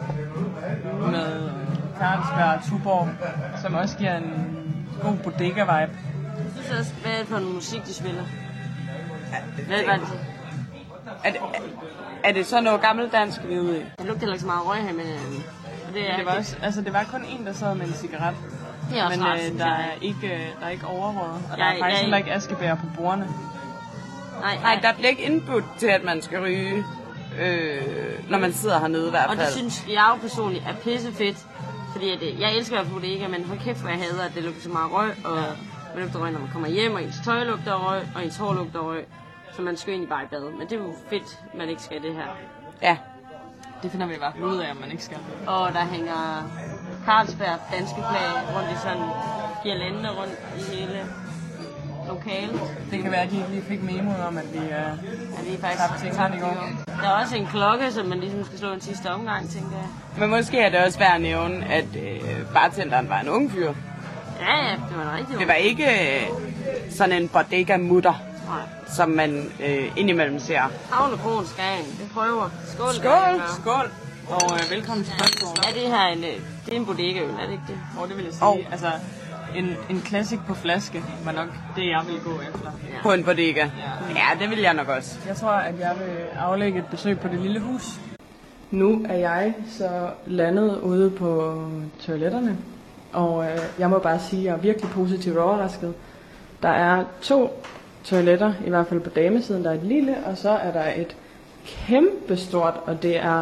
med Carlsberg og Tuborg, som også giver en god bodega-vibe. Jeg synes også, hvad er det for en musik, de spiller? Hvad er det? Er det, er det så noget gammeldansk, vi er ude i? Det lugter heller ikke så meget røg her, men... Det, er, det, var også, altså, det var kun en, der sad med en cigaret. Det er også men rart, øh, der, er ikke, der er ikke overrøget, og der jeg, er faktisk jeg, heller ikke askebær på bordene. Nej, nej, der bliver ikke indbudt til, at man skal ryge, øh, når man sidder hernede i hvert fald. Og det synes jeg jo personligt er pissefedt, fordi at, jeg elsker at bodega, men hold kæft, hvor jeg hader, at det lugter så meget røg, og man lugter røg, når man kommer hjem, og ens tøj lugter røg, og ens hår lugter røg, så man skal egentlig bare i bad. Men det er jo fedt, man ikke skal det her. Ja. Det finder vi i hvert fald ud af, at man ikke skal. Og der hænger Carlsberg danske flag rundt i sådan girlander rundt i hele lokalet. Det kan være, at de lige fik memoet om, at vi er ja, det er faktisk tabt i går. Der er også en klokke, som man ligesom skal slå en sidste omgang, tænker jeg. Men måske er det også værd at nævne, at øh, bartenderen var en ung fyr. Ja, ja, det var en rigtig ung. Det var ikke øh, sådan en bodega-mutter, som man øh, indimellem ser. Havnekroen Skagen, det prøver. Skål. Skål. Skål. Og øh, velkommen til podcasten. Er det her en, det er en bodega-øl, er det ikke det? Åh, oh, det vil jeg sige. Oh. Altså, en, en classic på flaske var nok det, jeg ville gå efter. Ja. På en bodega? Ja. Ja, det vil jeg nok også. Jeg tror, at jeg vil aflægge et besøg på det lille hus. Nu er jeg så landet ude på toiletterne, og øh, jeg må bare sige, at jeg er virkelig positivt overrasket. Der er to toiletter, i hvert fald på damesiden. Der er et lille, og så er der et kæmpestort, og det er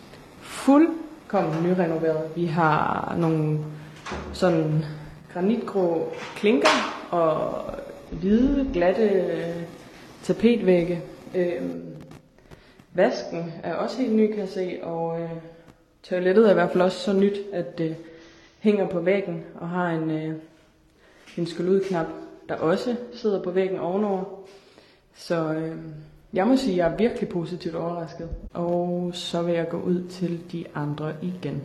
fuldkommen nyrenoveret. Vi har nogle sådan granitgrå klinker og hvide, glatte øh, tapetvægge. Øh, vasken er også helt ny, kan jeg se, og øh, toilettet er i hvert fald også så nyt, at det hænger på væggen og har en, øh, en skyludknap, der også sidder på væggen ovenover. Så øh, jeg må sige, at jeg er virkelig positivt overrasket. Og så vil jeg gå ud til de andre igen.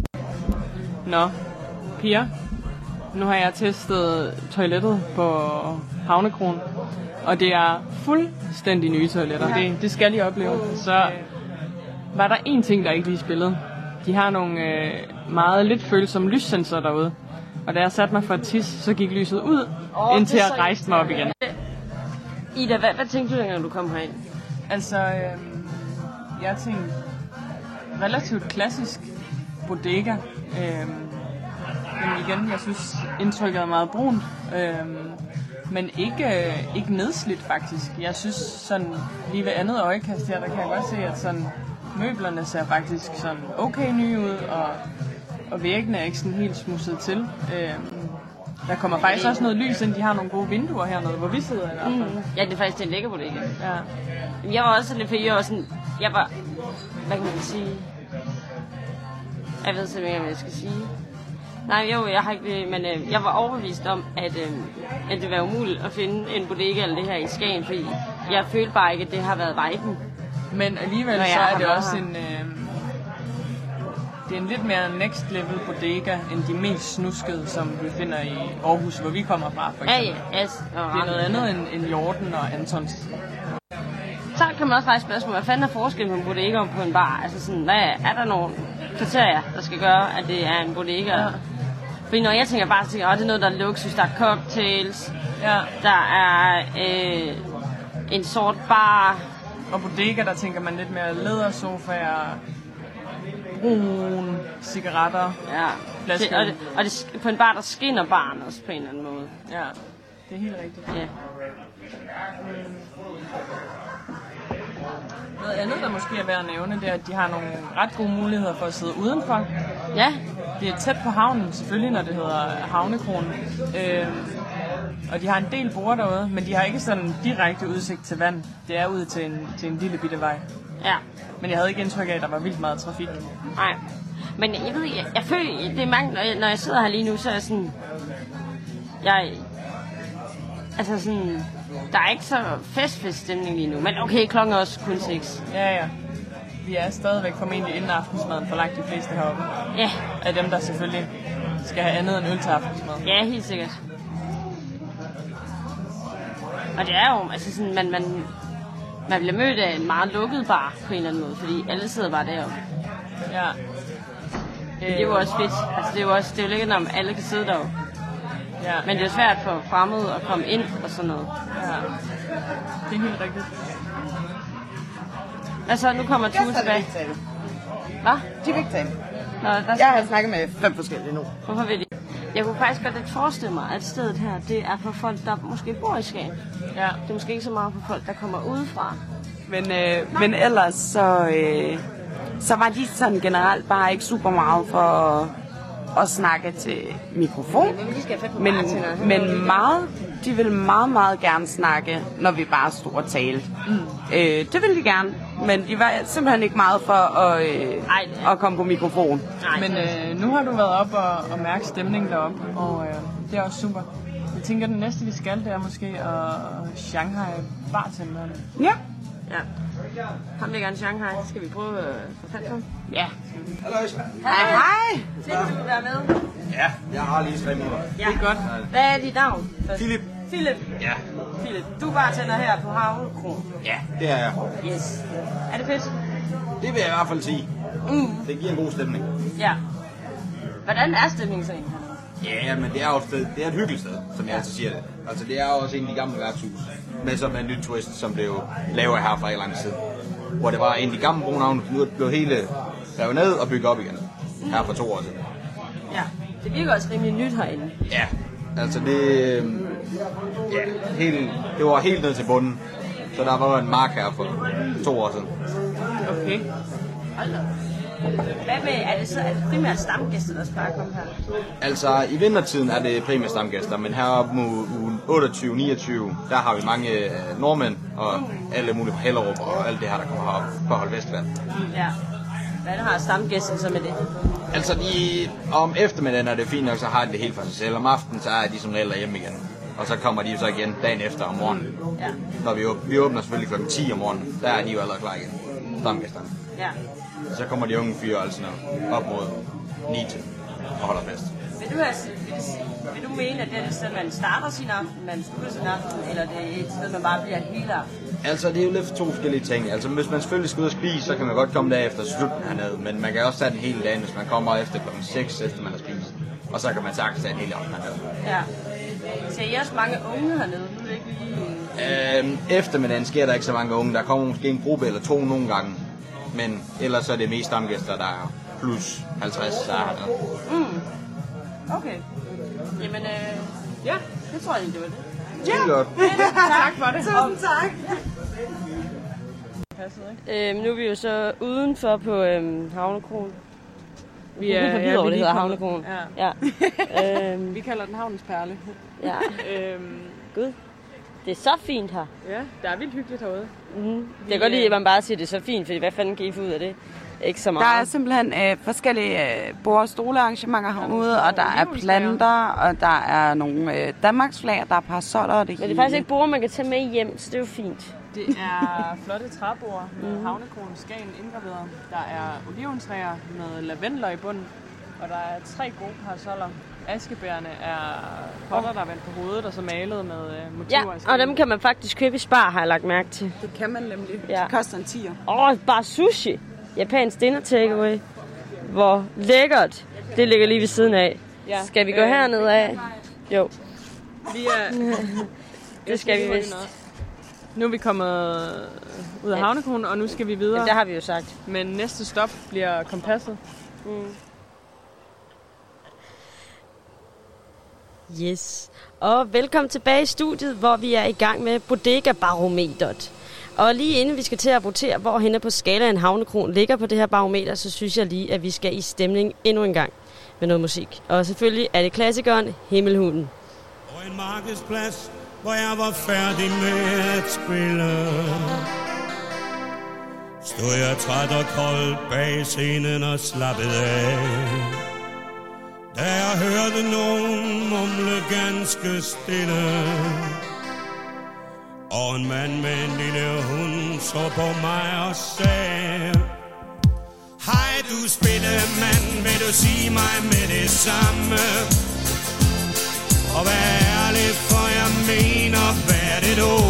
Nå, piger. Nu har jeg testet toilettet på Havnekron, og det er fuldstændig nye toiletter. Det, det skal I opleve. Så var der en ting, der ikke lige spillede. De har nogle øh, meget lidt følsomme lyssensorer derude. Og da jeg satte mig for at tisse, så gik lyset ud, oh, indtil jeg rejste mig op igen. Ida, hvad, hvad tænkte du, når du kom herind? Altså, øh, jeg tænkte relativt klassisk bodega. Øh, men igen, jeg synes, indtrykket er meget brunt. Øh, men ikke, øh, ikke nedslidt faktisk. Jeg synes sådan, lige ved andet øjekast her, der kan jeg godt se, at sådan, møblerne ser faktisk sådan okay nye ud, og, og væggene er ikke sådan helt smudset til. Øh, Der kommer faktisk også noget lys ind. De har nogle gode vinduer hernede, hvor vi sidder i hvert fald. Mm. Ja, det er faktisk en lækker bodega. Ja. Jeg var også lidt, fordi jeg var sådan... Jeg var... Hvad kan man sige? Jeg ved simpelthen ikke, hvad jeg skal sige. Nej, jo, jeg har ikke... Men øh, jeg var overbevist om, at, øh, at det var umuligt at finde en bodega eller det her i Skagen, fordi jeg følte bare ikke, at det har været viben. Men alligevel så er det også her. en... Øh, Det er en lidt mere next level bodega end de mest snuskede, som vi finder i Aarhus, hvor vi kommer fra, for eksempel. Ja, ja. Yes. Det er noget andet end, end Hjorten og Antons. Så kan man også rejse spørgsmål, hvad fanden er forskellen på en bodega og på en bar? Altså sådan, hvad er der nogle kriterier, der skal gøre, at det er en bodega? Ja. Fordi når jeg tænker bare, så tænker jeg, det er noget, der er luksus, der er cocktails, ja. Der er øh, en sort bar. Og bodega, der tænker man lidt mere lædersofaer, brun, cigaretter, ja. Det, og, det, og det, på en bar, der skinner barn også på en eller anden måde. Ja, det er helt rigtigt. Ja. Noget andet, der måske er værd at nævne, det er, at de har nogle ret gode muligheder for at sidde udenfor. Ja. Det er tæt på havnen, selvfølgelig, når det hedder Havnekronen. Øh, og de har en del borde derude, men de har ikke sådan direkte udsigt til vand. Det er ud til en, til en lille bitte vej. Ja. Men jeg havde ikke indtryk af, at der var vildt meget trafik. Nej. Men jeg ved ikke, jeg, jeg føler, det er mange, når jeg, når jeg sidder her lige nu, så er jeg sådan... Jeg... Altså sådan... Der er ikke så fest-fest-stemning lige nu, men okay, klokken er også kun seks. Ja, ja. Vi er stadigvæk formentlig inden aftensmaden for langt de fleste heroppe. Ja. Af dem, der selvfølgelig skal have andet end øl til aftensmad. Ja, helt sikkert. Og det er jo, altså sådan, man, man, man bliver mødt af en meget lukket bar på en eller anden måde, fordi alle sidder bare deroppe. Ja. Det er jo også fedt. Altså det er jo også, det er jo lækkert, når alle kan sidde deroppe. Ja. Men det er jo svært for fremmede at komme ind og sådan noget. Ja. Det er helt rigtigt. Altså, nu kommer Tue tilbage. Hvad? De vil ikke tale. Nå, der jeg har snakket med fem forskellige nu. Hvorfor vil de? Jeg kunne faktisk godt lidt forestille mig, at stedet her, det er for folk, der måske bor i Skagen. Ja. Det er måske ikke så meget for folk, der kommer udefra. Men, øh, men ellers så, øh, så var de sådan generelt bare ikke super meget for at snakke til mikrofon. Men, men meget, de vil meget, meget gerne snakke, når vi bare stod og talte. Mm. Øh, det ville de gerne, men de var simpelthen ikke meget for at, øh, Ej, at komme på mikrofon. Men øh, nu har du været op og, og mærke stemningen deroppe, og øh, det er også super. Jeg tænker, det næste vi skal, det er måske at Shanghai bartenderen. Ja. Ja. Ham vil gerne Shanghai. Skal vi prøve at få fat på ham? Ja. Hej, hej. Fedt, du vil være med. Ja, jeg har lige tre minutter. Ja, det er godt. Hvad er dit navn? Philip. Philip? Ja. Philip, du er bartender her på Havnekro. Ja, det er jeg. Yes. Er det fedt? Det vil jeg i hvert fald sige. Mm. Det giver en god stemning. Ja. Hvordan er stemningen så egentlig? Ja, men det er jo et sted, det er et hyggeligt sted, som jeg altid siger det. Altså, det er jo også en af de gamle værtshus, med som en ny twist, som blev lavet her fra et eller andet sted. Hvor det var en af de gamle brunavne, nu blev hele revet ned og bygget op igen. Her for to år siden. Ja, det virker også rimelig nyt herinde. Ja, altså det... Ja, helt, det var helt ned til bunden. Så der var en mark her for to år siden. Okay. Hvad med, er det så er det primært stamgæster, der skal komme her? Altså, i vintertiden er det primært stamgæster, men heroppe mod ugen otteogtyve niogtyve, der har vi mange øh, nordmænd og alle mulige fra Hellerup og alt det her, der kommer heroppe på Hold Festival. Ja. Hvad har stamgæsten så med det? Altså, de, om eftermiddagen er det fint nok, så har de det helt for sig selv. Om aftenen, så er de som regel hjemme igen. Og så kommer de så igen dagen efter om morgenen. Ja. Når vi, åbner, vi åbner selvfølgelig klokken ti om morgenen, der er de jo allerede klar igen, stamgæsterne. Ja. Så kommer de unge fyre altså op mod ni til og holder fest. Vil du, have, vil, du, vil du mene, at det er et sted, man starter sin aften, man slutter sin aften, eller det er et sted, man bare bliver hele aften? Altså, det er jo lidt to forskellige ting. Altså, hvis man selvfølgelig skal ud og spise, så kan man godt komme derefter og slutte hernede. Men man kan også tage den hele dagen, hvis man kommer efter klokken seks, efter man har spist. Og så kan man sagtens tage en hele aften hernede. Ja. Ser I også mange unge hernede? Nu er det ikke lige... Øhm, eftermiddagen sker der ikke så mange unge. Der kommer måske en gruppe eller to nogle gange. Men ellers så er det mest stamgæster, der er plus halvtreds, der er hernede. Mm. Okay. Jamen, øh, ja, det tror jeg ikke, det var det. Det er godt. Tak for det. Tusind tak. Øhm, nu er vi jo så udenfor på øhm, Havnekronen. Vi er, ja, ja, over, vi det hedder kommet- Havnekronen. Ja. Ja. øhm, Vi kalder den havnens perle. Ja. øhm, Gud. Det er så fint her. Ja, der er vildt hyggeligt herude. Mm. Det kan godt lide, at man bare siger, at det er så fint, fordi hvad fanden kan I få ud af det? Ikke så Der meget. er simpelthen øh, forskellige øh, bord- og stolearrangementer herude, og der er planter, og der er nogle øh, Danmarksflag, der er parasoller og det Men det hele. er faktisk ikke bord, man kan tage med hjem, så det er jo fint. Det er flotte træbord med Mhm. havnekronen Skagen indgraveret. Der er oliventræer med lavendler i bunden, og der er tre gode parasoller. Askebærene er potter, der er vendt på hovedet og så malet med øh, motiver. Ja, af Skagen. og dem kan man faktisk købe i Spar, har jeg lagt mærke til. Det kan man nemlig. Ja. Det koster en tier. Åh, oh, bare sushi. Japansk dinner takeaway. Hvor lækkert. Det ligger lige ved siden af. Ja. Skal vi gå Øh, hernede af? Jo. Vi er... Det skal vi lige vist. noget. Nu er vi kommet ud af Ja. havnekronen, og nu skal vi videre. Jamen, det har vi jo sagt. Men næste stop bliver kompasset. Mm. Yes. Og velkommen tilbage i studiet, hvor vi er i gang med Bodega Barometeret. Og lige inden vi skal til at votere, hvor henne på skalaen Havnekron ligger på det her barometer, så synes jeg lige, at vi skal i stemning endnu en gang med noget musik. Og selvfølgelig er det klassikeren Himmelhunden. På en markedsplads, hvor jeg var færdig med at spille, stod jeg træt og kold bag scenen og slappede af. Da jeg hørte nogen mumle ganske stille, og en mand med en lille hund så på mig og sagde: Hej du spillemand, vil du sige mig med det samme? Og vær ærlig, for jeg mener, hvad er det nu?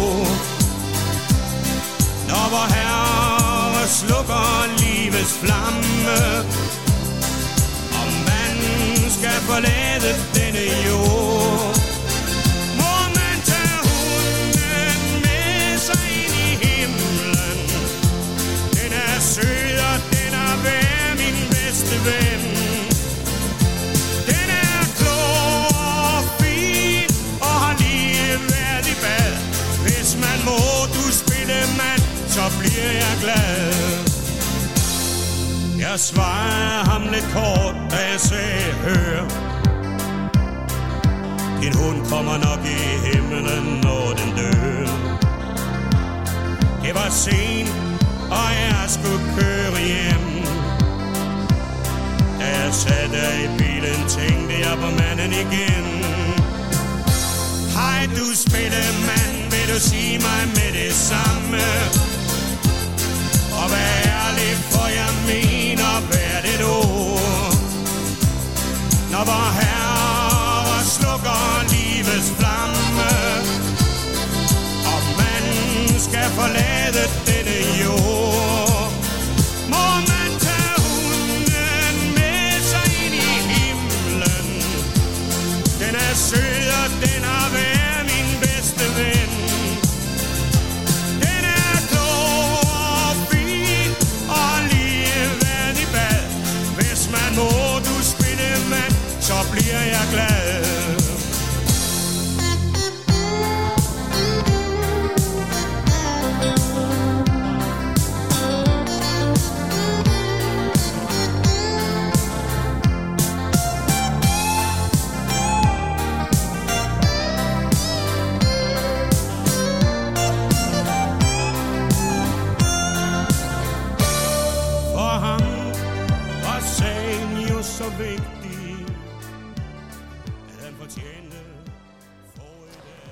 Når vor herre slukker livets flamme, og man skal forlade denne jord, må man tage hunden med sig ind i himlen. Den er sød, og den er værd, min bedste ven. Den er klog og fin, og har lige været i bad. Hvis man må, du spille mand, så bliver jeg glad. Jeg svarede ham lidt kort, da jeg sagde: hør, din hund kommer nok i himlen, når den dør. Det var sent, og jeg skulle køre hjem. Da jeg sad der i bilen, tænkte jeg på manden igen. Hej du spillemand, vil du sige mig med det samme? Og vær ærlig, for jeg mener, hvad er det nu? Når vor herre slukker livets flamme, og man skal forlade denne jord, må man tage hunden med sig ind i himlen. Den er sød, og den er værd, min bedste ven. Den er klog og fin, og lige været i bad. Hvis man må, du spille mand, så bliver jeg glad.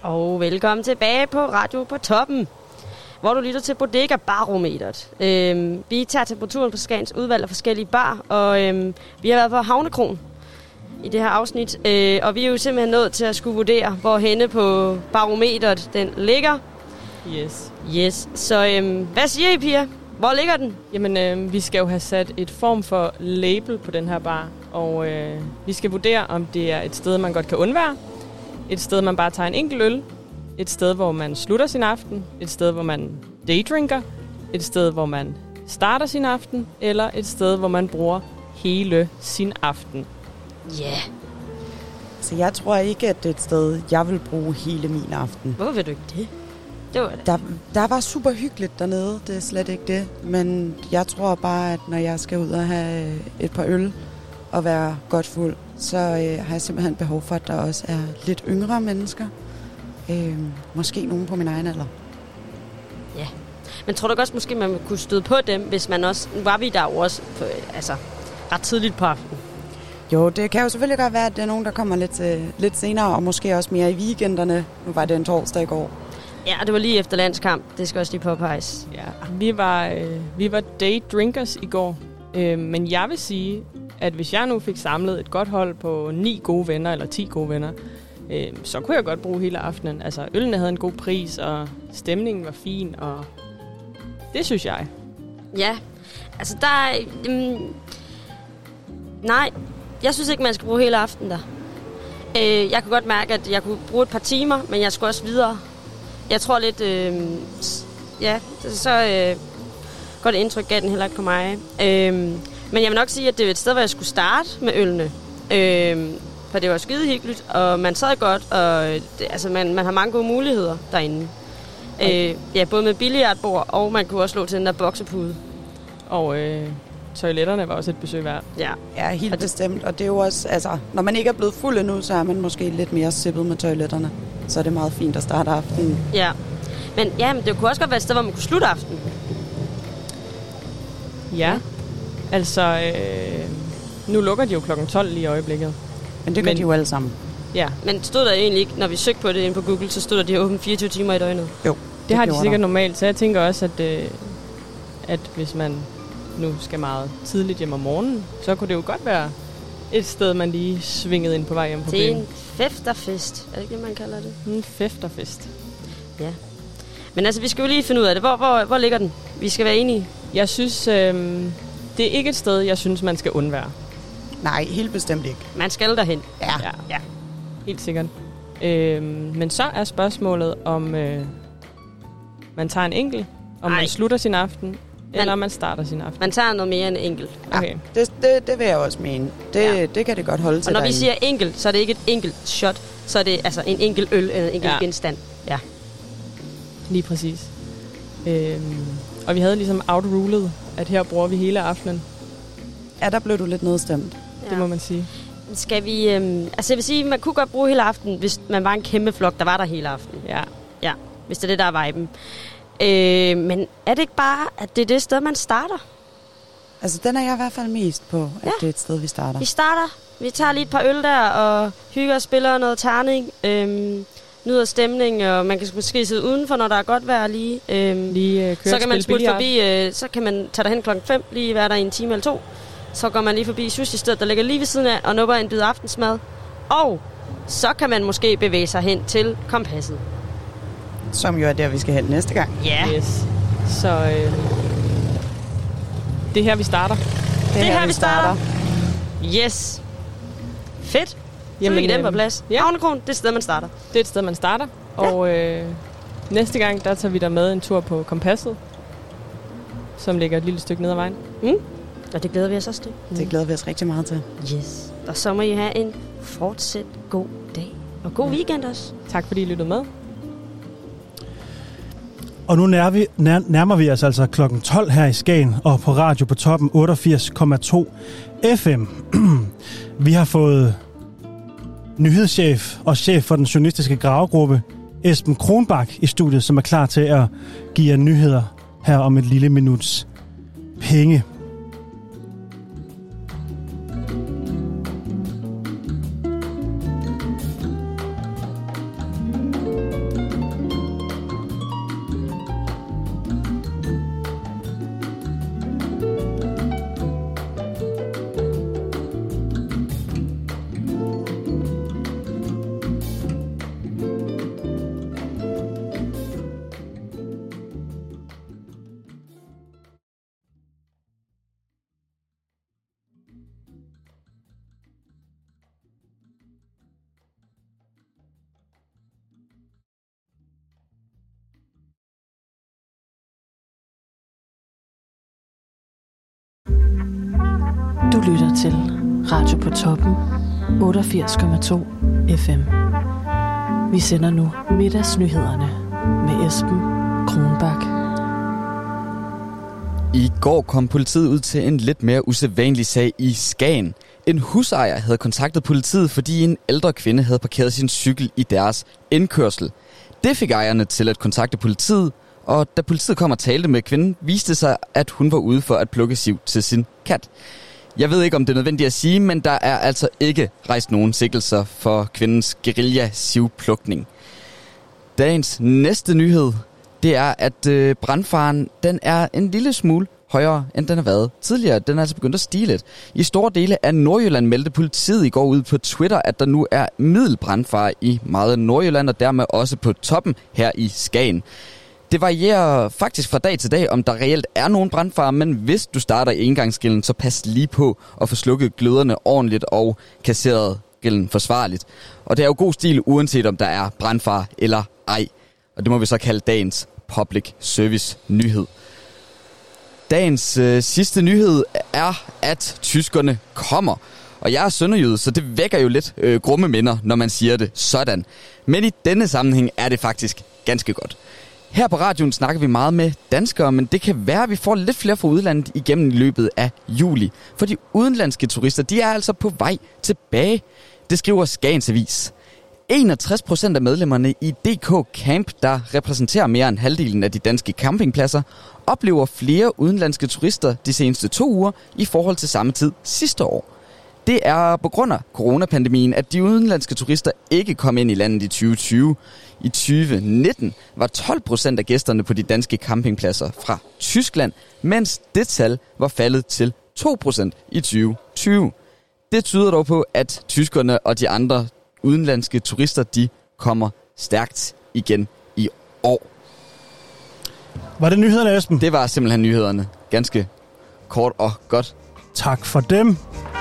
Og velkommen tilbage på Radio på Toppen, hvor du lytter til Bodega Barometeret. Øhm, vi tager temperaturen på Skagens udvalg af forskellige bar, og øhm, vi har været på Havnekron i det her afsnit. Øh, og vi er jo simpelthen nødt til at skulle vurdere, hvor henne på barometeret den ligger. Yes. Yes. Så øhm, hvad siger I, piger? Hvor ligger den? Jamen, øh, vi skal jo have sat et form for label på den her bar, og øh, vi skal vurdere, om det er et sted, man godt kan undvære, et sted, man bare tager en enkelt øl, et sted, hvor man slutter sin aften, et sted, hvor man daydrinker, et sted, hvor man starter sin aften, eller et sted, hvor man bruger hele sin aften. Ja. Yeah. Så jeg tror ikke, at det er et sted, jeg vil bruge hele min aften. Hvorfor vil du ikke det? Det var det. Der, der var super hyggeligt dernede, det er slet ikke det. Men jeg tror bare, at når jeg skal ud og have et par øl og være godt fuld, så øh, har jeg simpelthen behov for, at der også er lidt yngre mennesker. Øh, måske nogen på min egen alder. Ja. Men tror du også, måske man kunne støde på dem, hvis man også... Nu var vi der jo også på, altså, ret tidligt på aftenen. Jo, det kan jo selvfølgelig godt være, at det er nogen, der kommer lidt, øh, lidt senere, og måske også mere i weekenderne. Nu var det en torsdag i går. Ja, det var lige efter landskamp. Det skal også lige påpeges. Ja, vi var, øh, vi var day drinkers i går. Øh, men jeg vil sige, at hvis jeg nu fik samlet et godt hold på ni gode venner, eller ti gode venner, øh, så kunne jeg godt bruge hele aftenen. Altså, ølene havde en god pris, og stemningen var fin, og det synes jeg. Ja, altså der er... Um, nej, jeg synes ikke, man skal bruge hele aftenen der. Øh, jeg kunne godt mærke, at jeg kunne bruge et par timer, men jeg skulle også videre. Jeg tror lidt... Øh, ja, så øh, godt indtryk gav den heller ikke på mig. Øh, men jeg vil nok sige, at det er et sted, hvor jeg skulle starte med ølene. Øh, for det var skide hyggeligt, og man sad godt, og det, altså, man, man har mange gode muligheder derinde. Okay. Øh, ja, både med billiardbord, og man kunne også slå til den der boksepude. Og øh, toiletterne var også et besøg værd. Ja, ja helt og bestemt. Og det er jo også, altså, når man ikke er blevet fuld endnu, så er man måske lidt mere sippet med toiletterne. Så er det meget fint at starte aftenen. Ja, men ja, men det kunne også godt være et sted, hvor man kunne slutte aftenen. Ja, altså, øh, nu lukker de jo klokken tolv lige i øjeblikket. Men det gør men, de jo alle sammen. Ja. Men stod der egentlig ikke, når vi søgte på det inde på Google, så stod der, de er åbent fireogtyve timer i døgnet? Jo, det, det har de sikkert der. Normalt, så jeg tænker også, at, øh, at hvis man nu skal meget tidligt hjem om morgenen, så kunne det jo godt være et sted, man lige svingede ind på vej hjem på byen. Det er en fefterfest, er det ikke det, man kalder det? En fefterfest. Ja. Men altså, vi skal jo lige finde ud af det. Hvor, hvor, hvor ligger den? Vi skal være enige. Jeg synes, øh, det er ikke et sted, jeg synes, man skal undvære. Nej, helt bestemt ikke. Man skal derhen. Ja. Ja, ja. Helt sikkert. Øh, men så er spørgsmålet, om øh, man tager en enkelt, om Ej. man slutter sin aften, man, eller om man starter sin aften. Man tager noget mere end enkelt. Okay. Ja, det, det, det vil jeg også mene. Det, ja. det kan det godt holde til. Og når derinde. vi siger enkelt, så er det ikke et enkelt shot, så er det altså en enkelt øl eller en enkelt ja. genstand. Ja. Lige præcis. Øhm, og vi havde ligesom outrulet, at her bruger vi hele aftenen. Ja, der blev du lidt nedstemt. Ja. Det må man sige. Skal vi... Øhm, altså jeg vil sige, man kunne godt bruge hele aftenen, hvis man var en kæmpe flok, der var der hele aftenen. Ja. Ja, hvis det er det, der er viben. Øh, men er det ikke bare, at det er det sted, man starter? Altså, den er jeg i hvert fald mest på, at ja. det er et sted, vi starter. Vi starter. Vi tager lige et par øl der, og hygger og spiller noget terning. Øhm, nyder stemning, og man kan måske sidde udenfor, når der er godt vejr lige. Øhm, lige øh, så kan man smutte forbi, øh, så kan man tage derhen klokken fem, lige være der i en time eller to. Så går man lige forbi sushi-stedet, der ligger lige ved siden af, og nupper en bid aftensmad. Og så kan man måske bevæge sig hen til Kompasset. Som jo er der, vi skal hen næste gang. Ja. Yeah. Yes. Så øh, det er her, vi starter. Det er det her, her, vi starter. starter. Yes. Fedt. Jamen, så er den på plads. Ja. Havnekron, det er et sted, man starter. Det er et sted, man starter. Ja. Og øh, næste gang, der tager vi der med en tur på Kompasset, som ligger et lille stykke ned ad vejen. Mm. Og det glæder vi os også til. Mm. Det glæder vi os rigtig meget til. Yes. Og så må I have en fortsat god dag. Og god weekend også. Tak fordi I lyttede med. Og nu nær vi, nær, nærmer vi os altså klokken tolv her i Skagen, og på Radio på Toppen otteogfirs komma to F M. Vi har fået nyhedschef og chef for den journalistiske gravegruppe, Esben Kronbak, i studiet, som er klar til at give jer nyheder her om et lille minuts penge. Du lytter til Radio på Toppen, otteogfirs komma to F M. Vi sender nu middagsnyhederne med Esben Kronbak. I går kom politiet ud til en lidt mere usædvanlig sag i Skagen. En husejer havde kontaktet politiet, fordi en ældre kvinde havde parkeret sin cykel i deres indkørsel. Det fik ejerne til at kontakte politiet, og da politiet kom og talte med kvinden, viste det sig, at hun var ude for at plukke siv til sin kat. Jeg ved ikke, om det er nødvendigt at sige, men der er altså ikke rejst nogen sigtelser for kvindens guerilla-sivplukning. Dagens næste nyhed, det er, at øh, brandfaren den er en lille smule højere, end den har været tidligere. Den er altså begyndt at stige lidt. I store dele af Nordjylland meldte politiet i går ud på Twitter, at der nu er middelbrandfare i meget af Nordjylland, og dermed også på toppen her i Skagen. Det varierer faktisk fra dag til dag, om der reelt er nogen brandfare, men hvis du starter i engangsgrillen, så pas lige på at få slukket gløderne ordentligt og kasseret grillen forsvarligt. Og det er jo god stil, uanset om der er brandfare eller ej. Og det må vi så kalde dagens public service nyhed. Dagens øh, sidste nyhed er, at tyskerne kommer. Og jeg er sønderjyde, så det vækker jo lidt øh, grumme minder, når man siger det sådan. Men i denne sammenhæng er det faktisk ganske godt. Her på radioen snakker vi meget med danskere, men det kan være, at vi får lidt flere fra udlandet igennem løbet af juli. For de udenlandske turister, de er altså på vej tilbage. Det skriver Skagens Avis. enogtres procent af medlemmerne i D K Camp, der repræsenterer mere end halvdelen af de danske campingpladser, oplever flere udenlandske turister de seneste to uger i forhold til samme tid sidste år. Det er på grund af coronapandemien, at de udenlandske turister ikke kom ind i landet i tyve tyve. I tyve nitten var tolv procent af gæsterne på de danske campingpladser fra Tyskland, mens det tal var faldet til to procent i tyve tyve. Det tyder dog på, at tyskerne og de andre udenlandske turister, de kommer stærkt igen i år. Var det nyhederne, Esben? Det var simpelthen nyhederne. Ganske kort og godt. Tak for dem.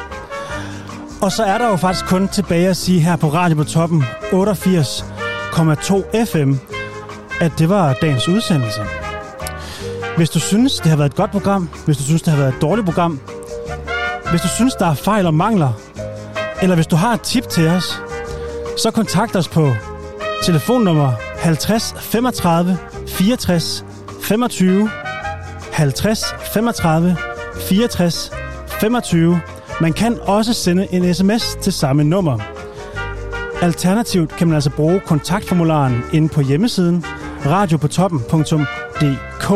Og så er der jo faktisk kun tilbage at sige her på Radio på Toppen otteogfirs komma to F M, at det var dagens udsendelse. Hvis du synes, det har været et godt program, hvis du synes, det har været et dårligt program, hvis du synes, der er fejl og mangler, eller hvis du har et tip til os, så kontakt os på telefonnummer halvtreds femogtredive fireogtres femogtyve, halvtreds femogtredive fireogtres femogtyve. Man kan også sende en sms til samme nummer. Alternativt kan man altså bruge kontaktformularen inde på hjemmesiden radio på toppen punktum d k.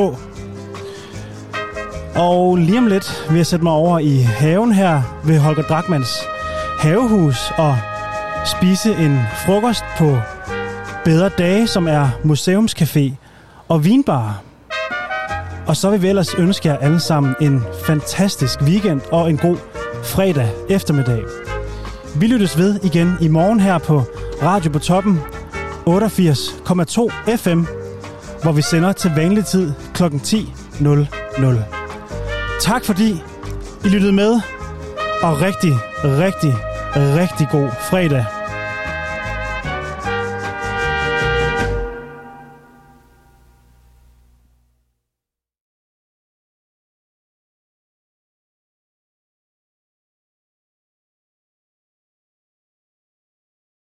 Og lige om lidt vil jeg sætte mig over i haven her ved Holger Drachmanns havehus og spise en frokost på Bedre Dage, som er museumscafé og vinbar. Og så vil vi ellers ønske jer alle sammen en fantastisk weekend og en god fredag eftermiddag. Vi lyttes ved igen i morgen her på Radio på Toppen otteogfirs komma to F M, hvor vi sender til vanlig tid klokken ti nul nul. Tak fordi I lyttede med, og rigtig, rigtig, rigtig god fredag.